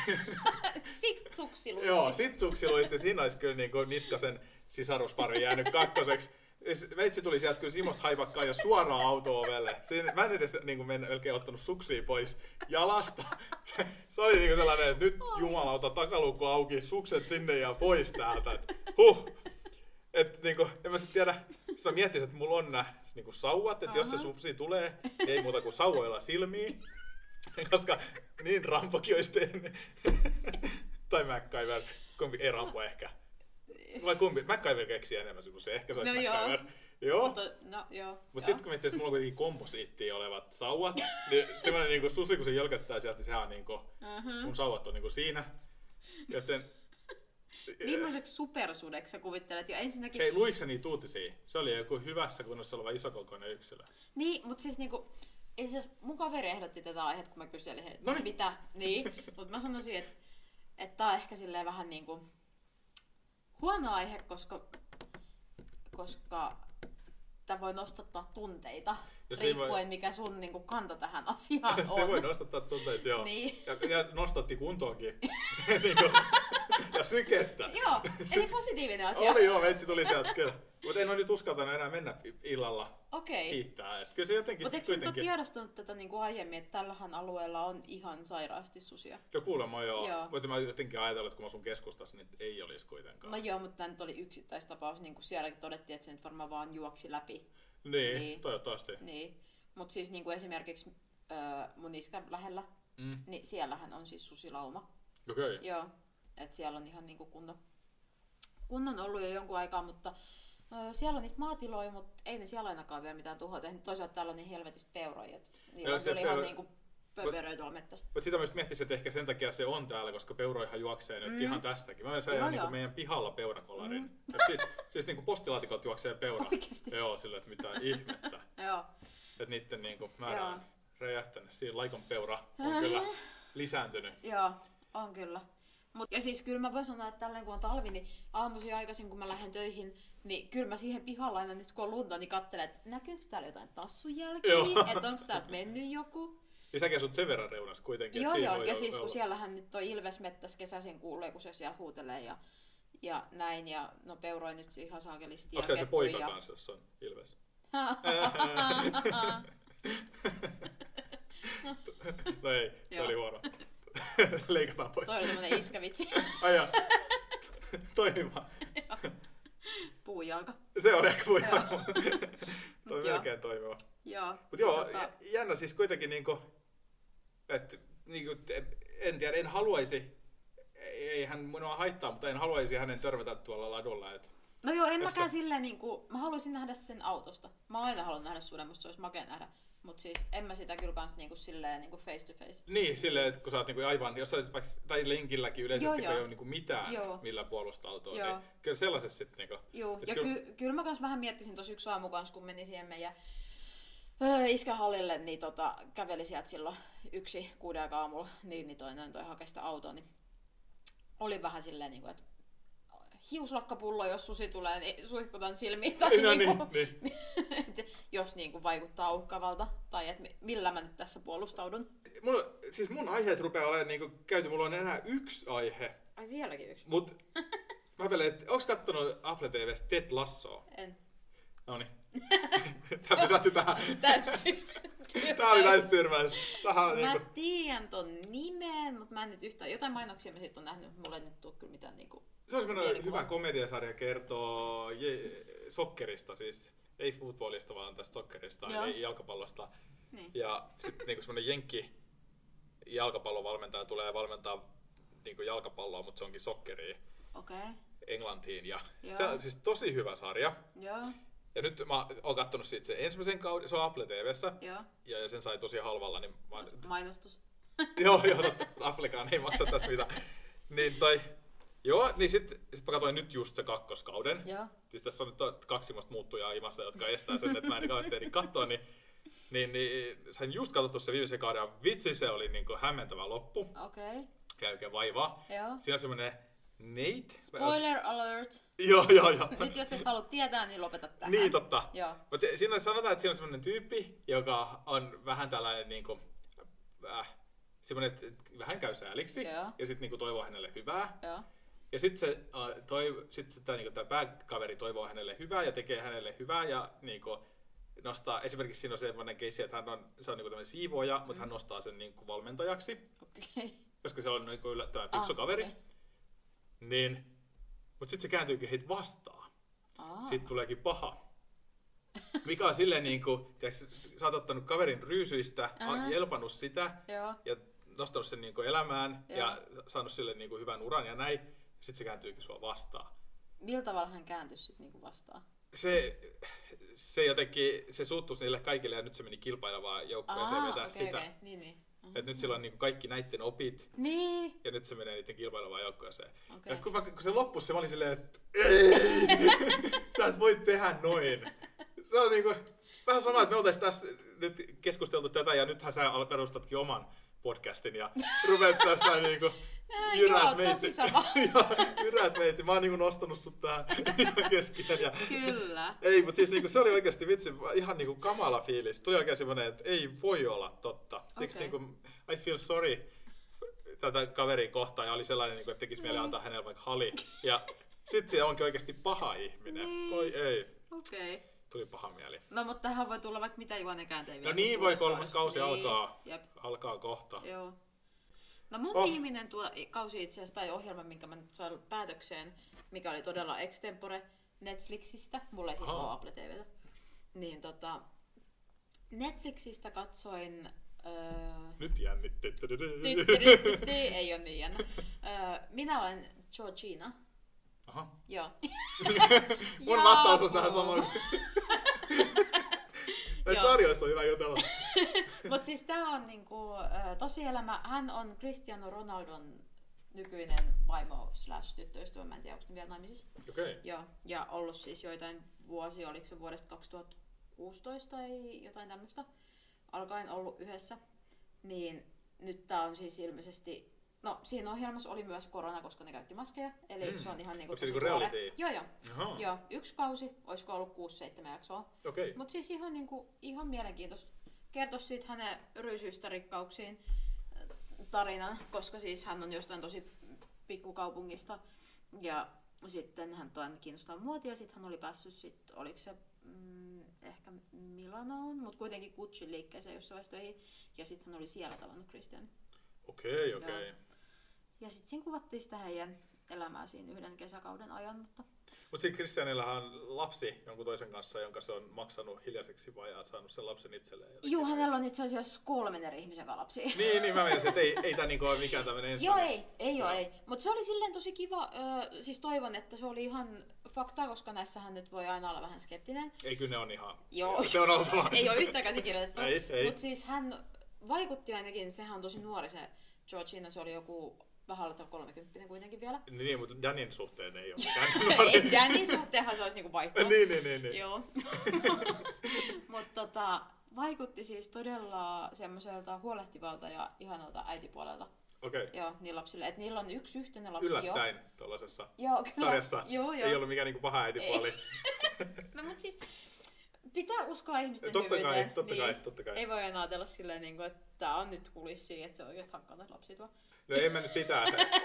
Sit suksiluisti. Joo, sit suksiluisti. Siinä olisi kyllä niinku, Niskasen sisaruspari jäänyt kakkoseksi. Veitsi tuli sieltä kyllä Simosta haipakkaan ja suoraan auto-ovelle. Siinä, mä en edes niin melkein ottanut suksia pois jalasta. Se, se oli niin sellainen, että nyt jumalauta takaluukku auki, sukset sinne ja pois täältä. Et, huh. Et, niin kuin, en mä sit tiedä, sitten mä miettisin, että mulla on nää niin sauvat, että jos se suksi tulee, niin ei muuta kuin sauvoilla silmiin. Koska niin Rampokin olisi tehnyt. Tai MacGyver, kumpi, ei Rampo ehkä. Vai kumpi? MacGyver keksii enemmän semmoisia, ehkä se olisi no MacGyver. Joo. Mutta no, joo. Mut sit kun miettii, että mulla on kuitenkin komposiittia olevat sauvat, niin semmoinen niinku susi, kun se jölköttää sieltä, niin sehän on niinku, mm-hmm. mun sauvat on niinku siinä. Joten... Millaiseksi supersudeksi sä kuvittelet? Ja ensinnäkin... Hei, luitko sä niitä uutisia? Se oli joku hyvässä kunnossa oleva isokokoinen yksilö. Niin, mut siis niinku... Siis mun kaveri ehdotti tätä aihetta, kun mä kyselin, että mitä. Niin, mut mä sanoisin, että, että tää on ehkä silleen vähän niinku... Huono aihe, koska, koska tämä voi nostattaa tunteita, jos riippuen voi... mikä sun niin kuin, kanta tähän asiaan on. Se voi nostattaa tunteita, joo. Niin. Ja, ja nostatti kuntoonkin. niin kuin, ja sykettä. Joo, eli positiivinen asia. Oli joo, veitsi tuli sieltä kyllä. Mutta en ole nyt uskaltanut enää mennä illalla okay. hiihtää. Et kyllä se jotenkin... Mutta eikö kuitenkin... sä ole tiedostanut tätä niin kuin aiemmin, että tällähän alueella on ihan sairaasti susia? Jo kuulemma joo. joo. Mutta mä jotenkin ajatellut, että kun mä asun keskustassa, niin ei olisi kuitenkaan. No joo, mutta tämä nyt oli yksittäistapaus. Niin kuin sielläkin todettiin, että se nyt varmaan vaan juoksi läpi. Niin, niin. Toivottavasti. Niin. Mutta siis niin kuin esimerkiksi äh, mun iskän lähellä, mm. niin siellähän on siis susilauma. Okei. Okay. Joo, että siellä on ihan niin kuin kunnon, kunnon ollut jo jonkun aikaa, mutta äh, siellä on niitä maatiloja, mutta ei ne siellä ainakaan vielä mitään tuhoa tehnyt. Toisaalta täällä on niin helvetistä peuroja, että niillä on kyllä ihan niin kuin pöperöä tuolla mettässä. Mutta sitä myös miettisin, että ehkä sen takia se on täällä, koska peuroihan juoksee nyt mm. ihan tästäkin. Mä sain ihan niin meidän pihalla peurakolarin. Mm. Siis, siis niin kuin postilaatikot juoksee peura. Oikeesti? Joo, sillä että mitään ihmettä. Joo. Että niitten niin määrä on räjähtänyt. Siinä laikon peura on kyllä lisääntynyt. Joo, on kyllä. Mut, ja siis kyllä mä voin sanoa, että tälleen kun on talvi, niin aamuisin aikaisin kun mä lähden töihin, niin kyllä mä siihen pihalla aina nyt kun on lunta, niin katselen, että näkyykö täällä jotain tassun jälkiä, että onko täältä mennyt joku. Ja säkin asut sen verran reunassa kuitenkin. Joo, joo. Ja siis kun siellähän nyt toi ilves mettäs kesäisin kuulee, kun se siellä huutelee ja, ja näin. Ja no peuroi nyt ihan saakelisti. Onko se poika ja... kanssa, jos on ilves? no ei, se oli huono. Leikataan pois. Toi oli tämmönen iskävitsi. Ai jaa. Toimiva. Puujalka. Se on ehkä puujalka. Toi melkein toimiva. Joo. Mut joo, tota... jännä siis kuitenkin niinku, että niinku, en tiedä, en haluaisi, eihän minua haittaa, mutta en haluaisi hänen törmätä tuolla ladulla. Et no joo, en mäkään silleen niinku, mä haluaisin nähdä sen autosta. Mä oon aina halunnut nähdä suden, musta se olisi makea nähdä. Mut siis en mä sitä kyllä kans niinku silleen niinku face to face. Niin, silleen, että kun sä oot niinku aivan, jos sä oot vaikka, tai lenkilläkin yleisesti, kun ei oo niinku mitään, joo. millä puolustautua, joo. niin kyllä sellaisessa sit niinku. Joo, ja kyllä ky- kyllä mä kans vähän miettisin tossa yksi aamu kans, kun menin siihen meidän öö, iskähallille, niin tota, käveli sieltä silloin yksi kuuden aikaa aamulla, niin, niin toi, noin toi hakee sitä autoa, niin oli vähän silleen niinku, että hiuslakkapullo, jos susi tulee, niin suihkutan silmiin. Tai No niinku, niin, niin. jos niinku vaikuttaa uhkavalta. Tai että millä mä nyt tässä puolustaudun. Mulla, siis mun aiheet rupeaa olemaan niinku käyty, mulla on enää yksi aihe. Ai vieläkin yksi. Mut mä pelin, että onks kattonut Apple T V:stä Ted Lassoa? En. Noniin. Sä pysähty tähän. Täysin. Tää oli täysin tyrmäys. Tähän Mä niinku... tiedän ton nimen, mutta mä en nyt yhtään, jotain mainoksia mä sit on nähnyt, mulla ei nyt tuu kyllä mitään niinku... Se on semmoinen mielikuva. hyvä komediasarja, kertoo je- sokkerista siis. Ei footballista, vaan tästä sokkerista, Joo. ei jalkapallosta. Niin. Ja sitten niinku semmoinen jenkki jalkapallovalmentaja tulee valmentaa niinku jalkapalloa, mutta se onkin sokkeria Okei. Okay. Englantiin. Ja Joo. se on siis tosi hyvä sarja. Joo. Ja nyt mä oon kattonut siitä sen ensimmäisen kauden, se on Apple T V:ssä. Joo. Ja sen sai tosi halvalla, niin mä... Mainostus. joo, joo, totta. Applekaan ei maksa tästä mitään. Niin toi... Joo, niin sit, sit mä katsoin nyt just se kakkoskauden. Joo. Siis tässä on nyt kaksi semmoista muuttujaa imassa, jotka estää sen, että mä en kauheasti ehdi katsoa, niin, niin, niin sain just katsottu se viimeisen kauden, ja vitsi se oli niinku hämmentävä loppu. Okei. Okay. Ja oikein vaivaa. Joo. Siinä on semmonen Nate. Spoiler alert. Joo, joo, joo. Nyt jos et halua tietää, niin lopeta tähän. Niin, totta. Joo. Mutta siinä sanotaan, että siinä on semmonen tyyppi, joka on vähän tällainen niinku... Äh, semmonen, että vähän käy sääliksi. Joo. Ja sit niinku toivoo hänelle hyvää. Joo. Ja sitten se, uh, toi, sit se tää, niinku, tää pääkaveri toivoo hänelle hyvää ja tekee hänelle hyvää ja niinku, nostaa, esimerkiksi siinä on semmoinen keissi, että hän on, se on niinku tämmöinen siivooja, mm. mutta hän nostaa sen niinku valmentajaksi, Okei. Okay. koska se on niinku yllättävän fiksu Ah, kaveri. okay. Niin, mutta sitten se kääntyykin heitä vastaan. Ah. Sitten tuleekin paha. Mikä on silleen niinku, tiiäks, sä oot ottanut kaverin ryysyistä, Ää. jelpannut sitä Joo. ja nostanut sen niinku elämään Joo. ja saanut sille niinku hyvän uran ja näin. Sitten se kääntyykin sua vastaan. Millä tavalla hän kääntyisi sit niinku vastaan? Se, se jotenkin, se suuttuisi niille kaikille ja nyt se meni kilpailevaan joukkueeseen vetää okei, sitä. okei. Niin, niin. Et nyt sillä on niinku kaikki näitten opit Niin. ja nyt se menee niiden kilpailevaan joukkueeseen. Okei. Ja kun, mä- kun se loppui, se mä olin silleen, että ei, sä et voi tehdä noin. Se on niinku, vähän sama, että me oltais tässä nyt keskusteltu tätä ja nythän sä perustatkin oman podcastin ja rupeat tästä niinku Ää, jyrät joo, meitsi. tosi sama. Joo, jyrät meitsi. Mä oon niinku nostanut sut tähän keskiään ja Kyllä. ei, mutta siis niinku, se oli oikeasti vitsi, ihan niinku kamala fiilis. Tuli oikein semmonen, että ei voi olla totta. Siksi Okei. niinku, I feel sorry tätä kaveria kohtaan ja oli sellainen, niinku, että tekisi mieli antaa hänelle vaikka hali. Ja sit se onkin oikeasti paha ihminen. Niin. Oi ei, Okei. Okay. tuli paha mieli. No mutta tähän voi tulla vaikka mitä juonenkäänteitä vielä. No niin, sit voi tulos kolmas pois. kausi Niin. alkaa. Jep. Alkaa kohta. Joo. No mun Oh. oh. viimeinen tuo kausi itse asiassa, tai ohjelma, minkä mä nyt sain päätökseen, mikä oli todella extempore Netflixistä, mulla ei siis Aha. ole Apple T V:tä, niin tota, Netflixistä katsoin... Öö, Nyt jännitti. tyttyryttytty, ei ole niin jännä. Öö, minä olen Georgina. Aha. Joo. Mun vastaus on tähän Joo. samoin. Näistä Joo. sarjoista on hyvä jutella. Mut siis tää on niinku ö, tosielämä. Hän on Cristiano Ronaldon nykyinen vaimo slash tyttöystävä. Mä en tiedä, onko ne vielä naimisissa. Okei. Okay. Joo. Ja ollut siis joitain vuosia, oliko se vuodesta kaksituhattakuusitoista tai jotain tämmöistä alkaen ollut yhdessä. Niin nyt tää on siis ilmeisesti... No siinä ohjelmassa oli myös korona, koska ne käytti maskeja. Eli Mm. se on ihan niinku Onko se tosi niinku tuore. reality? Joo, joo. Aha. Joo, yksi kausi, olisiko ollut kuusi seitsemän jaksoa. Okei. Mutta siis ihan, niinku, ihan mielenkiintoista kertoa siitä hänen ryysyistä rikkauksiin äh, tarinan, koska siis hän on jostain tosi pikkukaupungista ja sitten hän toinen kiinnostaa muotia, sitten hän oli päässyt, sit, oliko se mm, ehkä Milanoon, mutta kuitenkin Gucci liikkeeseen jossain vaiheessa töihin ja sitten hän oli siellä tavannut Christian. Okei, okei. Joo. Ja sitten siinä kuvattiin sitä heidän elämää siinä yhden kesäkauden ajan, mutta Mutta siinä Christianillahan on lapsi jonkun toisen kanssa, jonka se on maksanut hiljaiseksi vai ja saanut sen lapsen itselleen. jotenkin. juu, hänellä on itse asiassa kolmen eri ihmisen kanssa lapsia. Niin, niin mä menisin, että ei, ei tää niinku ole mikään tämmönen Joo, ensimmäinen. ei, ei Joo. oo, ei. Mutta se oli silleen tosi kiva, öö, siis toivon, että se oli ihan faktaa, koska näissähän nyt voi aina olla vähän skeptinen. Ei, kyllä ne on ihan... Joo. Se on oltava. Ei ole yhtään käsikirjoitettu. Ei, ei. Mutta siis hän vaikutti ainakin, sehän on tosi nuori se Georgina, se oli joku vähän alle kolmekymppinen kuitenkin vielä. Niin, mutta Janin suhteen ei ole mikään nuori. Ei, Danin suhteenhan se olisi niinku vaihtoa. niin, niin, niin, niin. Joo. Mutta tota, vaikutti siis todella semmoiselta huolehtivalta ja ihanalta äitipuolelta. Okei. Okay. Joo, niillä lapsille. Että niillä on yksi yhteinen lapsi Yllättäen jo. tuollaisessa Joo, kyllä. sarjassa. Joo, joo. Ei ollut mikään niinku paha äitipuoli. No mut siis pitää uskoa ihmisten totta hyvyyteen. kai, totta niin. kai, totta kai. Ei voi enää ajatella silleen, niin kuin, että tää on nyt kulissia, että se oikeasti hakkaa näitä lapsia tuo. No ei mä nyt sitä.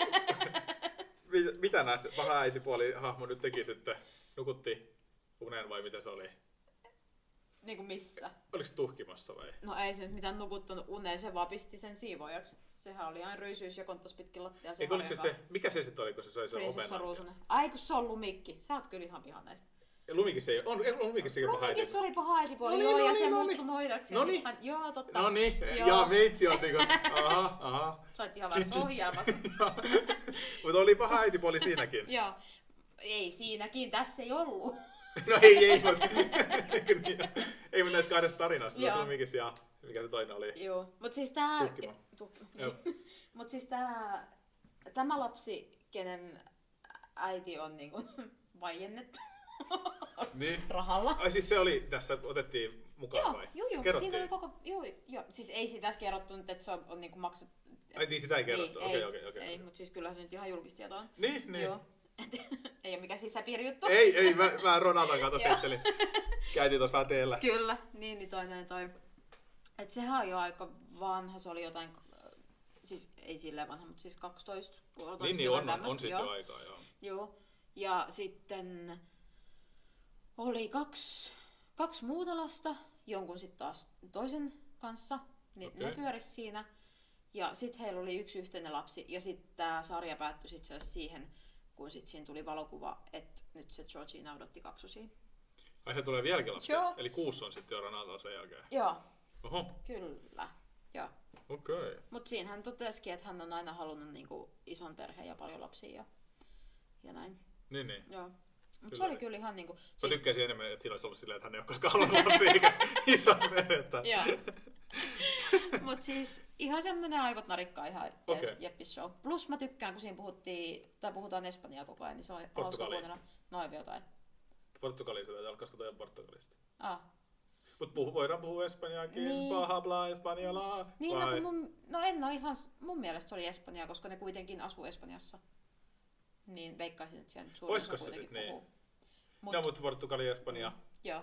Mitä nämä paha äitipuoli hahmo nyt teki sitten? Nukutti unen vai mitä se oli? Niinku missä? Oliko se tuhkimassa vai? No ei se nyt mitään nukuttanut uneen, se vaan pisti sen siivoajaksi. Sehän oli aina ryysyys ja konttas pitkin lattia. Eikö oliko se se, mikä se sitten oli, kun se sai sen Prinsessa omenan? Ruusunen. Ai kun se on Lumikki. Sä oot kyllä ihan pihan näistä. Ja Lumikissa ei on, on Lumikissa ei ole paha Lumikissa äitipuoli. oli paha äitipuoli, No niin, joo, no ja niin, se no muuttui niin. noidaksi. No niin. Hän- Joo, totta. No niin, Joo. ja meitsi on niinku, aha, aha. Sä oot ihan väärässä ohjelmassa. Mutta oli paha äitipuoli siinäkin. Joo. Ei siinäkin, tässä ei ollut. No ei, ei, mutta ei mutta näissä kahdessa tarinassa. Joo. Se on mikä, ja mikä se toinen oli. Joo, mut siis tää... Tuhkimo. Tuhkimo. Joo. Mut siis tää... Tämä lapsi, kenen äiti on niinku vaiennettu Niin. rahalla. Ai siis se oli, tässä otettiin mukaan Joo, vai? joo, joo. Kerrottiin? Siinä oli koko... Joo, joo. Siis ei sitä kerrottu nyt, että se on, on niinku maksettu. Ai niin, sitä ei kerrottu. Niin, Okei, ei, okei, okei. Ei, mut siis kyllähän se nyt ihan julkista tietoa on. Niin, niin. Joo. Ei oo mikään sisäpiirijuttu. Ei, ei, mä, mä Ronaldan kanssa settelin. Käytiin tuossa vähän teellä. Kyllä, niin, niin toinen ja toi. Et sehän on jo aika vanha, se oli jotain, siis ei silleen vanha, mutta siis kaksitoista. Niin, niin on, on, on sit jo aikaa, joo. Joo. Ja sitten oli kaksi, kaksi muuta lasta, jonkun sitten taas toisen kanssa. Niin Okei. ne pyöris siinä. Ja sitten heillä oli yksi yhteinen lapsi. Ja sitten tämä sarja päättyi sitten siihen, kun sitten siinä tuli valokuva, että nyt se Georgina odotti kaksosia. Ai se tulee vieläkin lapsia? Joo. Eli kuusi on sitten jo Ronaldo sen jälkeen. Joo, Oho, kyllä. Joo. okei. Okay. Mutta siinä hän totesikin, että hän on aina halunnut niinku ison perheen ja paljon lapsia ja, ja näin. Niin, niin. Joo. Mutta se Kyllä. oli kyllä ihan niinku... Mä Siis, tykkäisin enemmän, että siinä olisi ollut silleen, että hän ei ole koskaan halunnut lapsia eikä iso perhettä. joo. Mut siis ihan semmonen aivot narikkaa ihan Okei. jees, jeppis show. Plus mä tykkään, kun siinä puhuttiin, tai puhutaan Espanjaa koko ajan, niin se on hauska Portugalia. kuunnella. Noin jotain. Portugalista, tai alkaisiko toi Portugalista? Ah. Mut puhu, voidaan puhua espanjaakin, Niin. niin. habla espanjala. Niin, no, vai? kun mun, no en oo ihan, mun mielestä se oli Espanjaa, koska ne kuitenkin asuu Espanjassa. Niin veikkaisin, että siellä nyt suurin Oisko osa se kuitenkin sit niin? puhuu. Mut, No, mutta Portugali ja Espanja, mm, joo.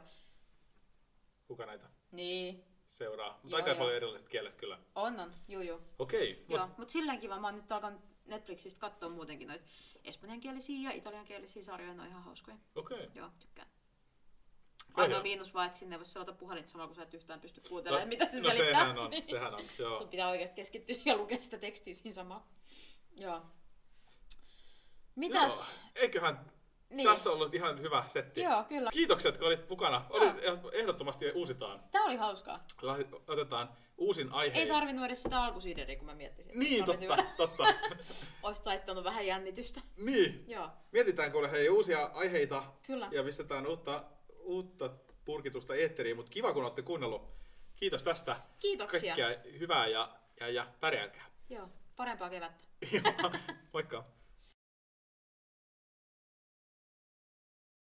kuka näitä Niin. seuraa? Mutta Joo, aika joo. paljon erilaiset kielet kyllä. On, on. Juu, juu. Okei, Joo, mut, mut silleen kiva. Mä oon nyt alkanut Netflixistä katsoa muutenkin noita espanjankielisiä ja italiankielisiä sarjoja. Ne on ihan hauskoja. okei. Joo, tykkään. Joo, Ainoa joo. miinus vaan, että sinne ei voi selata puhelinta samalla, kun sä et yhtään pysty kuuntelemaan, No, mitä se no selittää. sehän on, sehän on, joo. Sun pitää oikeasti keskittyä ja lukea sitä tekstiä siinä samalla. Joo. Mitäs? Joo. Eiköhän Niin. tässä on ollut ihan hyvä setti. Joo, kyllä. Kiitokset, kun olit mukana. Oli, ehdottomasti uusitaan. Tää oli hauskaa. Lähet- Otetaan uusin aihe. Ei tarvinnut edes sitä alkusiideriä, kun mä miettisin. Niin, Tarvittiin totta, vähän- totta. Ois taittanut vähän jännitystä. Niin. Joo, Mietitään kuule hei uusia aiheita kyllä. ja pistetään uutta, uutta purkitusta eetteriin, mutta kiva kun olette kuunnellut. Kiitos tästä. Kiitoksia. Kaikkea hyvää ja, ja, ja pärjääkää. Joo, parempaa kevättä. Joo, moikka.